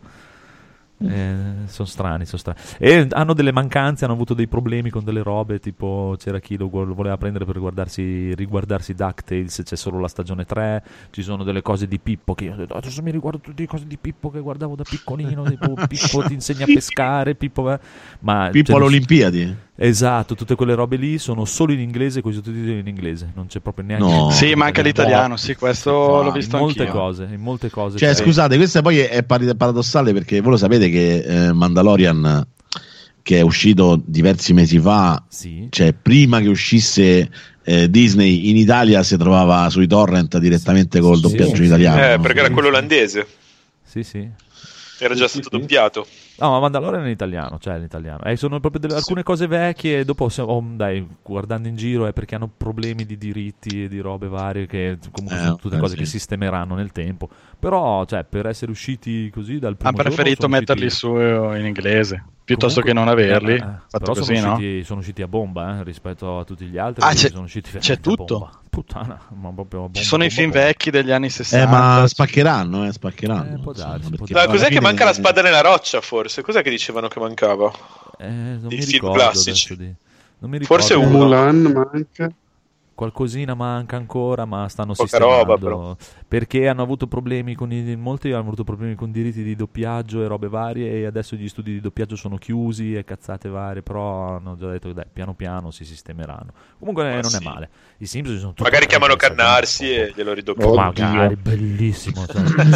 Sono strani. E hanno delle mancanze, hanno avuto dei problemi con delle robe, tipo c'era chi lo voleva prendere per riguardarsi DuckTales, c'è solo la stagione 3, ci sono delle cose di Pippo che io ho detto adesso mi riguardo tutte le cose di Pippo che guardavo da piccolino, tipo Pippo ti insegna a pescare, Pippo alle Olimpiadi. Esatto, tutte quelle robe lì sono solo in inglese, con i sottotitoli in inglese, non c'è proprio neanche sì, manca l'italiano, sì, questo l'ho visto in molte cose. Cioè, scusate, questa poi è paradossale, perché voi lo sapete che Mandalorian, che è uscito diversi mesi fa, cioè prima che uscisse Disney in Italia, si trovava sui torrent direttamente col doppiaggio italiano. Perché era quello olandese. Sì. Era già stato doppiato. No, ma Mandalorian è in italiano, cioè in italiano. Sono proprio alcune cose vecchie, e dopo guardando in giro è perché hanno problemi di diritti e di robe varie, che comunque sono tutte cose che sistemeranno nel tempo. Però, cioè, per essere usciti così dal primo giorno, ha preferito metterli su in inglese piuttosto che non averli. Però così, sono usciti a bomba rispetto a tutti gli altri. C'è tutto. A bomba. Puttana, ma proprio bomba, ci sono i film vecchi degli anni 60. Ma spaccheranno. Può darsi. Cos'è che manca la spada nella roccia, forse? Cos'è che dicevano che mancava? Non I mi film ricordo classici. Non mi ricordo. Forse uno. Mulan manca. Qualcosina manca ancora, ma stanno sistemando, perché hanno avuto problemi molti hanno avuto problemi con diritti di doppiaggio e robe varie, e adesso gli studi di doppiaggio sono chiusi e cazzate varie, però hanno già detto che dai, piano piano si sistemeranno. Comunque non è male. I Simpsons sono magari chiamano Cannarsi e glielo ridoppiano. Magari, bellissimo.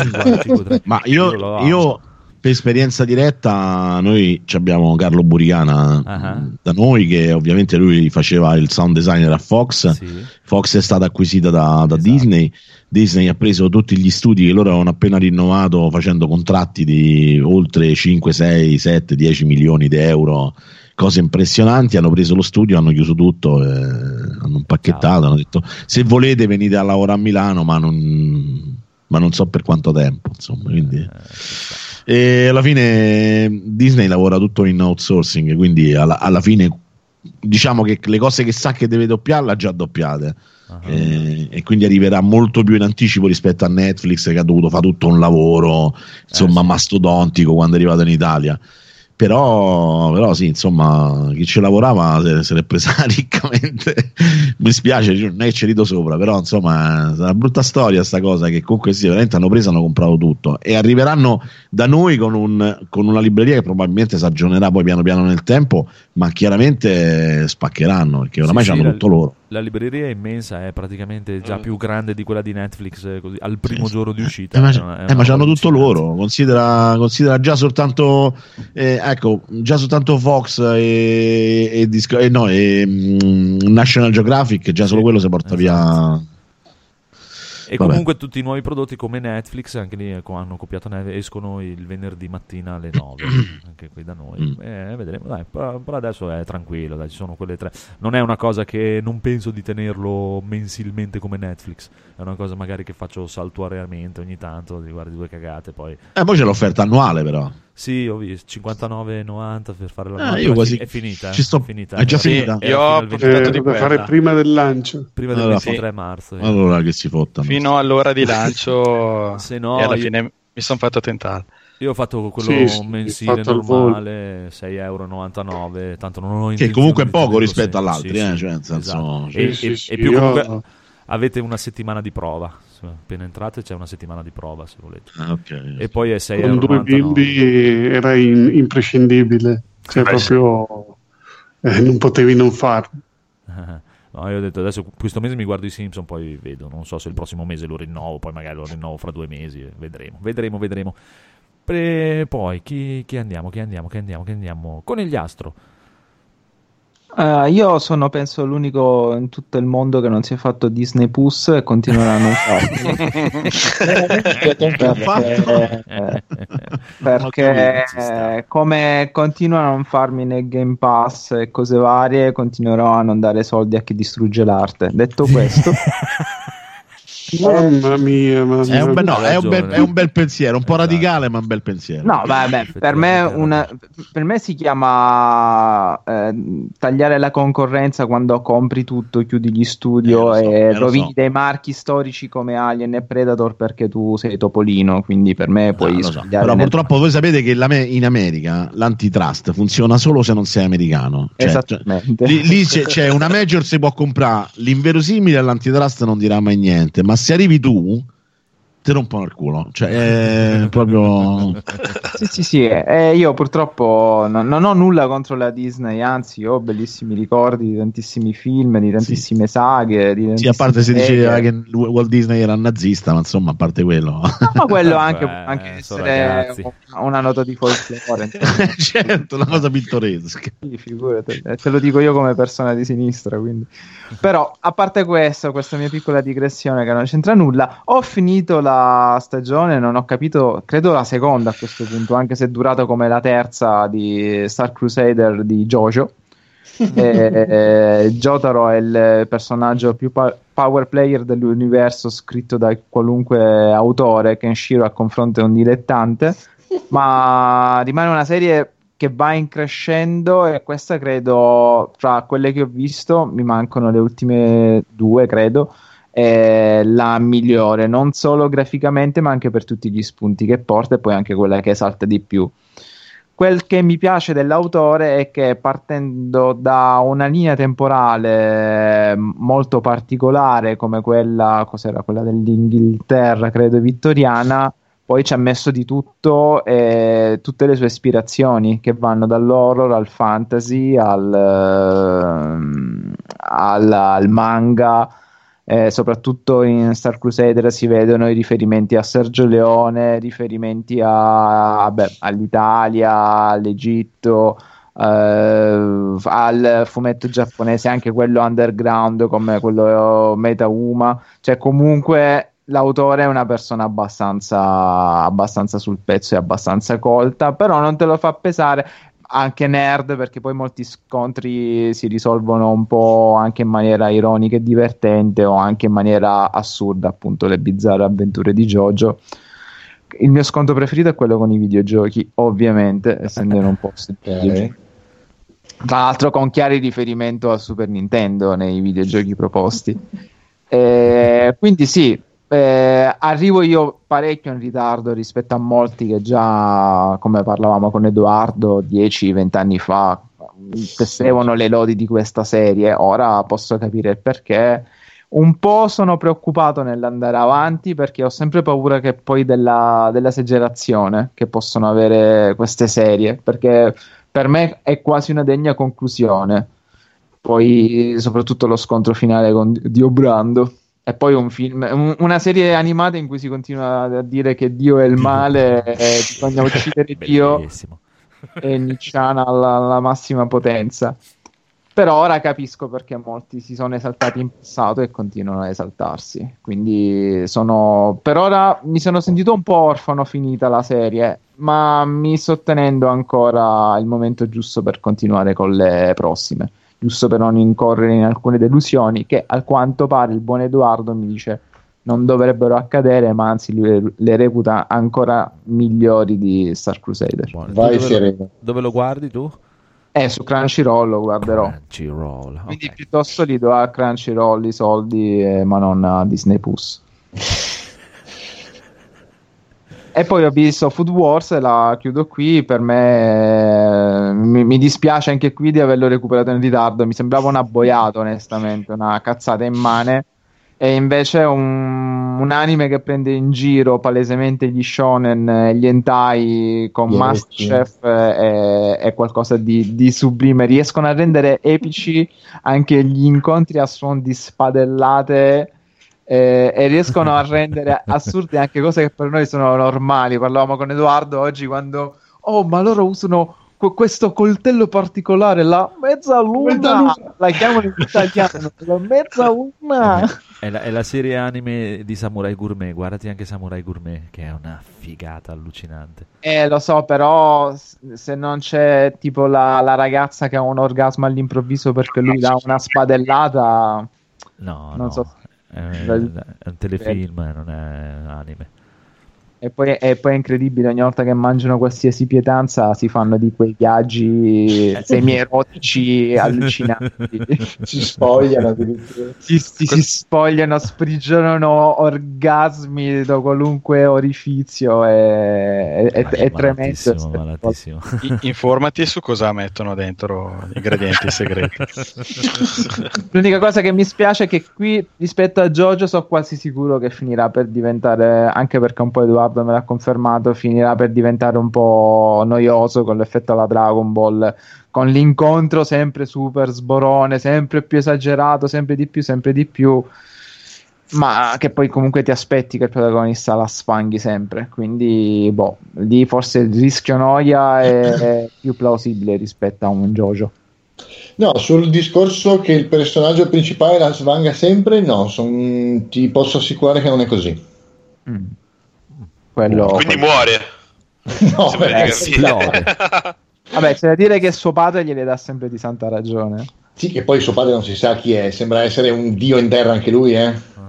Ma io per esperienza diretta, noi abbiamo Carlo Buricana da noi, che ovviamente lui faceva il sound designer a Fox. Fox è stata acquisita da Disney ha preso tutti gli studi che loro avevano appena rinnovato, facendo contratti di oltre 5, 6, 7, 10 milioni di euro, cose impressionanti. Hanno preso lo studio, hanno chiuso tutto, hanno impacchettato, hanno detto se volete venite a lavorare a Milano, ma non ma non so per quanto tempo, insomma, quindi e alla fine Disney lavora tutto in outsourcing, quindi alla fine diciamo che le cose che sa che deve doppiare l'ha già doppiate. E quindi arriverà molto più in anticipo rispetto a Netflix, che ha dovuto fare tutto un lavoro insomma mastodontico quando è arrivato in Italia. Però sì, insomma, chi ci lavorava se l'è presa riccamente. Mi spiace, non è che ci rido sopra, però insomma è una brutta storia sta cosa, che comunque sì, veramente hanno preso, hanno comprato tutto e arriveranno da noi con una libreria che probabilmente si aggiornerà poi piano piano nel tempo, ma chiaramente spaccheranno, perché oramai c'hanno tutto loro. La libreria è immensa, è praticamente già più grande di quella di Netflix, così, al primo giorno di uscita. Ma c'hanno tutto loro, considera già soltanto già soltanto Fox e National Geographic, già solo quello si porta via. E comunque tutti i nuovi prodotti come Netflix, anche lì hanno copiato escono il venerdì mattina alle 9, anche qui da noi. Vedremo, dai, però adesso è tranquillo, dai, ci sono quelle 3. Non è una cosa che non penso di tenerlo mensilmente come Netflix, è una cosa magari che faccio saltuariamente ogni tanto, di guardi 2 cagate, poi c'è l'offerta annuale però. Sì, ho visto 59,90 per fare la io quasi è finita. È già finita. Io ho approfittato di fare prima del lancio. Prima del 23 marzo. Allora che si fottano. Fino all'ora di lancio se no, e alla fine mi sono fatto tentare. Io ho fatto quello mensile normale, €6,99, tanto non ho intenzione. Che comunque è poco rispetto all'altri, cioè nel senso. E più comunque avete una settimana di prova. Appena entrate c'è una settimana di prova, se volete. Okay. E poi è €6,99. Con 2 bimbi era imprescindibile, cioè proprio non potevi non farlo. No, io ho detto adesso questo mese mi guardo i Simpson, poi vedo, non so se il prossimo mese lo rinnovo, poi magari lo rinnovo fra 2 mesi, vedremo. Poi chi andiamo? Conigliastro. Io sono penso l'unico in tutto il mondo che non si è fatto Disney Plus e continuerà a non farlo perché come continuano a non farmi nel Game Pass e cose varie, continuerò a non dare soldi a chi distrugge l'arte. Detto questo, mamma mia, è un bel pensiero, un po' radicale, ma un bel pensiero. No, vabbè, per me si chiama tagliare la concorrenza quando compri tutto, chiudi gli studio e rovini dei marchi storici come Alien e Predator perché tu sei Topolino, quindi per me puoi però purtroppo voi sapete che in America l'antitrust funziona solo se non sei americano, esattamente. Lì c'è una major, si può comprare l'inverosimile, all'antitrust non dirà mai niente, ma se arrivi tu ti rompono il culo, cioè è proprio sì. Io purtroppo non ho nulla contro la Disney, anzi ho bellissimi ricordi di tantissimi film, di tantissime saghe, a parte si diceva che Walt Disney era nazista, ma insomma a parte quello ma quello anche essere una nota di folklore certo, una cosa pittoresca. Sì, figurati, te lo dico io come persona di sinistra, quindi. Però a parte questo, questa mia piccola digressione che non c'entra nulla, ho finito la stagione, non ho capito, credo la seconda a questo punto, anche se è durata come la terza di Star Crusader di JoJo. Jotaro è il personaggio più power player dell'universo, scritto da qualunque autore. Kenshiro a confronto è un dilettante, ma rimane una serie che va in crescendo, e questa credo, fra quelle che ho visto, mi mancano le ultime 2 credo, è la migliore, non solo graficamente ma anche per tutti gli spunti che porta, e poi anche quella che esalta di più. Quel che mi piace dell'autore è che, partendo da una linea temporale molto particolare come quella dell'Inghilterra, credo vittoriana, poi ci ha messo di tutto, e tutte le sue ispirazioni che vanno dall'horror al fantasy al manga. Soprattutto in Star Crusader si vedono i riferimenti a Sergio Leone, riferimenti all'Italia, all'Egitto, al fumetto giapponese, anche quello underground come quello Meta-Uma, cioè comunque l'autore è una persona abbastanza sul pezzo e abbastanza colta, però non te lo fa pesare. anche nerd, perché poi molti scontri si risolvono un po' anche in maniera ironica e divertente, o anche in maniera assurda, appunto le bizzarre avventure di JoJo. Il mio scontro preferito è quello con i videogiochi, ovviamente, essendo in un posto di videogiochi. Tra l'altro con chiari riferimento al Super Nintendo nei videogiochi proposti. Quindi sì, arrivo io parecchio in ritardo rispetto a molti che già, come parlavamo con Edoardo, 10-20 anni fa tessevano le lodi di questa serie. Ora posso capire il perché. Un po' sono preoccupato nell'andare avanti, perché ho sempre paura che poi dell'esagerazione che possono avere queste serie, perché per me è quasi una degna conclusione. Poi soprattutto lo scontro finale con Dio Brando, e poi un film, una serie animata in cui si continua a dire che Dio è il male e bisogna uccidere Dio, e Nicciana alla massima potenza. Però ora capisco perché molti si sono esaltati in passato e continuano a esaltarsi. Quindi per ora mi sono sentito un po' orfano finita la serie, ma mi sto tenendo ancora il momento giusto per continuare con le prossime, giusto per non incorrere in alcune delusioni che, a quanto pare, il buon Edoardo mi dice non dovrebbero accadere, ma anzi lui le reputa ancora migliori di Star Crusader. Vai sereno. Dove lo guardi tu? Su Crunchyroll lo guarderò. Crunchyroll, quindi okay. Piuttosto li do a Crunchyroll i soldi, ma non a Disney Plus. E poi ho visto Food Wars e la chiudo qui. Per me mi dispiace anche qui di averlo recuperato in ritardo. Mi sembrava un abboiato, onestamente, una cazzata immane. E invece un anime che prende in giro palesemente gli shonen e gli hentai con Masterchef è qualcosa di sublime. Riescono a rendere epici anche gli incontri a suon di spadellate, e riescono a rendere assurde anche cose che per noi sono normali. Parlavamo con Edoardo oggi quando ma loro usano questo coltello particolare, la mezzaluna, la chiamano in italiano, la mezzaluna. È la serie anime di Samurai Gourmet, guardati anche Samurai Gourmet, che è una figata allucinante. Lo so, però se non c'è tipo la ragazza che ha un orgasmo all'improvviso perché lui dà una spadellata, non so. È un telefilm, non è anime. E poi è incredibile, ogni volta che mangiano qualsiasi pietanza si fanno di quei viaggi semi-erotici allucinanti. Si spogliano, si spogliano, sprigionano orgasmi da qualunque orifizio. È tremendo. Malatissimo. Informati su cosa mettono dentro gli ingredienti segreti. L'unica cosa che mi spiace è che qui, rispetto a JoJo, sono quasi sicuro che finirà per diventare, anche perché un po' Edoardo me l'ha confermato, finirà per diventare un po' noioso con l'effetto alla Dragon Ball, con l'incontro sempre super sborone, sempre più esagerato, sempre di più, ma che poi comunque ti aspetti che il protagonista la sfanghi sempre. Quindi lì forse il rischio noia è più plausibile rispetto a un JoJo. No, sul discorso che il personaggio principale la svanga sempre, ti posso assicurare che non è così. Quindi muore. No, vabbè, c'è da dire che suo padre gliele dà sempre di santa ragione. Sì, che poi suo padre non si sa chi è, sembra essere un dio in terra anche lui,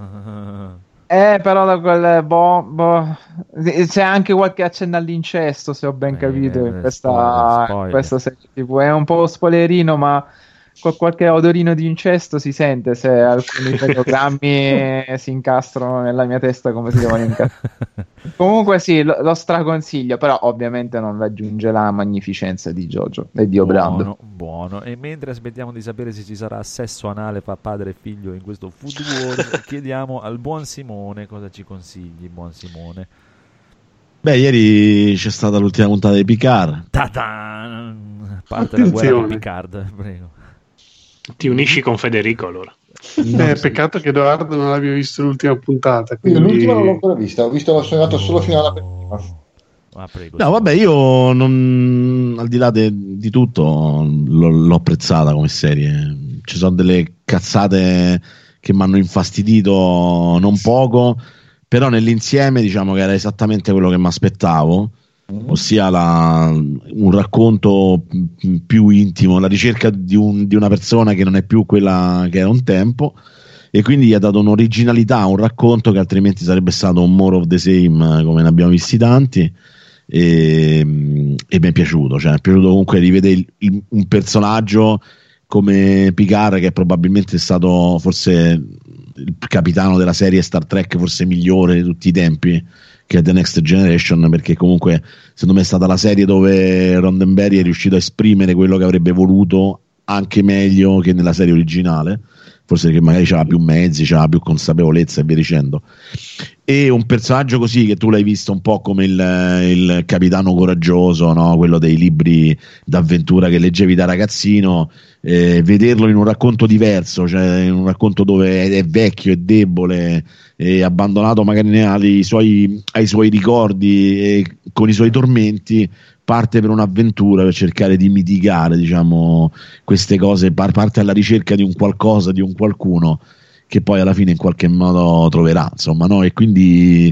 però da quel c'è anche qualche accenno all'incesto, se ho ben capito, in questa serie TV. È un po' spoilerino, ma con qualche odorino di incesto si sente se alcuni fotogrammi si incastrano nella mia testa come si devono incastrare. Comunque sì, lo straconsiglio, però ovviamente non raggiunge la magnificenza di JoJo e di Obrando. Buono. E mentre aspettiamo di sapere se ci sarà sesso anale fra padre e figlio in questo Food Wars, chiediamo al buon Simone cosa ci consigli, buon Simone. Beh, ieri c'è stata l'ultima puntata di Picard. Ta-da! Parte la guerra di Picard, prego. Ti unisci con Federico allora. Peccato che Edoardo non abbia visto l'ultima puntata. Quindi... L'ultima non l'ho ancora vista, sono andato solo fino alla prima. No, vabbè, io al di là di tutto l'ho apprezzata come serie. Ci sono delle cazzate che mi hanno infastidito non poco, però nell'insieme diciamo che era esattamente quello che mi aspettavo. ossia un racconto più intimo, la ricerca di una persona che non è più quella che era un tempo, e quindi gli ha dato un'originalità a un racconto che altrimenti sarebbe stato un more of the same, come ne abbiamo visti tanti. E mi è piaciuto, cioè mi è piaciuto comunque rivedere un personaggio come Picard, che probabilmente è stato forse il capitano della serie Star Trek forse migliore di tutti i tempi, che è The Next Generation, perché comunque secondo me è stata la serie dove Roddenberry è riuscito a esprimere quello che avrebbe voluto anche meglio che nella serie originale, forse perché magari c'aveva più mezzi, c'aveva più consapevolezza e via dicendo. E un personaggio così, che tu l'hai visto un po' come il capitano coraggioso, no? Quello dei libri d'avventura che leggevi da ragazzino, vederlo in un racconto diverso, cioè in un racconto dove è vecchio, è debole, è abbandonato magari ai suoi ricordi e con i suoi tormenti, parte per un'avventura per cercare di mitigare, diciamo, queste cose, parte alla ricerca di un qualcosa, di un qualcuno che poi alla fine in qualche modo troverà, insomma, no? E quindi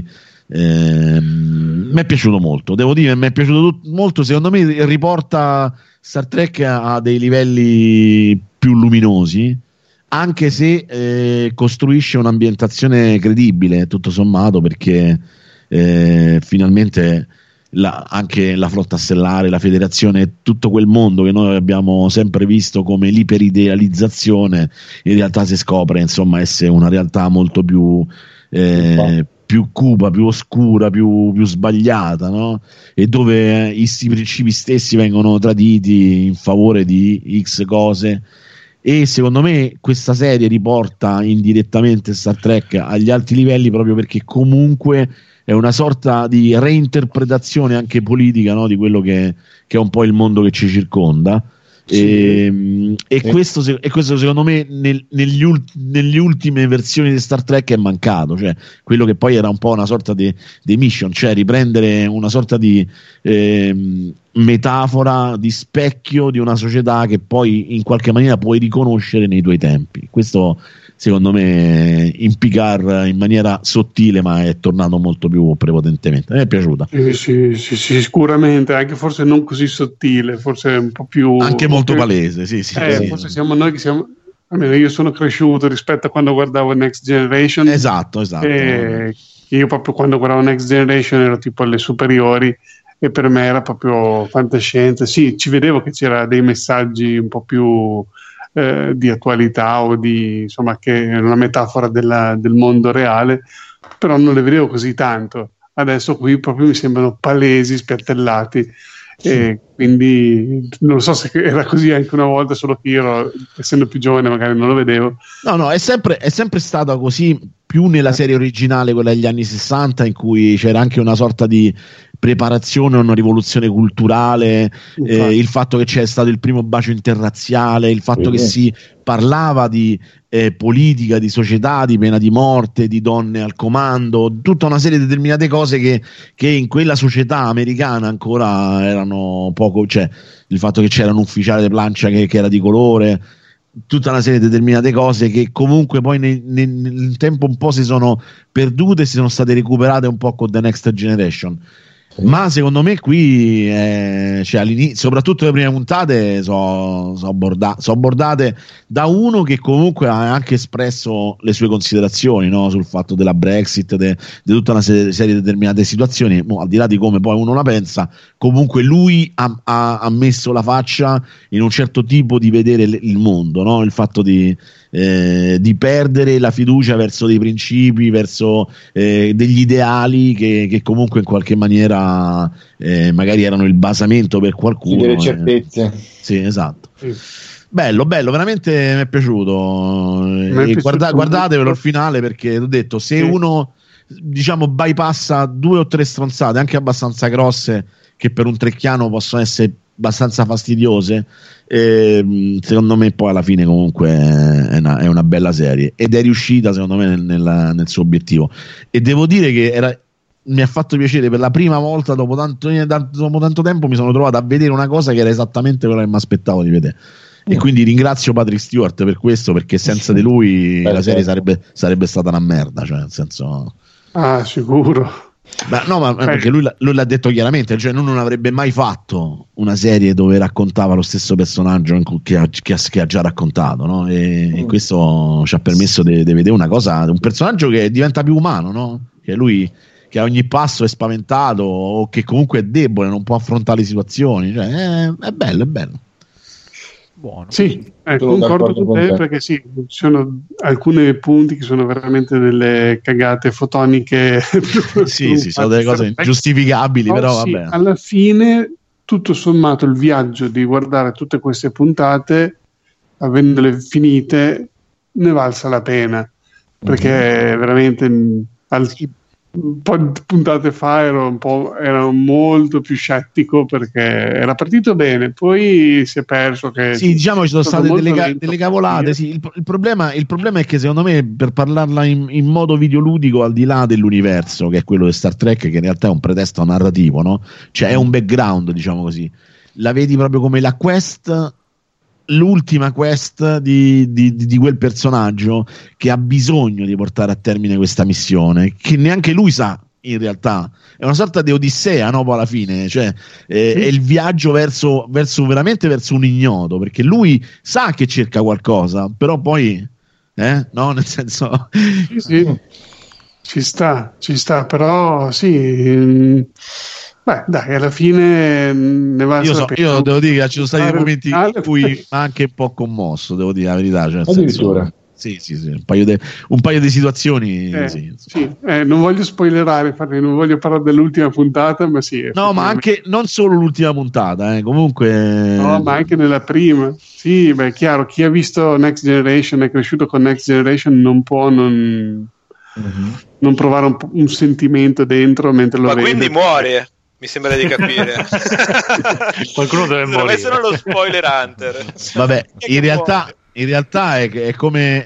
mi è piaciuto molto, devo dire, mi è piaciuto molto. Secondo me riporta Star Trek a dei livelli più luminosi, anche se costruisce un'ambientazione credibile tutto sommato, perché finalmente anche la flotta stellare, la federazione, tutto quel mondo che noi abbiamo sempre visto come l'iperidealizzazione, in realtà si scopre insomma essere una realtà molto più cupa, più oscura, più sbagliata, no? E dove i principi stessi vengono traditi in favore di X cose. E secondo me questa serie riporta indirettamente Star Trek agli alti livelli, proprio perché comunque è una sorta di reinterpretazione anche politica, no? Di quello che è un po' il mondo che ci circonda. Sì. Questo secondo me nelle ultime versioni di Star Trek è mancato, cioè quello che poi era un po' una sorta di mission, cioè riprendere una sorta di metafora, di specchio di una società che poi in qualche maniera puoi riconoscere nei tuoi tempi. Questo secondo me in Picard in maniera sottile, ma è tornato molto più prepotentemente. Mi è piaciuta. Sì, sicuramente, anche forse non così sottile, forse un po' più anche molto palese, sì. Forse siamo noi che siamo, almeno io sono cresciuto rispetto a quando guardavo Next Generation. Esatto. Io proprio quando guardavo Next Generation ero tipo alle superiori e per me era proprio fantascienza. Sì, ci vedevo che c'era dei messaggi un po' più di attualità, o di, insomma, che era una metafora del mondo reale, però non le vedevo così tanto. Adesso qui proprio mi sembrano palesi, spiattellati, e quindi non so se era così anche una volta, solo che io, essendo più giovane, magari non lo vedevo. No, è sempre stata così, più nella serie originale, quella degli anni 60, in cui c'era anche una sorta di preparazione a una rivoluzione culturale, il fatto che c'è stato il primo bacio interrazziale, il fatto che si parlava di politica, di società, di pena di morte, di donne al comando, tutta una serie di determinate cose che in quella società americana ancora erano poco, cioè il fatto che c'era un ufficiale di plancia che era di colore, tutta una serie di determinate cose che comunque poi nel tempo un po' si sono perdute e si sono state recuperate un po' con The Next Generation. Ma secondo me qui cioè soprattutto le prime puntate sono bordate da uno che comunque ha anche espresso le sue considerazioni, no? Sul fatto della Brexit, di tutta una serie di determinate situazioni. Al di là di come poi uno la pensa, comunque lui ha messo la faccia in un certo tipo di vedere il mondo, no? Il fatto di perdere la fiducia verso dei principi, verso degli ideali che comunque in qualche maniera magari erano il basamento per qualcuno, delle certezze. Sì, esatto. Sì. Bello, veramente mi è piaciuto. Guardatevelo il finale, perché ho detto, se uno diciamo bypassa 2 o 3 stronzate anche abbastanza grosse, che per un trecchiano possono essere abbastanza fastidiose, secondo me poi alla fine comunque è una bella serie, ed è riuscita secondo me nel suo obiettivo. E devo dire che mi ha fatto piacere, per la prima volta dopo tanto tempo mi sono trovato a vedere una cosa che era esattamente quello che mi aspettavo di vedere. E quindi ringrazio Patrick Stewart per questo, perché senza di lui la serie sarebbe stata una merda, cioè nel senso. Sicuro. Ma perché lui l'ha detto chiaramente, cioè lui non avrebbe mai fatto una serie dove raccontava lo stesso personaggio che ha già raccontato, no? E questo ci ha permesso di vedere una cosa, un personaggio che diventa più umano, no? Che lui che a ogni passo è spaventato o che comunque è debole, non può affrontare le situazioni, cioè, è bello, è bello. Buono. Sì, concordo con te, perché sì, ci sono alcuni punti che sono veramente delle cagate fotoniche. sì, sono delle cose ingiustificabili, però sì, vabbè. Alla fine, tutto sommato, il viaggio di guardare tutte queste puntate, avendole finite, ne valsa la pena, perché veramente un po' di puntate fa ero molto più scettico, perché era partito bene, poi si è perso. Sì, diciamo ci sono state delle cavolate. Sì. Il problema è che secondo me, per parlarla in modo videoludico, al di là dell'universo che è quello di Star Trek, che in realtà è un pretesto narrativo, no? Cioè è un background, diciamo così, la vedi proprio come la quest, l'ultima quest di quel personaggio che ha bisogno di portare a termine questa missione, che neanche lui sa, in realtà è una sorta di odissea, no? Poi alla fine, cioè è il viaggio verso un ignoto, perché lui sa che cerca qualcosa, però poi no, nel senso sì. ci sta, però sì. Beh, dai, alla fine ne va. Io devo dire che ci sono stati dei momenti in cui anche un po' commosso, devo dire la verità. Cioè, addirittura. Sì, un paio di situazioni. Non voglio spoilerare, infatti non voglio parlare dell'ultima puntata, ma sì. No, ma anche non solo l'ultima puntata, comunque. No, ma anche nella prima. Sì, beh, è chiaro, chi ha visto Next Generation, è cresciuto con Next Generation, non può non provare un sentimento dentro mentre lo vede. Ma quindi muore. Mi sembra di capire. Qualcuno deve morire. Deve essere lo spoiler hunter. Vabbè, in realtà è come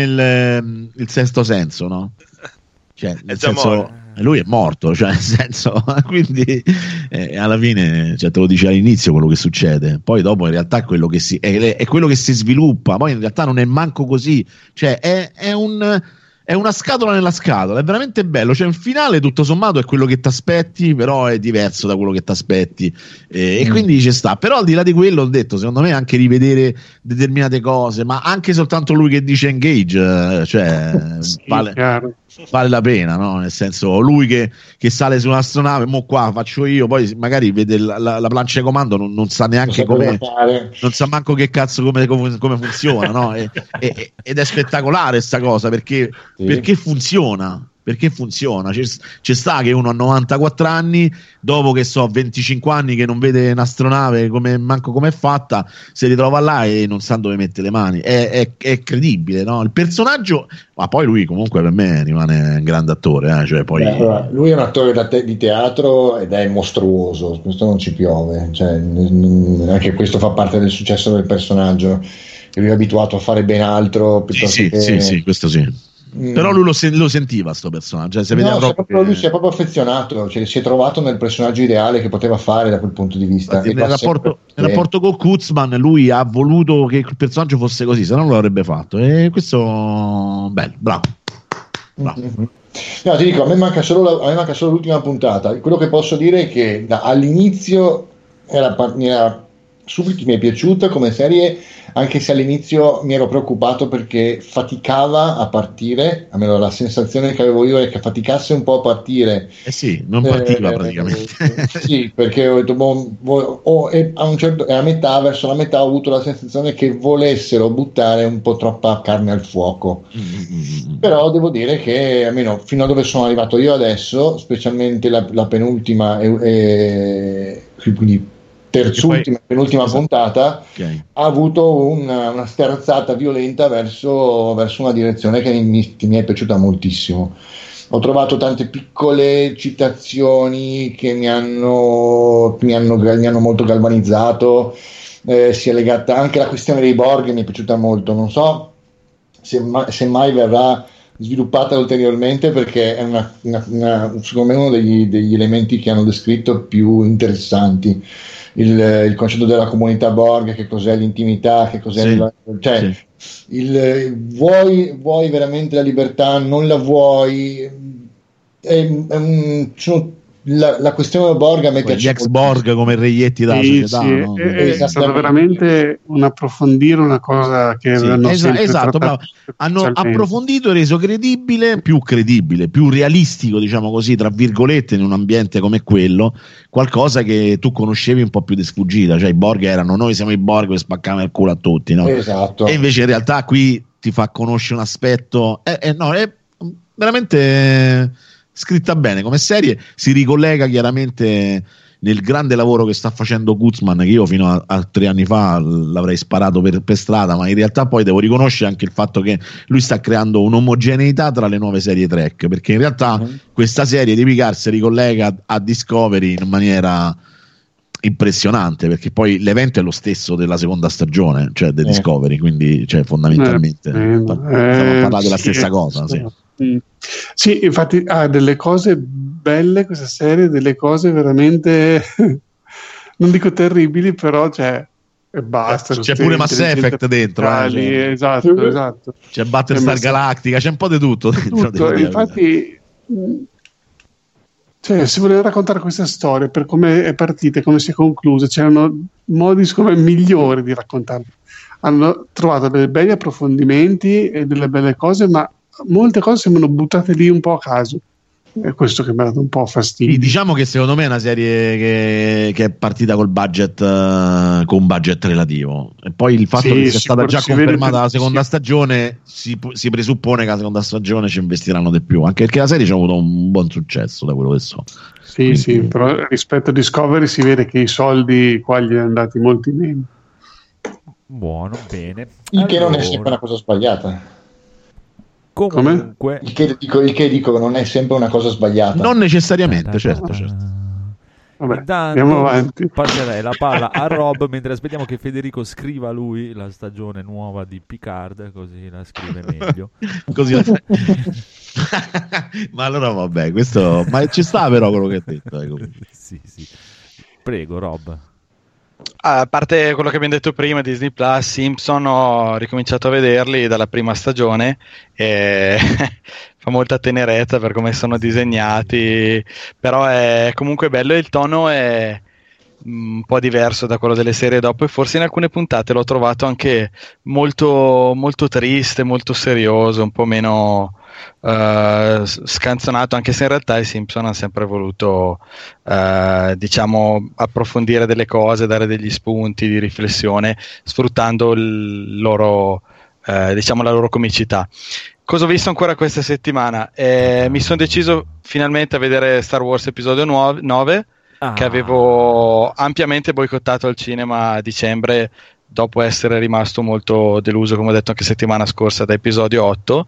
il sesto senso, no? Cioè, nel senso, lui è morto, cioè nel senso, quindi alla fine, cioè, te lo dice all'inizio quello che succede, poi dopo in realtà è quello che è quello che si sviluppa, poi in realtà non è manco così, cioè è una scatola nella scatola, è veramente bello, cioè in finale tutto sommato è quello che ti aspetti, però è diverso da quello che ti aspetti, e quindi ci sta. Però al di là di quello, ho detto, secondo me anche rivedere determinate cose, ma anche soltanto lui che dice engage, cioè vale la pena, no? Nel senso, lui che sale su un'astronave, mo qua faccio io, poi magari vede la plancia di comando, non sa neanche come, non sa manco che cazzo come funziona, no? Ed è spettacolare sta cosa, perché funziona. Perché funziona, ci sta che uno a 94 anni, dopo che 25 anni che non vede un'astronave manco come è fatta, si ritrova là e non sa dove mette le mani, è credibile, no? Il personaggio, ma poi lui comunque per me rimane un grande attore, cioè poi... allora, lui è un attore di teatro ed è mostruoso, questo non ci piove, cioè, anche questo fa parte del successo del personaggio, lui è abituato a fare ben altro piuttosto che... Sì, questo sì. Però lui lo sentiva sto personaggio, cioè, lui si è proprio affezionato, cioè, si è trovato nel personaggio ideale che poteva fare da quel punto di vista. Nel rapporto con Kurtzman lui ha voluto che il personaggio fosse così, se no non lo avrebbe fatto, e questo bello, bravo. No, ti dico, a me manca solo l'ultima puntata. Quello che posso dire è che all'inizio subito mi è piaciuta come serie, anche se all'inizio mi ero preoccupato perché faticava a partire, almeno la sensazione che avevo io è che faticasse un po' a partire. Non partiva praticamente. Sì, perché ho detto verso la metà ho avuto la sensazione che volessero buttare un po' troppa carne al fuoco. Però devo dire che almeno fino a dove sono arrivato io adesso, specialmente la penultima quindi terzultima e penultima puntata, ha avuto una sterzata violenta verso una direzione che mi è piaciuta moltissimo. Ho trovato tante piccole citazioni che mi hanno molto galvanizzato, si è legata anche alla questione dei Borg, mi è piaciuta molto, non so se mai verrà sviluppata ulteriormente, perché è secondo me uno degli elementi che hanno descritto più interessanti. Il concetto della comunità Borg, che cos'è l'intimità, che cos'è vuoi veramente la libertà, non la vuoi, la questione Borg a me piace, gli ex Borg come reietti della società, no? È stato veramente un approfondire una cosa che esatto, hanno approfondito e reso più credibile, più realistico, diciamo così, tra virgolette, in un ambiente come quello, qualcosa che tu conoscevi un po' più di sfuggita, cioè i Borg erano noi siamo i Borg e spaccavano il culo a tutti, no? Esatto. E invece in realtà qui ti fa conoscere un aspetto è veramente scritta bene come serie, si ricollega chiaramente nel grande lavoro che sta facendo Guzman, che io fino a 3 anni fa l'avrei sparato per strada, ma in realtà poi devo riconoscere anche il fatto che lui sta creando un'omogeneità tra le nuove serie Trek, perché in realtà questa serie di Picard si ricollega a Discovery in maniera impressionante, perché poi l'evento è lo stesso della seconda stagione, cioè The Discovery, quindi fondamentalmente stiamo a parlare della stessa cosa. Sì, infatti ha delle cose belle questa serie, delle cose veramente non dico terribili, però e basta. C'è pure Mass Effect dentro, esatto. C'è Battlestar Galactica, c'è un po' di tutto. Infatti, se voleva raccontare questa storia per come è partita e come si è conclusa, c'erano modi migliori di raccontarla. Hanno trovato dei belli approfondimenti e delle belle cose, ma molte cose sembrano buttate lì un po' a caso. È questo che mi ha dato un po' fastidio. Sì, diciamo che secondo me è una serie che è partita con un budget relativo, e poi il fatto che sia stata già confermata la seconda stagione si presuppone che la seconda stagione ci investiranno di più, anche perché la serie ci ha avuto un buon successo da quello che so. Sì, però rispetto a Discovery si vede che i soldi qua gli sono andati molti meno. Buono, bene. Il che non è sempre una cosa sbagliata. Comunque, il che dico non è sempre una cosa sbagliata. Non necessariamente, certo. Vabbè, andiamo avanti. Passerei la palla a Rob mentre aspettiamo che Federico scriva lui la stagione nuova di Picard, così la scrive meglio. Ma allora vabbè, questo ma ci sta però quello che hai detto. Sì. Prego, Rob. A parte quello che abbiamo detto prima, Disney Plus, Simpson, ho ricominciato a vederli dalla prima stagione e fa molta tenerezza per come sono disegnati, però è comunque bello e il tono è un po' diverso da quello delle serie dopo, e forse in alcune puntate l'ho trovato anche molto, molto triste, molto serioso, un po' meno scanzonato, anche se in realtà i Simpson hanno sempre voluto approfondire delle cose, dare degli spunti di riflessione sfruttando la loro comicità. Cosa ho visto ancora questa settimana? Mi sono deciso finalmente a vedere Star Wars episodio 9 che avevo ampiamente boicottato al cinema a dicembre dopo essere rimasto molto deluso, come ho detto anche settimana scorsa, da episodio 8.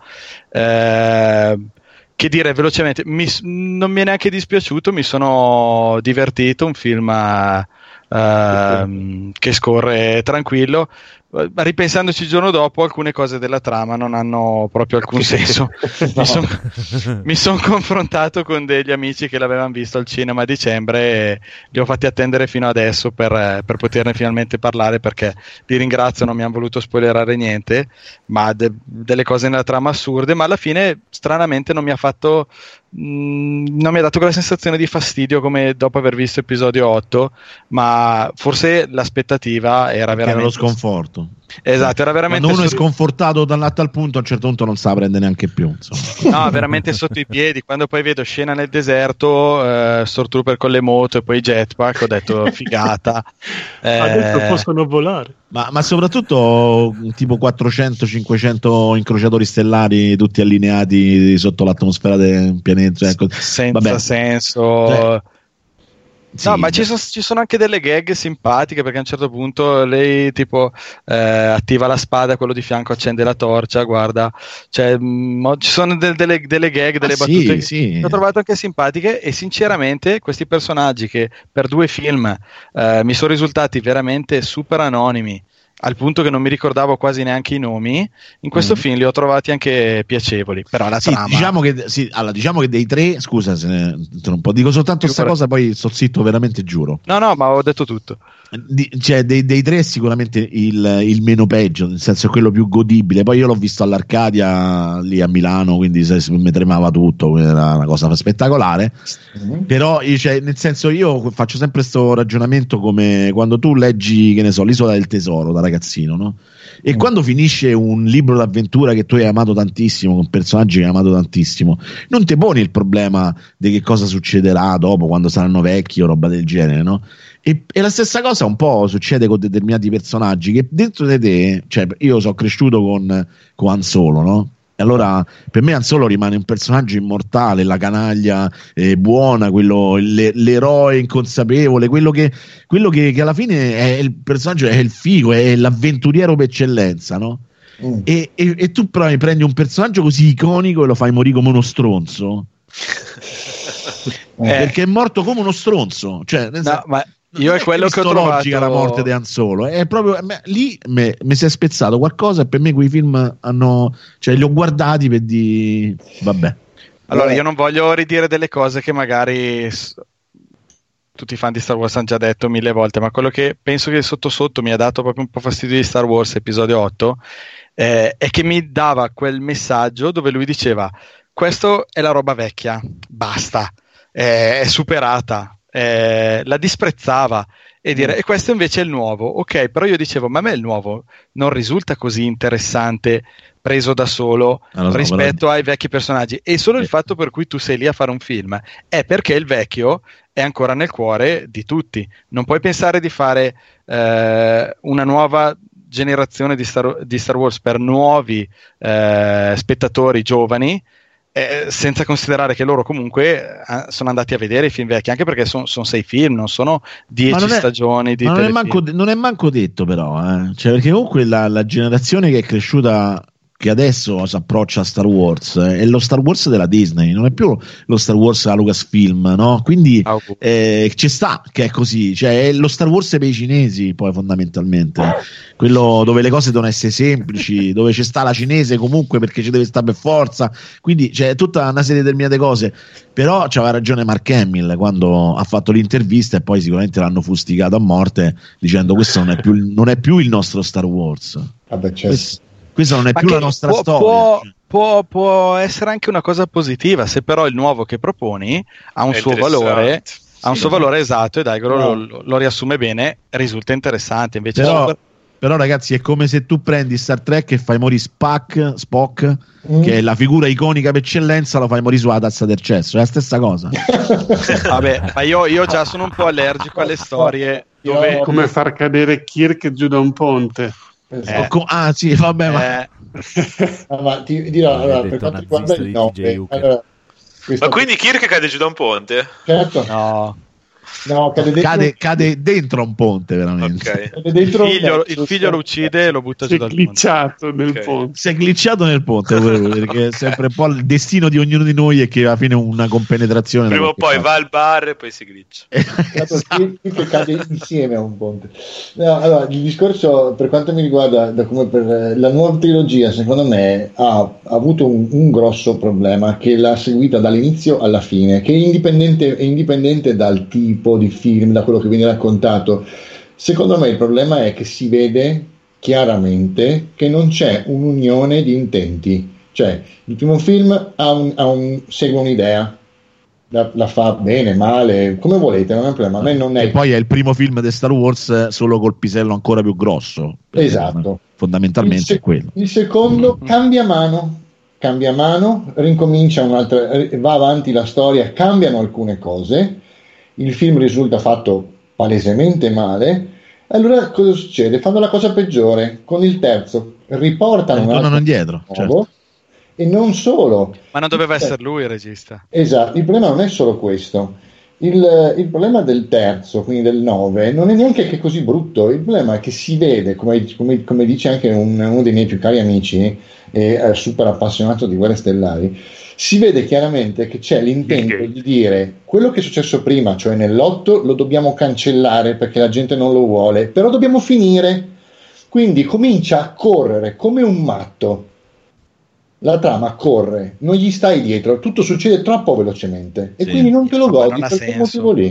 Che dire velocemente, non mi è neanche dispiaciuto, mi sono divertito, un film che scorre tranquillo. Ripensandoci il giorno dopo, alcune cose della trama non hanno proprio alcun senso. Mi sono confrontato con degli amici che l'avevano visto al cinema a dicembre e li ho fatti attendere fino adesso per poterne finalmente parlare, perché li ringrazio, non mi hanno voluto spoilerare niente, ma delle cose nella trama assurde, ma alla fine stranamente non mi ha dato quella sensazione di fastidio come dopo aver visto episodio 8, ma forse l'aspettativa era veramente lo sconforto. Esatto, era veramente quando uno è sconfortato da tal punto, a un certo punto non sa prende neanche più, insomma. No, veramente sotto i piedi. Quando poi vedo scena nel deserto, Stormtrooper con le moto e poi jetpack, ho detto figata. Adesso possono volare. Ma soprattutto tipo 400-500 incrociatori stellari tutti allineati sotto l'atmosfera del pianeta, senza senso. Sì, no, ma ci sono anche delle gag simpatiche, perché a un certo punto lei tipo attiva la spada, quello di fianco accende la torcia, guarda, ci sono delle gag, delle battute che ho trovato anche simpatiche, e sinceramente questi personaggi che per 2 film mi sono risultati veramente super anonimi, al punto che non mi ricordavo quasi neanche i nomi, in questo film li ho trovati anche piacevoli. Però la trama, diciamo che dei 3, scusa se un po' dico soltanto questa cosa, poi sto zitto, veramente giuro. No, ma ho detto tutto. dei tre sicuramente il meno peggio, nel senso è quello più godibile. Poi io l'ho visto all'Arcadia lì a Milano, quindi mi tremava tutto, era una cosa spettacolare. Però nel senso, io faccio sempre questo ragionamento come quando tu leggi, che ne so, l'Isola del Tesoro da ragazzino, no? E quando finisce un libro d'avventura che tu hai amato tantissimo, con personaggi che hai amato tantissimo, non ti poni il problema di che cosa succederà dopo, quando saranno vecchi o roba del genere, no? E la stessa cosa un po' succede con determinati personaggi che dentro di te, cioè io sono cresciuto con Han Solo, no? E allora per me Han Solo rimane un personaggio immortale, la canaglia buona, l'eroe inconsapevole, quello che alla fine è il personaggio, è il figo, è l'avventuriero per eccellenza, no? E tu prendi un personaggio così iconico e lo fai morire come uno stronzo perché è morto come uno stronzo, cioè ma io è quello che ho trovato la morte di Han Solo, è proprio lì mi si è spezzato qualcosa, e per me quei film li ho guardati per dire vabbè. Allora io non voglio ridire delle cose che magari tutti i fan di Star Wars hanno già detto 1000 volte, ma quello che penso che sotto sotto mi ha dato proprio un po' fastidio di Star Wars episodio 8 è che mi dava quel messaggio dove lui diceva: questo è la roba vecchia, basta, è superata. La disprezzava e questo invece è il nuovo. Ok, però io dicevo, ma a me il nuovo non risulta così interessante preso da solo rispetto ai vecchi personaggi, e solo il fatto per cui tu sei lì a fare un film è perché il vecchio è ancora nel cuore di tutti. Non puoi pensare di fare una nuova generazione di Star Wars per nuovi spettatori giovani, senza considerare che loro comunque sono andati a vedere i film vecchi, anche perché sono 6 film, non sono 10 stagioni di telefilm. Non è manco detto però, cioè, perché comunque la generazione che è cresciuta, che adesso si approccia a Star Wars, è lo Star Wars della Disney, non è più lo Star Wars della Lucasfilm, no? Quindi ci sta che è così, cioè è lo Star Wars per i cinesi, poi fondamentalmente quello dove le cose devono essere semplici, dove ci sta la cinese comunque perché ci deve stare per forza, quindi c'è tutta una serie di determinate cose. Però c'aveva ragione Mark Hamill quando ha fatto l'intervista, e poi sicuramente l'hanno fustigato a morte dicendo questo non è più il nostro Star Wars. Vabbè, questa non è più la nostra storia. Può essere anche una cosa positiva, se però il nuovo che proponi ha un suo valore, esatto, e Daigoro lo riassume bene, risulta interessante. Invece però ragazzi, è come se tu prendi Star Trek e fai morire Spock, che è la figura iconica per eccellenza, lo fai morire sulla tazza del cesso, è la stessa cosa. Vabbè, ma io già sono un po' allergico alle storie dove... come far cadere Kirk giù da un ponte. Sì, vabbè, ma ti dirò, allora, per quanto riguarda il 9, ma quindi Kirk cade giù da un ponte? Certo. No, cade dentro un ponte, veramente. Okay. Il figlio lo uccide e lo butta giù dal ponte. Si è glitchato nel ponte, perché è sempre un po' il destino di ognuno di noi è che alla fine una compenetrazione. Prima o poi va al bar e poi si glitcha. Che cade insieme a un ponte. No, allora, il discorso per quanto mi riguarda, come per la nuova trilogia, secondo me ha avuto un grosso problema, che l'ha seguita dall'inizio alla fine, che è indipendente dal tipo di film, da quello che viene raccontato. Secondo me il problema è che si vede chiaramente che non c'è un'unione di intenti, cioè il primo film segue un'idea, la fa bene, male, come volete, non è un problema. A me non è... E poi è il primo film di Star Wars solo col pisello ancora più grosso, esatto, fondamentalmente è quello. Il secondo cambia mano, rincomincia un'altra, va avanti la storia, cambiano alcune cose, il film risulta fatto palesemente male. Allora cosa succede? Fanno la cosa peggiore con il terzo, riportano indietro, certo. E non solo, ma non doveva essere lui il regista. Esatto, il problema non è solo questo, il problema del terzo, quindi del 9, non è neanche che così brutto. Il problema è che si vede, come dice anche uno dei miei più cari amici e super appassionato di Guerre Stellari, si vede chiaramente che c'è l'intento di dire quello che è successo prima, cioè nell'8 lo dobbiamo cancellare perché la gente non lo vuole, però dobbiamo finire, quindi comincia a correre come un matto, la trama corre, non gli stai dietro, tutto succede troppo velocemente e quindi non te lo godi per quel motivo lì.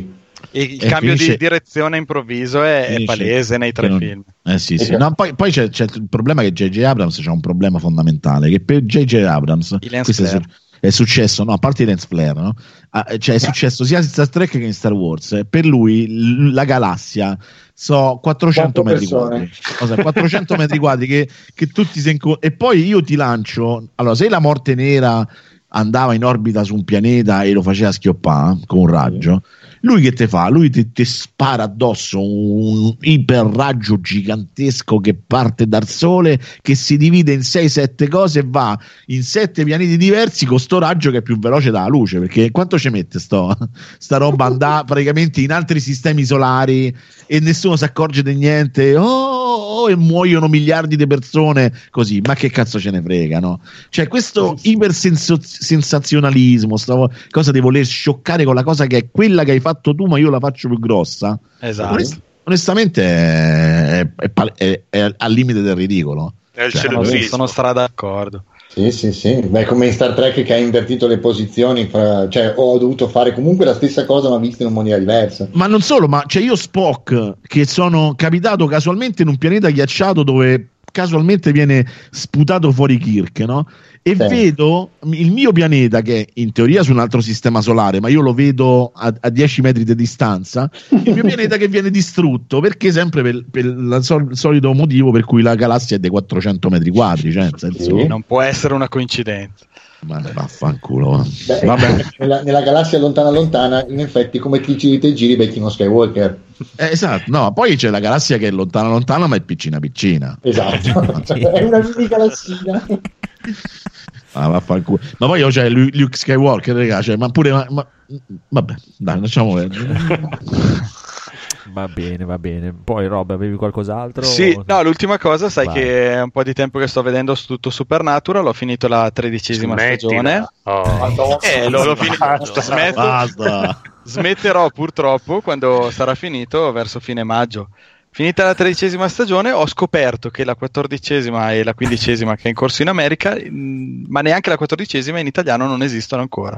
Il cambio di direzione improvviso è palese nei tre film. Sì. No, poi c'è il problema che J.J. Abrams c'ha un problema fondamentale, che per J.J. Abrams è successo, no, a parte i lens flare, no? Cioè è successo sia in Star Trek che in Star Wars. Per lui la galassia 400 metri quadri. 400 metri quadri che tutti si e poi io ti lancio. Allora, se la morte nera andava in orbita su un pianeta e lo faceva schioppare con un raggio, lui che te fa? Lui ti spara addosso un iperraggio gigantesco che parte dal Sole, che si divide in 6-7 cose e va in 7 pianeti diversi con sto raggio che è più veloce dalla luce, perché quanto ci mette sta roba andà praticamente in altri sistemi solari e nessuno si accorge di niente, e muoiono miliardi di persone così, ma che cazzo ce ne frega, no? Cioè questo ipersensazionalismo, sta cosa di voler scioccare con la cosa che è quella che hai fatto tu ma io la faccio più grossa, esatto. Onestamente è al limite del ridicolo. Sono d'accordo. Sì. Beh, come in Star Trek che ha invertito le posizioni, cioè ho dovuto fare comunque la stessa cosa ma vista in una maniera diversa. Ma non solo, ma c'è io Spock che sono capitato casualmente in un pianeta ghiacciato dove casualmente viene sputato fuori Kirk, no? E vedo il mio pianeta che in teoria è su un altro sistema solare, ma io lo vedo a 10 metri di distanza, il mio pianeta che viene distrutto, perché sempre per il solito motivo per cui la galassia è dei 400 metri quadri, cioè, non può essere una coincidenza. Ma vaffanculo. Vabbè. Nella galassia lontana, in effetti, come ti giri becchi uno Skywalker. Esatto, no, poi c'è la galassia che è lontana, ma è piccina. Esatto, è una mini galassina. Vaffanculo. Ma poi c'è Luke Skywalker, raga, cioè, ma pure. Vabbè, dai, lasciamo vedere. Va bene. Poi Rob, avevi qualcos'altro? Sì, no, l'ultima cosa, sai che è un po' di tempo che sto vedendo tutto Supernatural, ho finito la 13ª stagione. L'ho finito. Smetterò purtroppo quando sarà finito, verso fine maggio. Finita la 13ª stagione ho scoperto che la 14ª e la 15ª che è in corso in America, ma neanche la 14ª in italiano non esistono ancora.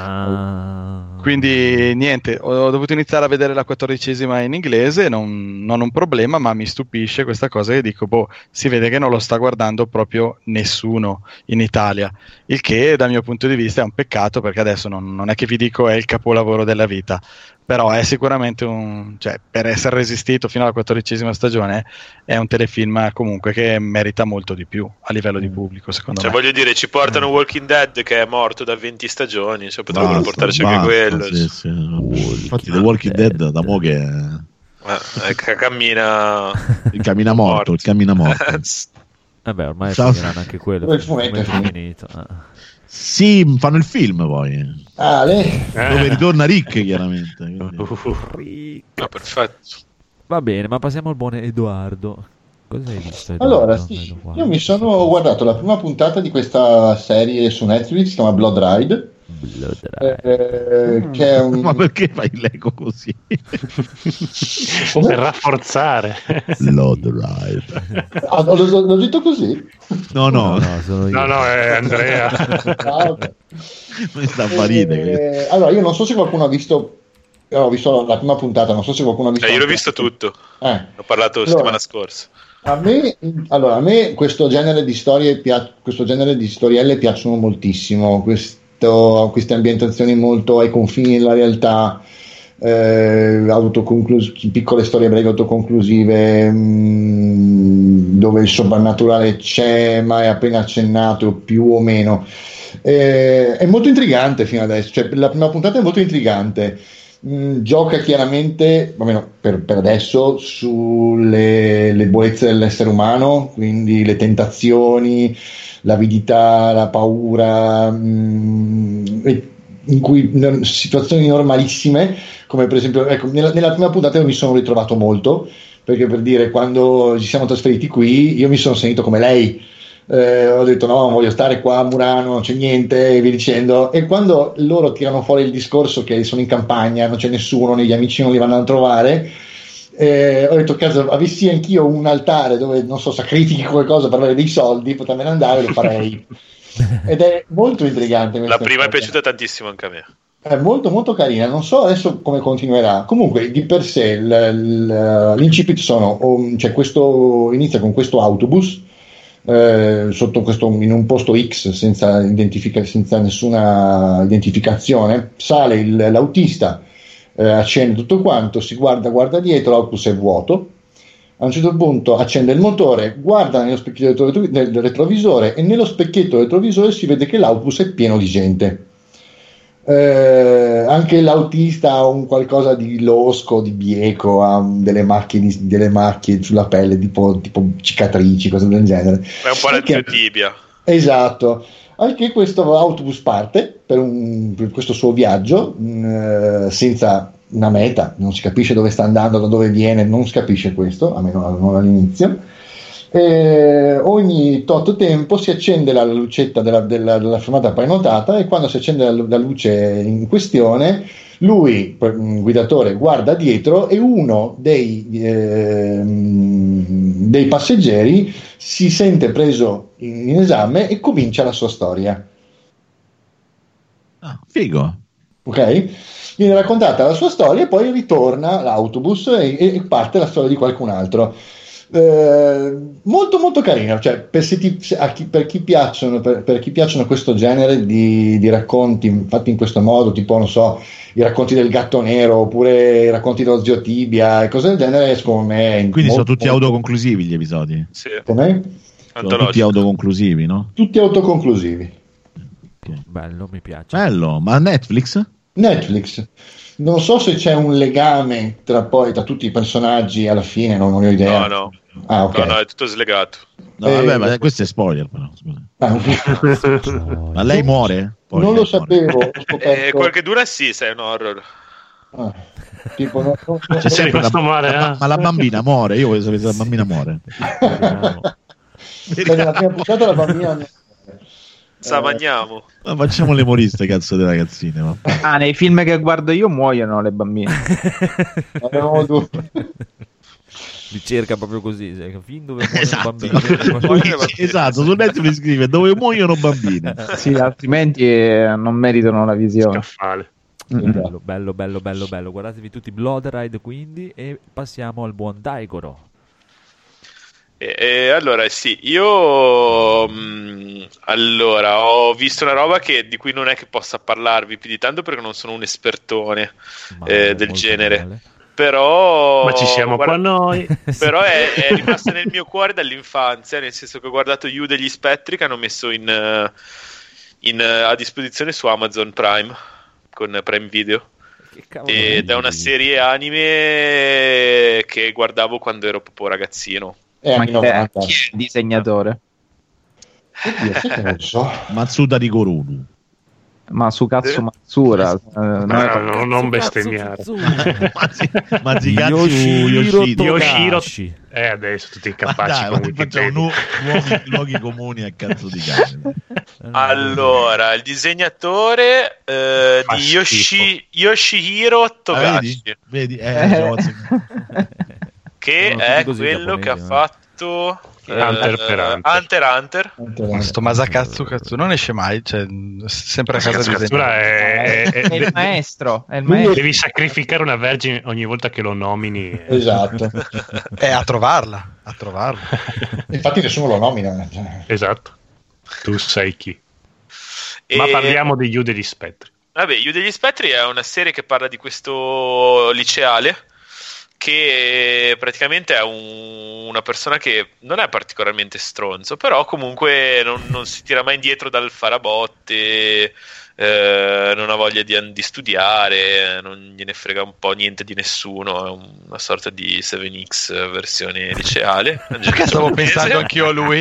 Quindi niente, ho dovuto iniziare a vedere la 14ª in inglese, non un problema, ma mi stupisce questa cosa che dico, si vede che non lo sta guardando proprio nessuno in Italia, il che dal mio punto di vista è un peccato, perché adesso non è che vi dico è il capolavoro della vita, però è sicuramente per essere resistito fino alla 14ª stagione è un telefilm comunque che merita molto di più a livello di pubblico, secondo me. Voglio dire, ci portano Walking Dead che è morto da 20 stagioni, potrebbero portarci anche quello. Sì. Infatti The Walking Dead da mo' che cammina morto. Vabbè, ormai finiranno anche quello. Il fumetto è finito. Sì, fanno il film poi. Dove ritorna Rick, chiaramente. Perfetto. Va bene, ma passiamo al buon Edoardo. Cosa hai visto, Edoardo? Allora, io mi sono guardato la prima puntata di questa serie su Netflix, si chiama Blood Ride. Che è Ma perché fai l'eco così? Per rafforzare. Blood Ride. L'ho detto così? No, sono io. No, è Andrea. Mi sta a ridere. Allora, io non so se qualcuno ha visto. Ho visto la prima puntata, non so se qualcuno ha visto. Io l'ho visto tutto. Ho parlato settimana scorsa. A me questo genere di storie questo genere di storielle piacciono moltissimo. Queste ambientazioni molto ai confini della realtà, piccole storie brevi autoconclusive, dove il soprannaturale c'è ma è appena accennato più o meno. È molto intrigante fino adesso, cioè la prima puntata è molto intrigante. Gioca chiaramente, almeno per adesso, sulle debolezze dell'essere umano, quindi le tentazioni, l'avidità, la paura, in cui situazioni normalissime, come per esempio, nella prima puntata io mi sono ritrovato molto, perché per dire, quando ci siamo trasferiti qui io mi sono sentito come lei. Ho detto no, voglio stare qua a Murano, non c'è niente e via dicendo, e quando loro tirano fuori il discorso che sono in campagna, non c'è nessuno, gli amici non li vanno a trovare, ho detto caso avessi anch'io un altare dove non so, sacrifichi qualcosa per avere dei soldi, potremene andare, lo farei. Ed è molto intrigante. La prima è piaciuta tantissimo anche a me. È molto molto carina, non so adesso come continuerà. Comunque di per sé l'incipit cioè questo inizia con questo autobus sotto in un posto X senza nessuna identificazione. Sale l'autista, accende tutto quanto, si guarda dietro, l'autobus è vuoto. A un certo punto accende il motore, guarda nello specchietto del retrovisore e nello specchietto del retrovisore si vede che l'autobus è pieno di gente. Anche l'autista ha un qualcosa di losco, di bieco, ha delle macchie sulla pelle, tipo cicatrici, cose del genere. È un po' la tibia. Esatto. Anche questo autobus parte per questo suo viaggio senza una meta, non si capisce dove sta andando, da dove viene, non si capisce questo, almeno non all'inizio. Ogni tot tempo si accende la lucetta della fermata prenotata e quando si accende la luce in questione lui, guidatore, guarda dietro e uno dei passeggeri si sente preso in esame e comincia la sua storia. Figo. Ok? Viene raccontata la sua storia e poi ritorna l'autobus e parte la storia di qualcun altro. Molto molto carino, cioè per chi piacciono questo genere di racconti fatti in questo modo, tipo non so, i racconti del gatto nero oppure i racconti dello zio Tibia e cose del genere, secondo me quindi sono tutti autoconclusivi gli episodi? Sì. Com'è? Sono tutti autoconclusivi, no? Tutti autoconclusivi. Okay. Bello, mi piace. Bello, ma Netflix? Non so se c'è un legame tra tutti i personaggi alla fine, non ho idea. No. Ah, okay. No, è tutto slegato. No, vabbè, ma questo è spoiler però. Ma lei muore? Poi non lo sapevo. Ho scoperto... qualche dura sì, sei un horror. Tipo, c'è sempre ma la bambina muore. Io voglio sapere se la bambina muore. Nella prima puntata la bambina Samagniamo. Ma facciamo le moriste, cazzo, delle ragazzine. Nei film che guardo io muoiono le bambine. Li cerca proprio così, fin dove muoiono bambine. Esatto, su Netflix scrive dove muoiono bambine. Sì, altrimenti non meritano la visione. Bello. Guardatevi tutti Blood Ride quindi e passiamo al buon Daigoro. Allora sì, io ho visto una roba di cui non è che possa parlarvi più di tanto perché non sono un espertone del genere. Male. Però ma ci siamo qua noi. Però è rimasta nel mio cuore dall'infanzia, nel senso che ho guardato You degli Spettri che hanno messo a disposizione su Amazon Prime con Prime Video, ed è una serie anime che guardavo quando ero proprio ragazzino. Ma chi è il disegnatore? Oddio, non so. Matsuda Rigorunu. Ma su cazzo Matsura, non bestemmiare. Yoshiro adesso tutti capaci con facciamo luoghi comuni a cazzo di cane. Allora, il disegnatore di Yoshihiro Togashi, vedi? che è quello che ha fatto Hunter x Hunter. Sto Masakatsu non esce mai, cioè sempre a casa di è il maestro, devi sacrificare una vergine ogni volta che lo nomini. Esatto. A trovarla. Infatti nessuno lo nomina. Esatto. Tu sai chi. Ma parliamo di You degli Spettri. Vabbè, You degli Spettri è una serie che parla di questo liceale che praticamente è una persona che non è particolarmente stronzo, però comunque non si tira mai indietro dal farabotte, non ha voglia di studiare, non gliene frega un po' niente di nessuno, è una sorta di 7X versione liceale. Stavo pensando anch'io a lui.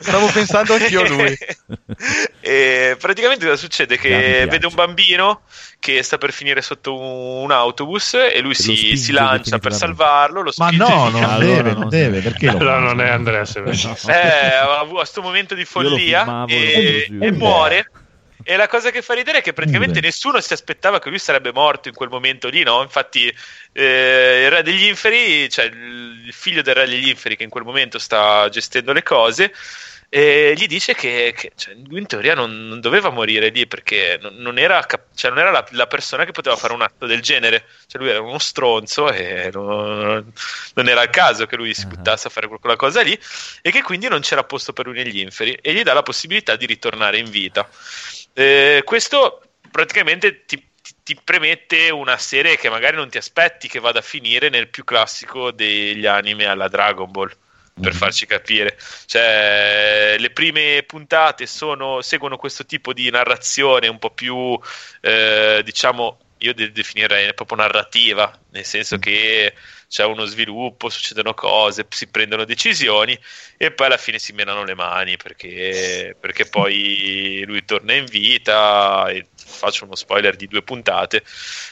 E praticamente cosa succede? Che vede un bambino che sta per finire sotto un autobus e lui si lancia per salvarlo, lo spinge. Ma non deve, perché non è Andrea Severo. Ha questo momento di follia e muore. E la cosa che fa ridere è che praticamente nessuno si aspettava che lui sarebbe morto in quel momento lì, no? Infatti il Re degli Inferi, cioè il figlio del Re degli Inferi che in quel momento sta gestendo le cose, e gli dice che cioè, lui in teoria non doveva morire lì, perché non era la persona che poteva fare un atto del genere, cioè lui era uno stronzo e non era il caso che lui si buttasse a fare quella cosa lì, e che quindi non c'era posto per lui negli inferi, e gli dà la possibilità di ritornare in vita. Questo praticamente ti premette una serie che magari non ti aspetti che vada a finire nel più classico degli anime alla Dragon Ball, per farci capire. Cioè, le prime puntate seguono questo tipo di narrazione un po' più diciamo, io definirei proprio narrativa, nel senso che c'è uno sviluppo, succedono cose, si prendono decisioni e poi alla fine si menano le mani perché poi lui torna in vita, e faccio uno spoiler di 2 puntate,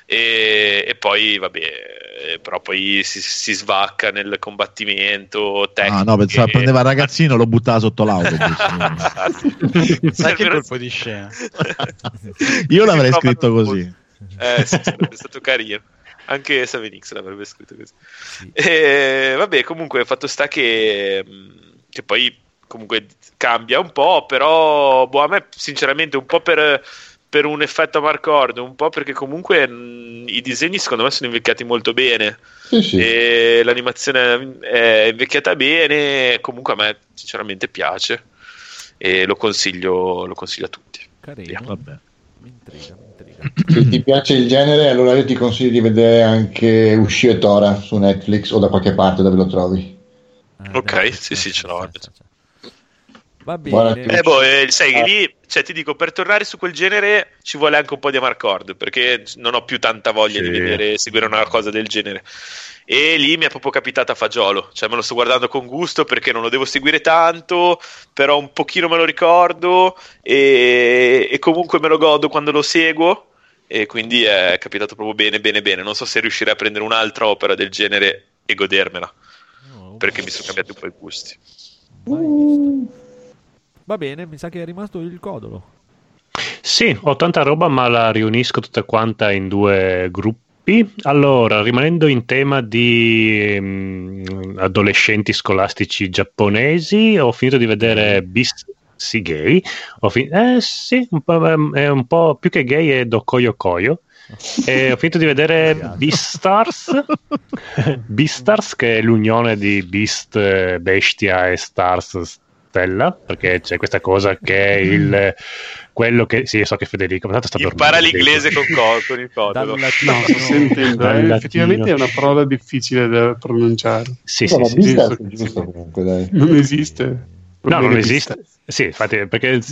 e poi vabbè, però poi si svacca nel combattimento tecnico. No, pensavo prendeva il ragazzino e lo buttava sotto l'autobus. Sai che colpo di scena. Io l'avrei scritto così. Sì, sarebbe stato carino. Anche Savenix l'avrebbe scritto così. E, vabbè, comunque fatto sta che poi comunque cambia un po', però a me sinceramente un po' per un effetto Marcord, un po' perché comunque i disegni secondo me sono invecchiati molto bene. Sì. E l'animazione è invecchiata bene, comunque a me sinceramente piace e lo consiglio a tutti. Carino, vabbè. Mi intriga. Se ti piace il genere, allora io ti consiglio di vedere anche Ushio e Tora su Netflix o da qualche parte dove lo trovi. Ok, sì, ce l'ho. Va bene. Sai che lì, cioè, ti dico, per tornare su quel genere ci vuole anche un po' di Amarcord, perché non ho più tanta voglia di seguire una cosa del genere. E lì mi è proprio capitata a fagiolo, cioè me lo sto guardando con gusto perché non lo devo seguire tanto, però un pochino me lo ricordo e comunque me lo godo quando lo seguo, e quindi è capitato proprio bene. Non so se riuscirei a prendere un'altra opera del genere e godermela, perché mi sono cambiati un po' i gusti. Va bene, mi sa che è rimasto il Codolo. Sì, ho tanta roba, ma la riunisco tutta quanta in 2 gruppi. Allora, rimanendo in tema di adolescenti scolastici giapponesi, ho finito di vedere Beast Gay. Sì, è un po' più che gay, è Dokoyo Koyo. E ho finito di vedere Beastars, che è l'unione di Beast, bestia, e Stars, stella, perché c'è questa cosa che è quello che sì, so che Federico sta impara l'inglese con il Codolo. Effettivamente è una parola difficile da pronunciare. Sì. Giusto, comunque, dai. Non esiste. Non esiste. Sì, infatti, perché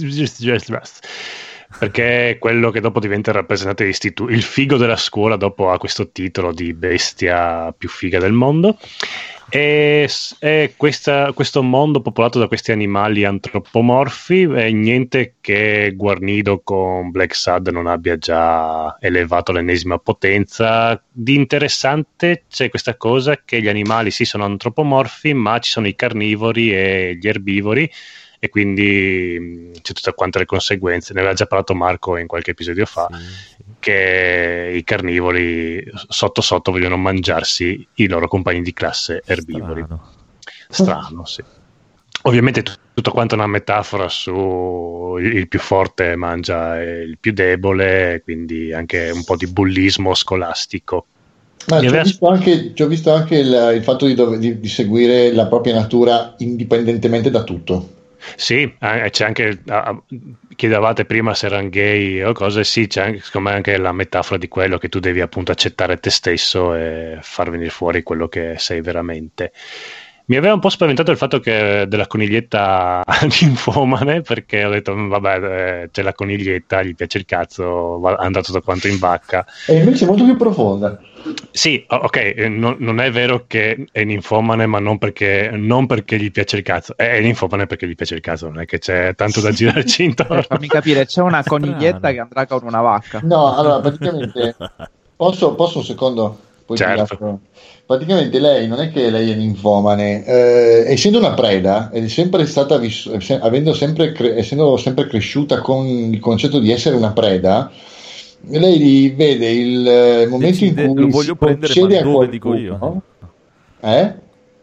quello che dopo diventa rappresentante dell'istituto, il figo della scuola, dopo ha questo titolo di bestia più figa del mondo. E questo mondo popolato da questi animali antropomorfi è niente che Guarnido con Black Sad non abbia già elevato all'ennesima potenza. Di interessante c'è questa cosa che gli animali sì sono antropomorfi, ma ci sono i carnivori e gli erbivori, e quindi c'è tutta quanta le conseguenze. Ne aveva già parlato Marco in qualche episodio fa, che i carnivori sotto vogliono mangiarsi i loro compagni di classe erbivori. Strano, sì. Ovviamente tutto quanto una metafora su il più forte mangia il più debole, quindi anche un po' di bullismo scolastico. Ma ci ho visto anche il fatto di seguire la propria natura indipendentemente da tutto. Sì, c'è anche, chiedevate prima se erano gay o cose, sì, c'è anche, secondo me, anche la metafora di quello che tu devi appunto accettare te stesso e far venire fuori quello che sei veramente. Mi aveva un po' spaventato il fatto che della coniglietta ninfomane, perché ho detto vabbè, c'è la coniglietta, gli piace il cazzo, andrà tutto quanto in vacca. E invece è molto più profonda. Sì, ok, non è vero che è ninfomane, ma non perché gli piace il cazzo, è ninfomane perché gli piace il cazzo, non è che c'è tanto da girarci intorno. Fammi capire, c'è una coniglietta che andrà con una vacca? No, allora praticamente posso un secondo? Poi certo. Praticamente lei non è che lei è ninfomane, essendo una preda ed è sempre stata essendo sempre cresciuta con il concetto di essere una preda, lei vede il momento in cui lo voglio prendere, ma dove dico io? No?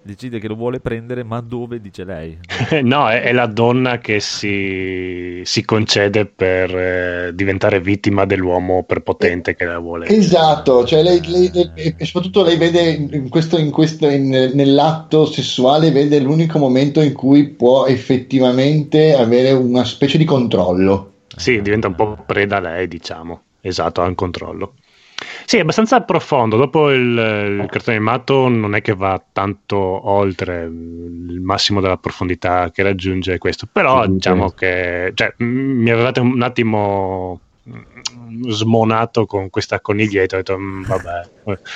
decide che lo vuole prendere, ma dove, dice lei? No, è la donna che si concede per diventare vittima dell'uomo prepotente che la vuole. Esatto, cioè lei e soprattutto lei vede nell'atto sessuale, vede l'unico momento in cui può effettivamente avere una specie di controllo. Sì, diventa un po' preda lei, diciamo. Esatto, ha un controllo. Sì, è abbastanza profondo. Dopo il cartone animato non è che va tanto oltre il massimo della profondità che raggiunge questo, però diciamo che mi avevate un attimo smonato con questa coniglietta, ho detto vabbè.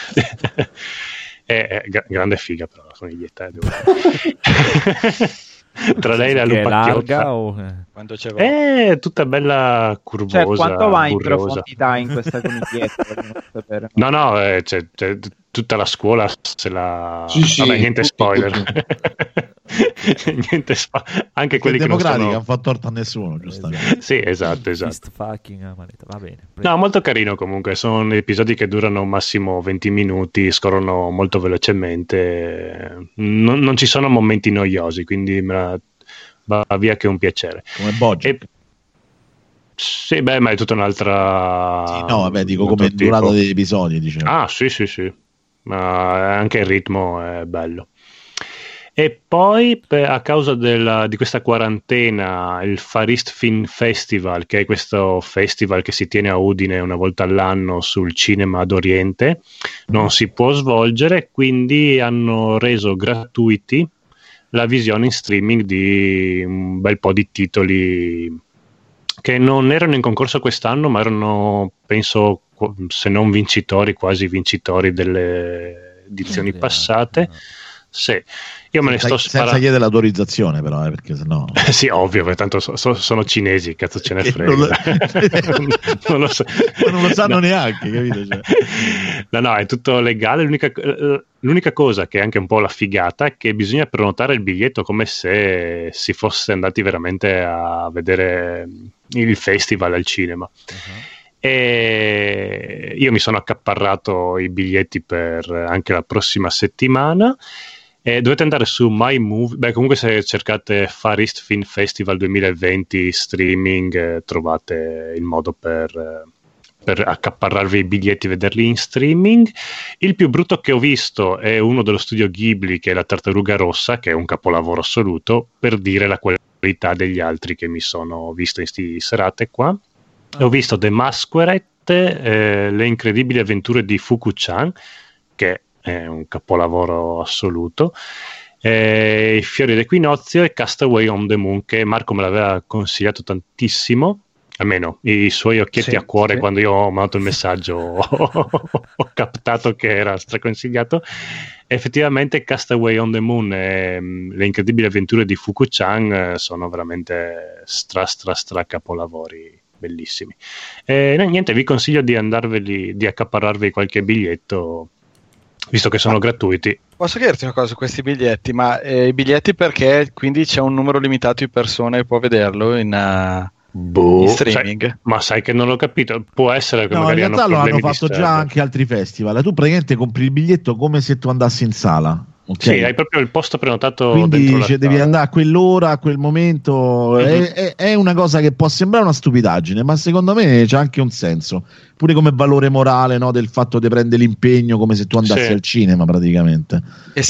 È grande figa però la coniglietta, devo dire. Tra lei e la lupacchiocca quando è tutta bella curvosa, cioè quanto va in burrosa. profondità in questa coniglietta? No, c'è tutta la scuola se la sì, vabbè, niente spoiler. Niente anche quelli che non sono... non fa torto a nessuno, giustamente. Sì, esatto. Va bene. No, molto carino comunque, sono episodi che durano massimo 20 minuti, scorrono molto velocemente, non ci sono momenti noiosi, quindi va via che è un piacere. Come Bojack. Sì, beh, ma è tutta un'altra... Sì, no, vabbè, dico come durata degli episodi, diciamo. Ah, sì. Ma anche il ritmo è bello. E poi a causa di questa quarantena il Far East Film Festival, che è questo festival che si tiene a Udine una volta all'anno sul cinema d'Oriente, non si può svolgere, quindi hanno reso gratuiti la visione in streaming di un bel po' di titoli che non erano in concorso quest'anno, ma erano, penso, se non vincitori, quasi vincitori delle edizioni passate. Sì, io me ne sto sparando. Senza chiedere l'autorizzazione, però, perché sennò. Sì, ovvio, perché tanto sono cinesi, cazzo ce ne frega. Non lo so. Non lo sanno neanche, capito? Cioè. No, è tutto legale. L'unica cosa che è anche un po' la figata è che bisogna prenotare il biglietto come se si fosse andati veramente a vedere il festival al cinema. E io mi sono accaparrato i biglietti per anche la prossima settimana. Dovete andare su My Movie. Comunque se cercate Far East Film Festival 2020 streaming trovate il modo per accaparrarvi i biglietti e vederli in streaming. Il più brutto che ho visto è uno dello studio Ghibli, che è La Tartaruga Rossa, che è un capolavoro assoluto, per dire la qualità degli altri che mi sono visto in sti serate qua. Ho visto The Masquerade, Le incredibili avventure di Fuku-chan, che è un capolavoro assoluto, I fiori d'equinozio e Castaway on the Moon, che Marco me l'aveva consigliato tantissimo, almeno i suoi occhietti a cuore, quando io ho mandato il messaggio ho captato che era straconsigliato. Effettivamente Castaway on the Moon e Le incredibili avventure di Fuku-chan sono veramente stra capolavori bellissimi. Niente, vi consiglio di accaparrarvi qualche biglietto, visto che sono gratuiti. Posso chiederti una cosa su questi biglietti? Ma i biglietti perché quindi c'è un numero limitato di persone che può vederlo in streaming? Sai che non l'ho capito. Può essere che magari in realtà lo hanno fatto già anche altri festival. Tu praticamente compri il biglietto come se tu andassi in sala. Okay. Sì, hai proprio il posto prenotato. Quindi devi andare a quell'ora, a quel momento. È una cosa che può sembrare una stupidaggine, ma secondo me c'è anche un senso, pure come valore morale, no? Del fatto di prendere l'impegno come se tu andassi al cinema praticamente. E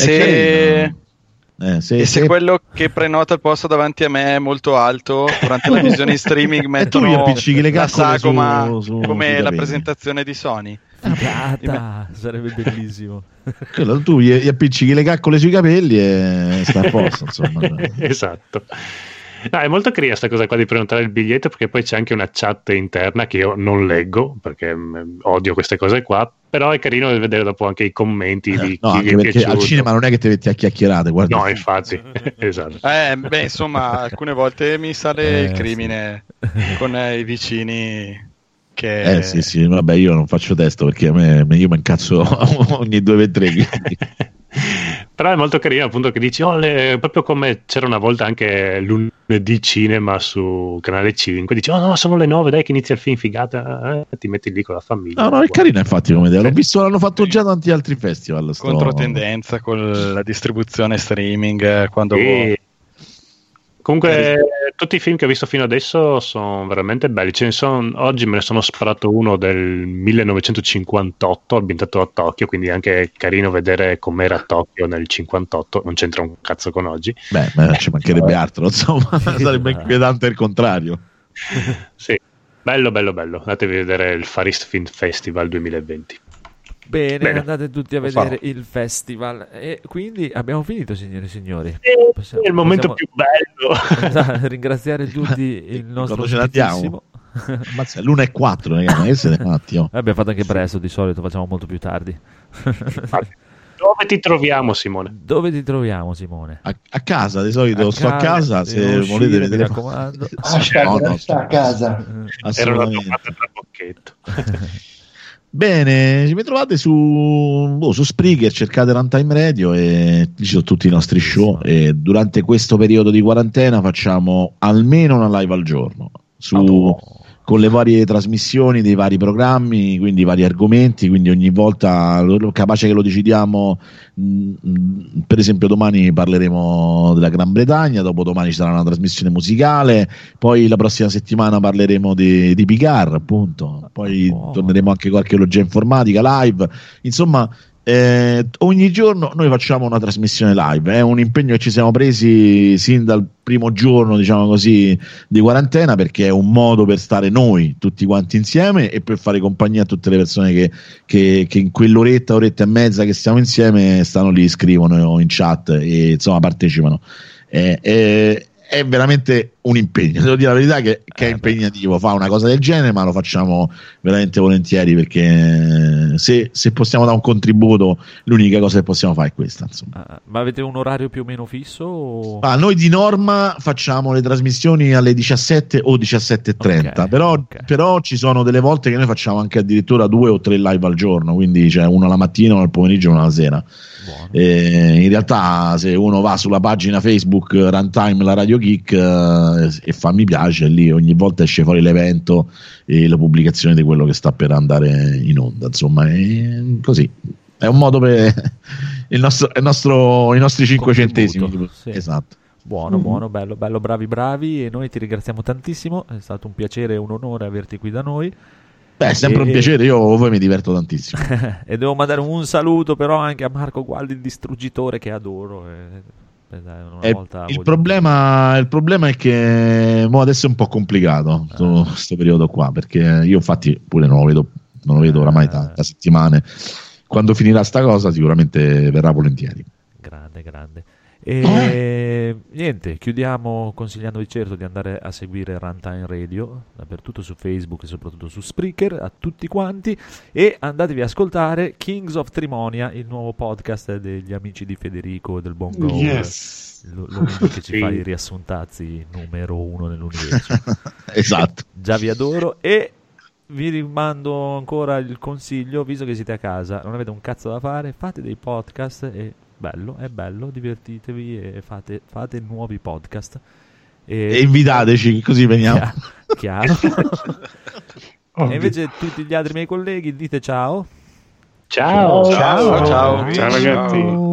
se quello che prenota il posto davanti a me è molto alto, durante la visione in streaming mettono la sagoma come la presentazione di Sony. Sarebbe bellissimo. Tu gli appiccichi le caccole sui capelli e sta a posto, insomma. Esatto. No, è molto carina sta cosa qua di prenotare il biglietto, perché poi c'è anche una chat interna che io non leggo perché odio queste cose qua, però è carino vedere dopo anche i commenti di chi gli è piaciuto. Al cinema non è che ti metti a chiacchierate, guarda. No, infatti. Esatto. Insomma, alcune volte mi sale il crimine con i vicini. Sì, vabbè, io non faccio testo perché io mi incazzo ogni 2 per 3. Però è molto carino appunto che dici proprio come c'era una volta anche lunedì cinema su Canale 5, dici no sono le 9, dai che inizia il film, figata, ti metti lì con la famiglia. No, è carino infatti come idea, l'ho visto, l'hanno fatto già tanti altri festival. Controtendenza con la distribuzione streaming quando vuoi. Comunque tutti i film che ho visto fino adesso sono veramente belli. Oggi me ne sono sparato uno del 1958 ambientato a Tokyo, quindi anche carino vedere com'era Tokyo nel 58, non c'entra un cazzo con oggi. Beh, ci mancherebbe altro, insomma, sarebbe inquietante il contrario. Sì, bello, andatevi a vedere il Far East Film Festival 2020. Bene, andate tutti a vedere il festival. E quindi abbiamo finito, signore e signori. È il momento più bello. Ringraziare tutti il nostro quando ce l'abbiamo. Mazza, l'1:04, ragazzi, abbiamo fatto anche presto, di solito facciamo molto più tardi. Dove ti troviamo, Simone? A casa, di solito sto a casa, se volete vedere. Mi raccomando. A casa. Era una domanda tra bocchetto. Bene, mi trovate su Spreaker, cercate Runtime Radio e ci sono tutti i nostri show, e durante questo periodo di quarantena facciamo almeno una live al giorno con le varie trasmissioni dei vari programmi, quindi vari argomenti, quindi ogni volta capace che lo decidiamo. Per esempio domani parleremo della Gran Bretagna, dopodomani ci sarà una trasmissione musicale, poi la prossima settimana parleremo di Picard, appunto, poi torneremo anche qualche logia informatica live, insomma ogni giorno noi facciamo una trasmissione live. È un impegno che ci siamo presi sin dal primo giorno, diciamo così, di quarantena, perché è un modo per stare noi tutti quanti insieme e per fare compagnia a tutte le persone che in quell'oretta e mezza che stiamo insieme stanno lì, scrivono in chat e insomma partecipano. È veramente un impegno, devo dire la verità che è impegnativo fare una cosa del genere, ma lo facciamo veramente volentieri, perché se possiamo dare un contributo, l'unica cosa che possiamo fare è questa, insomma. Ma avete un orario più o meno fisso? O... Noi di norma facciamo le trasmissioni alle 17 o 17:30, però ci sono delle volte che noi facciamo anche addirittura 2 o 3 live al giorno, quindi c'è una la mattina, una al pomeriggio e una la sera. In realtà se uno va sulla pagina Facebook Runtime la Radio Geek e fa mi piace, lì ogni volta esce fuori l'evento e la pubblicazione di quello che sta per andare in onda, insomma, così è un modo per i nostri 5 centesimi, sì. Esatto. Buono, bello, bravi, e noi ti ringraziamo tantissimo, è stato un piacere e un onore averti qui da noi. Beh, è sempre un piacere, io mi diverto tantissimo. E devo mandare un saluto però anche a Marco Gualdi, il distruggitore, che adoro. Il problema è che adesso è un po' complicato questo periodo qua, perché io infatti pure non lo vedo oramai da settimane. Quando finirà sta cosa sicuramente verrà volentieri. Grande. E niente, chiudiamo consigliandovi certo di andare a seguire Runtime Radio dappertutto, su Facebook e soprattutto su Spreaker, a tutti quanti, e andatevi a ascoltare Kings of Trimonia, il nuovo podcast degli amici di Federico del buon Go, l'uomo che ci fa i riassuntazzi numero 1 nell'universo. Esatto. Già vi adoro, e vi rimando ancora il consiglio, visto che siete a casa, non avete un cazzo da fare, fate dei podcast, e è bello, divertitevi e fate nuovi podcast e invitateci, così veniamo. Chiaro. E invece tutti gli altri miei colleghi dite ciao ragazzi.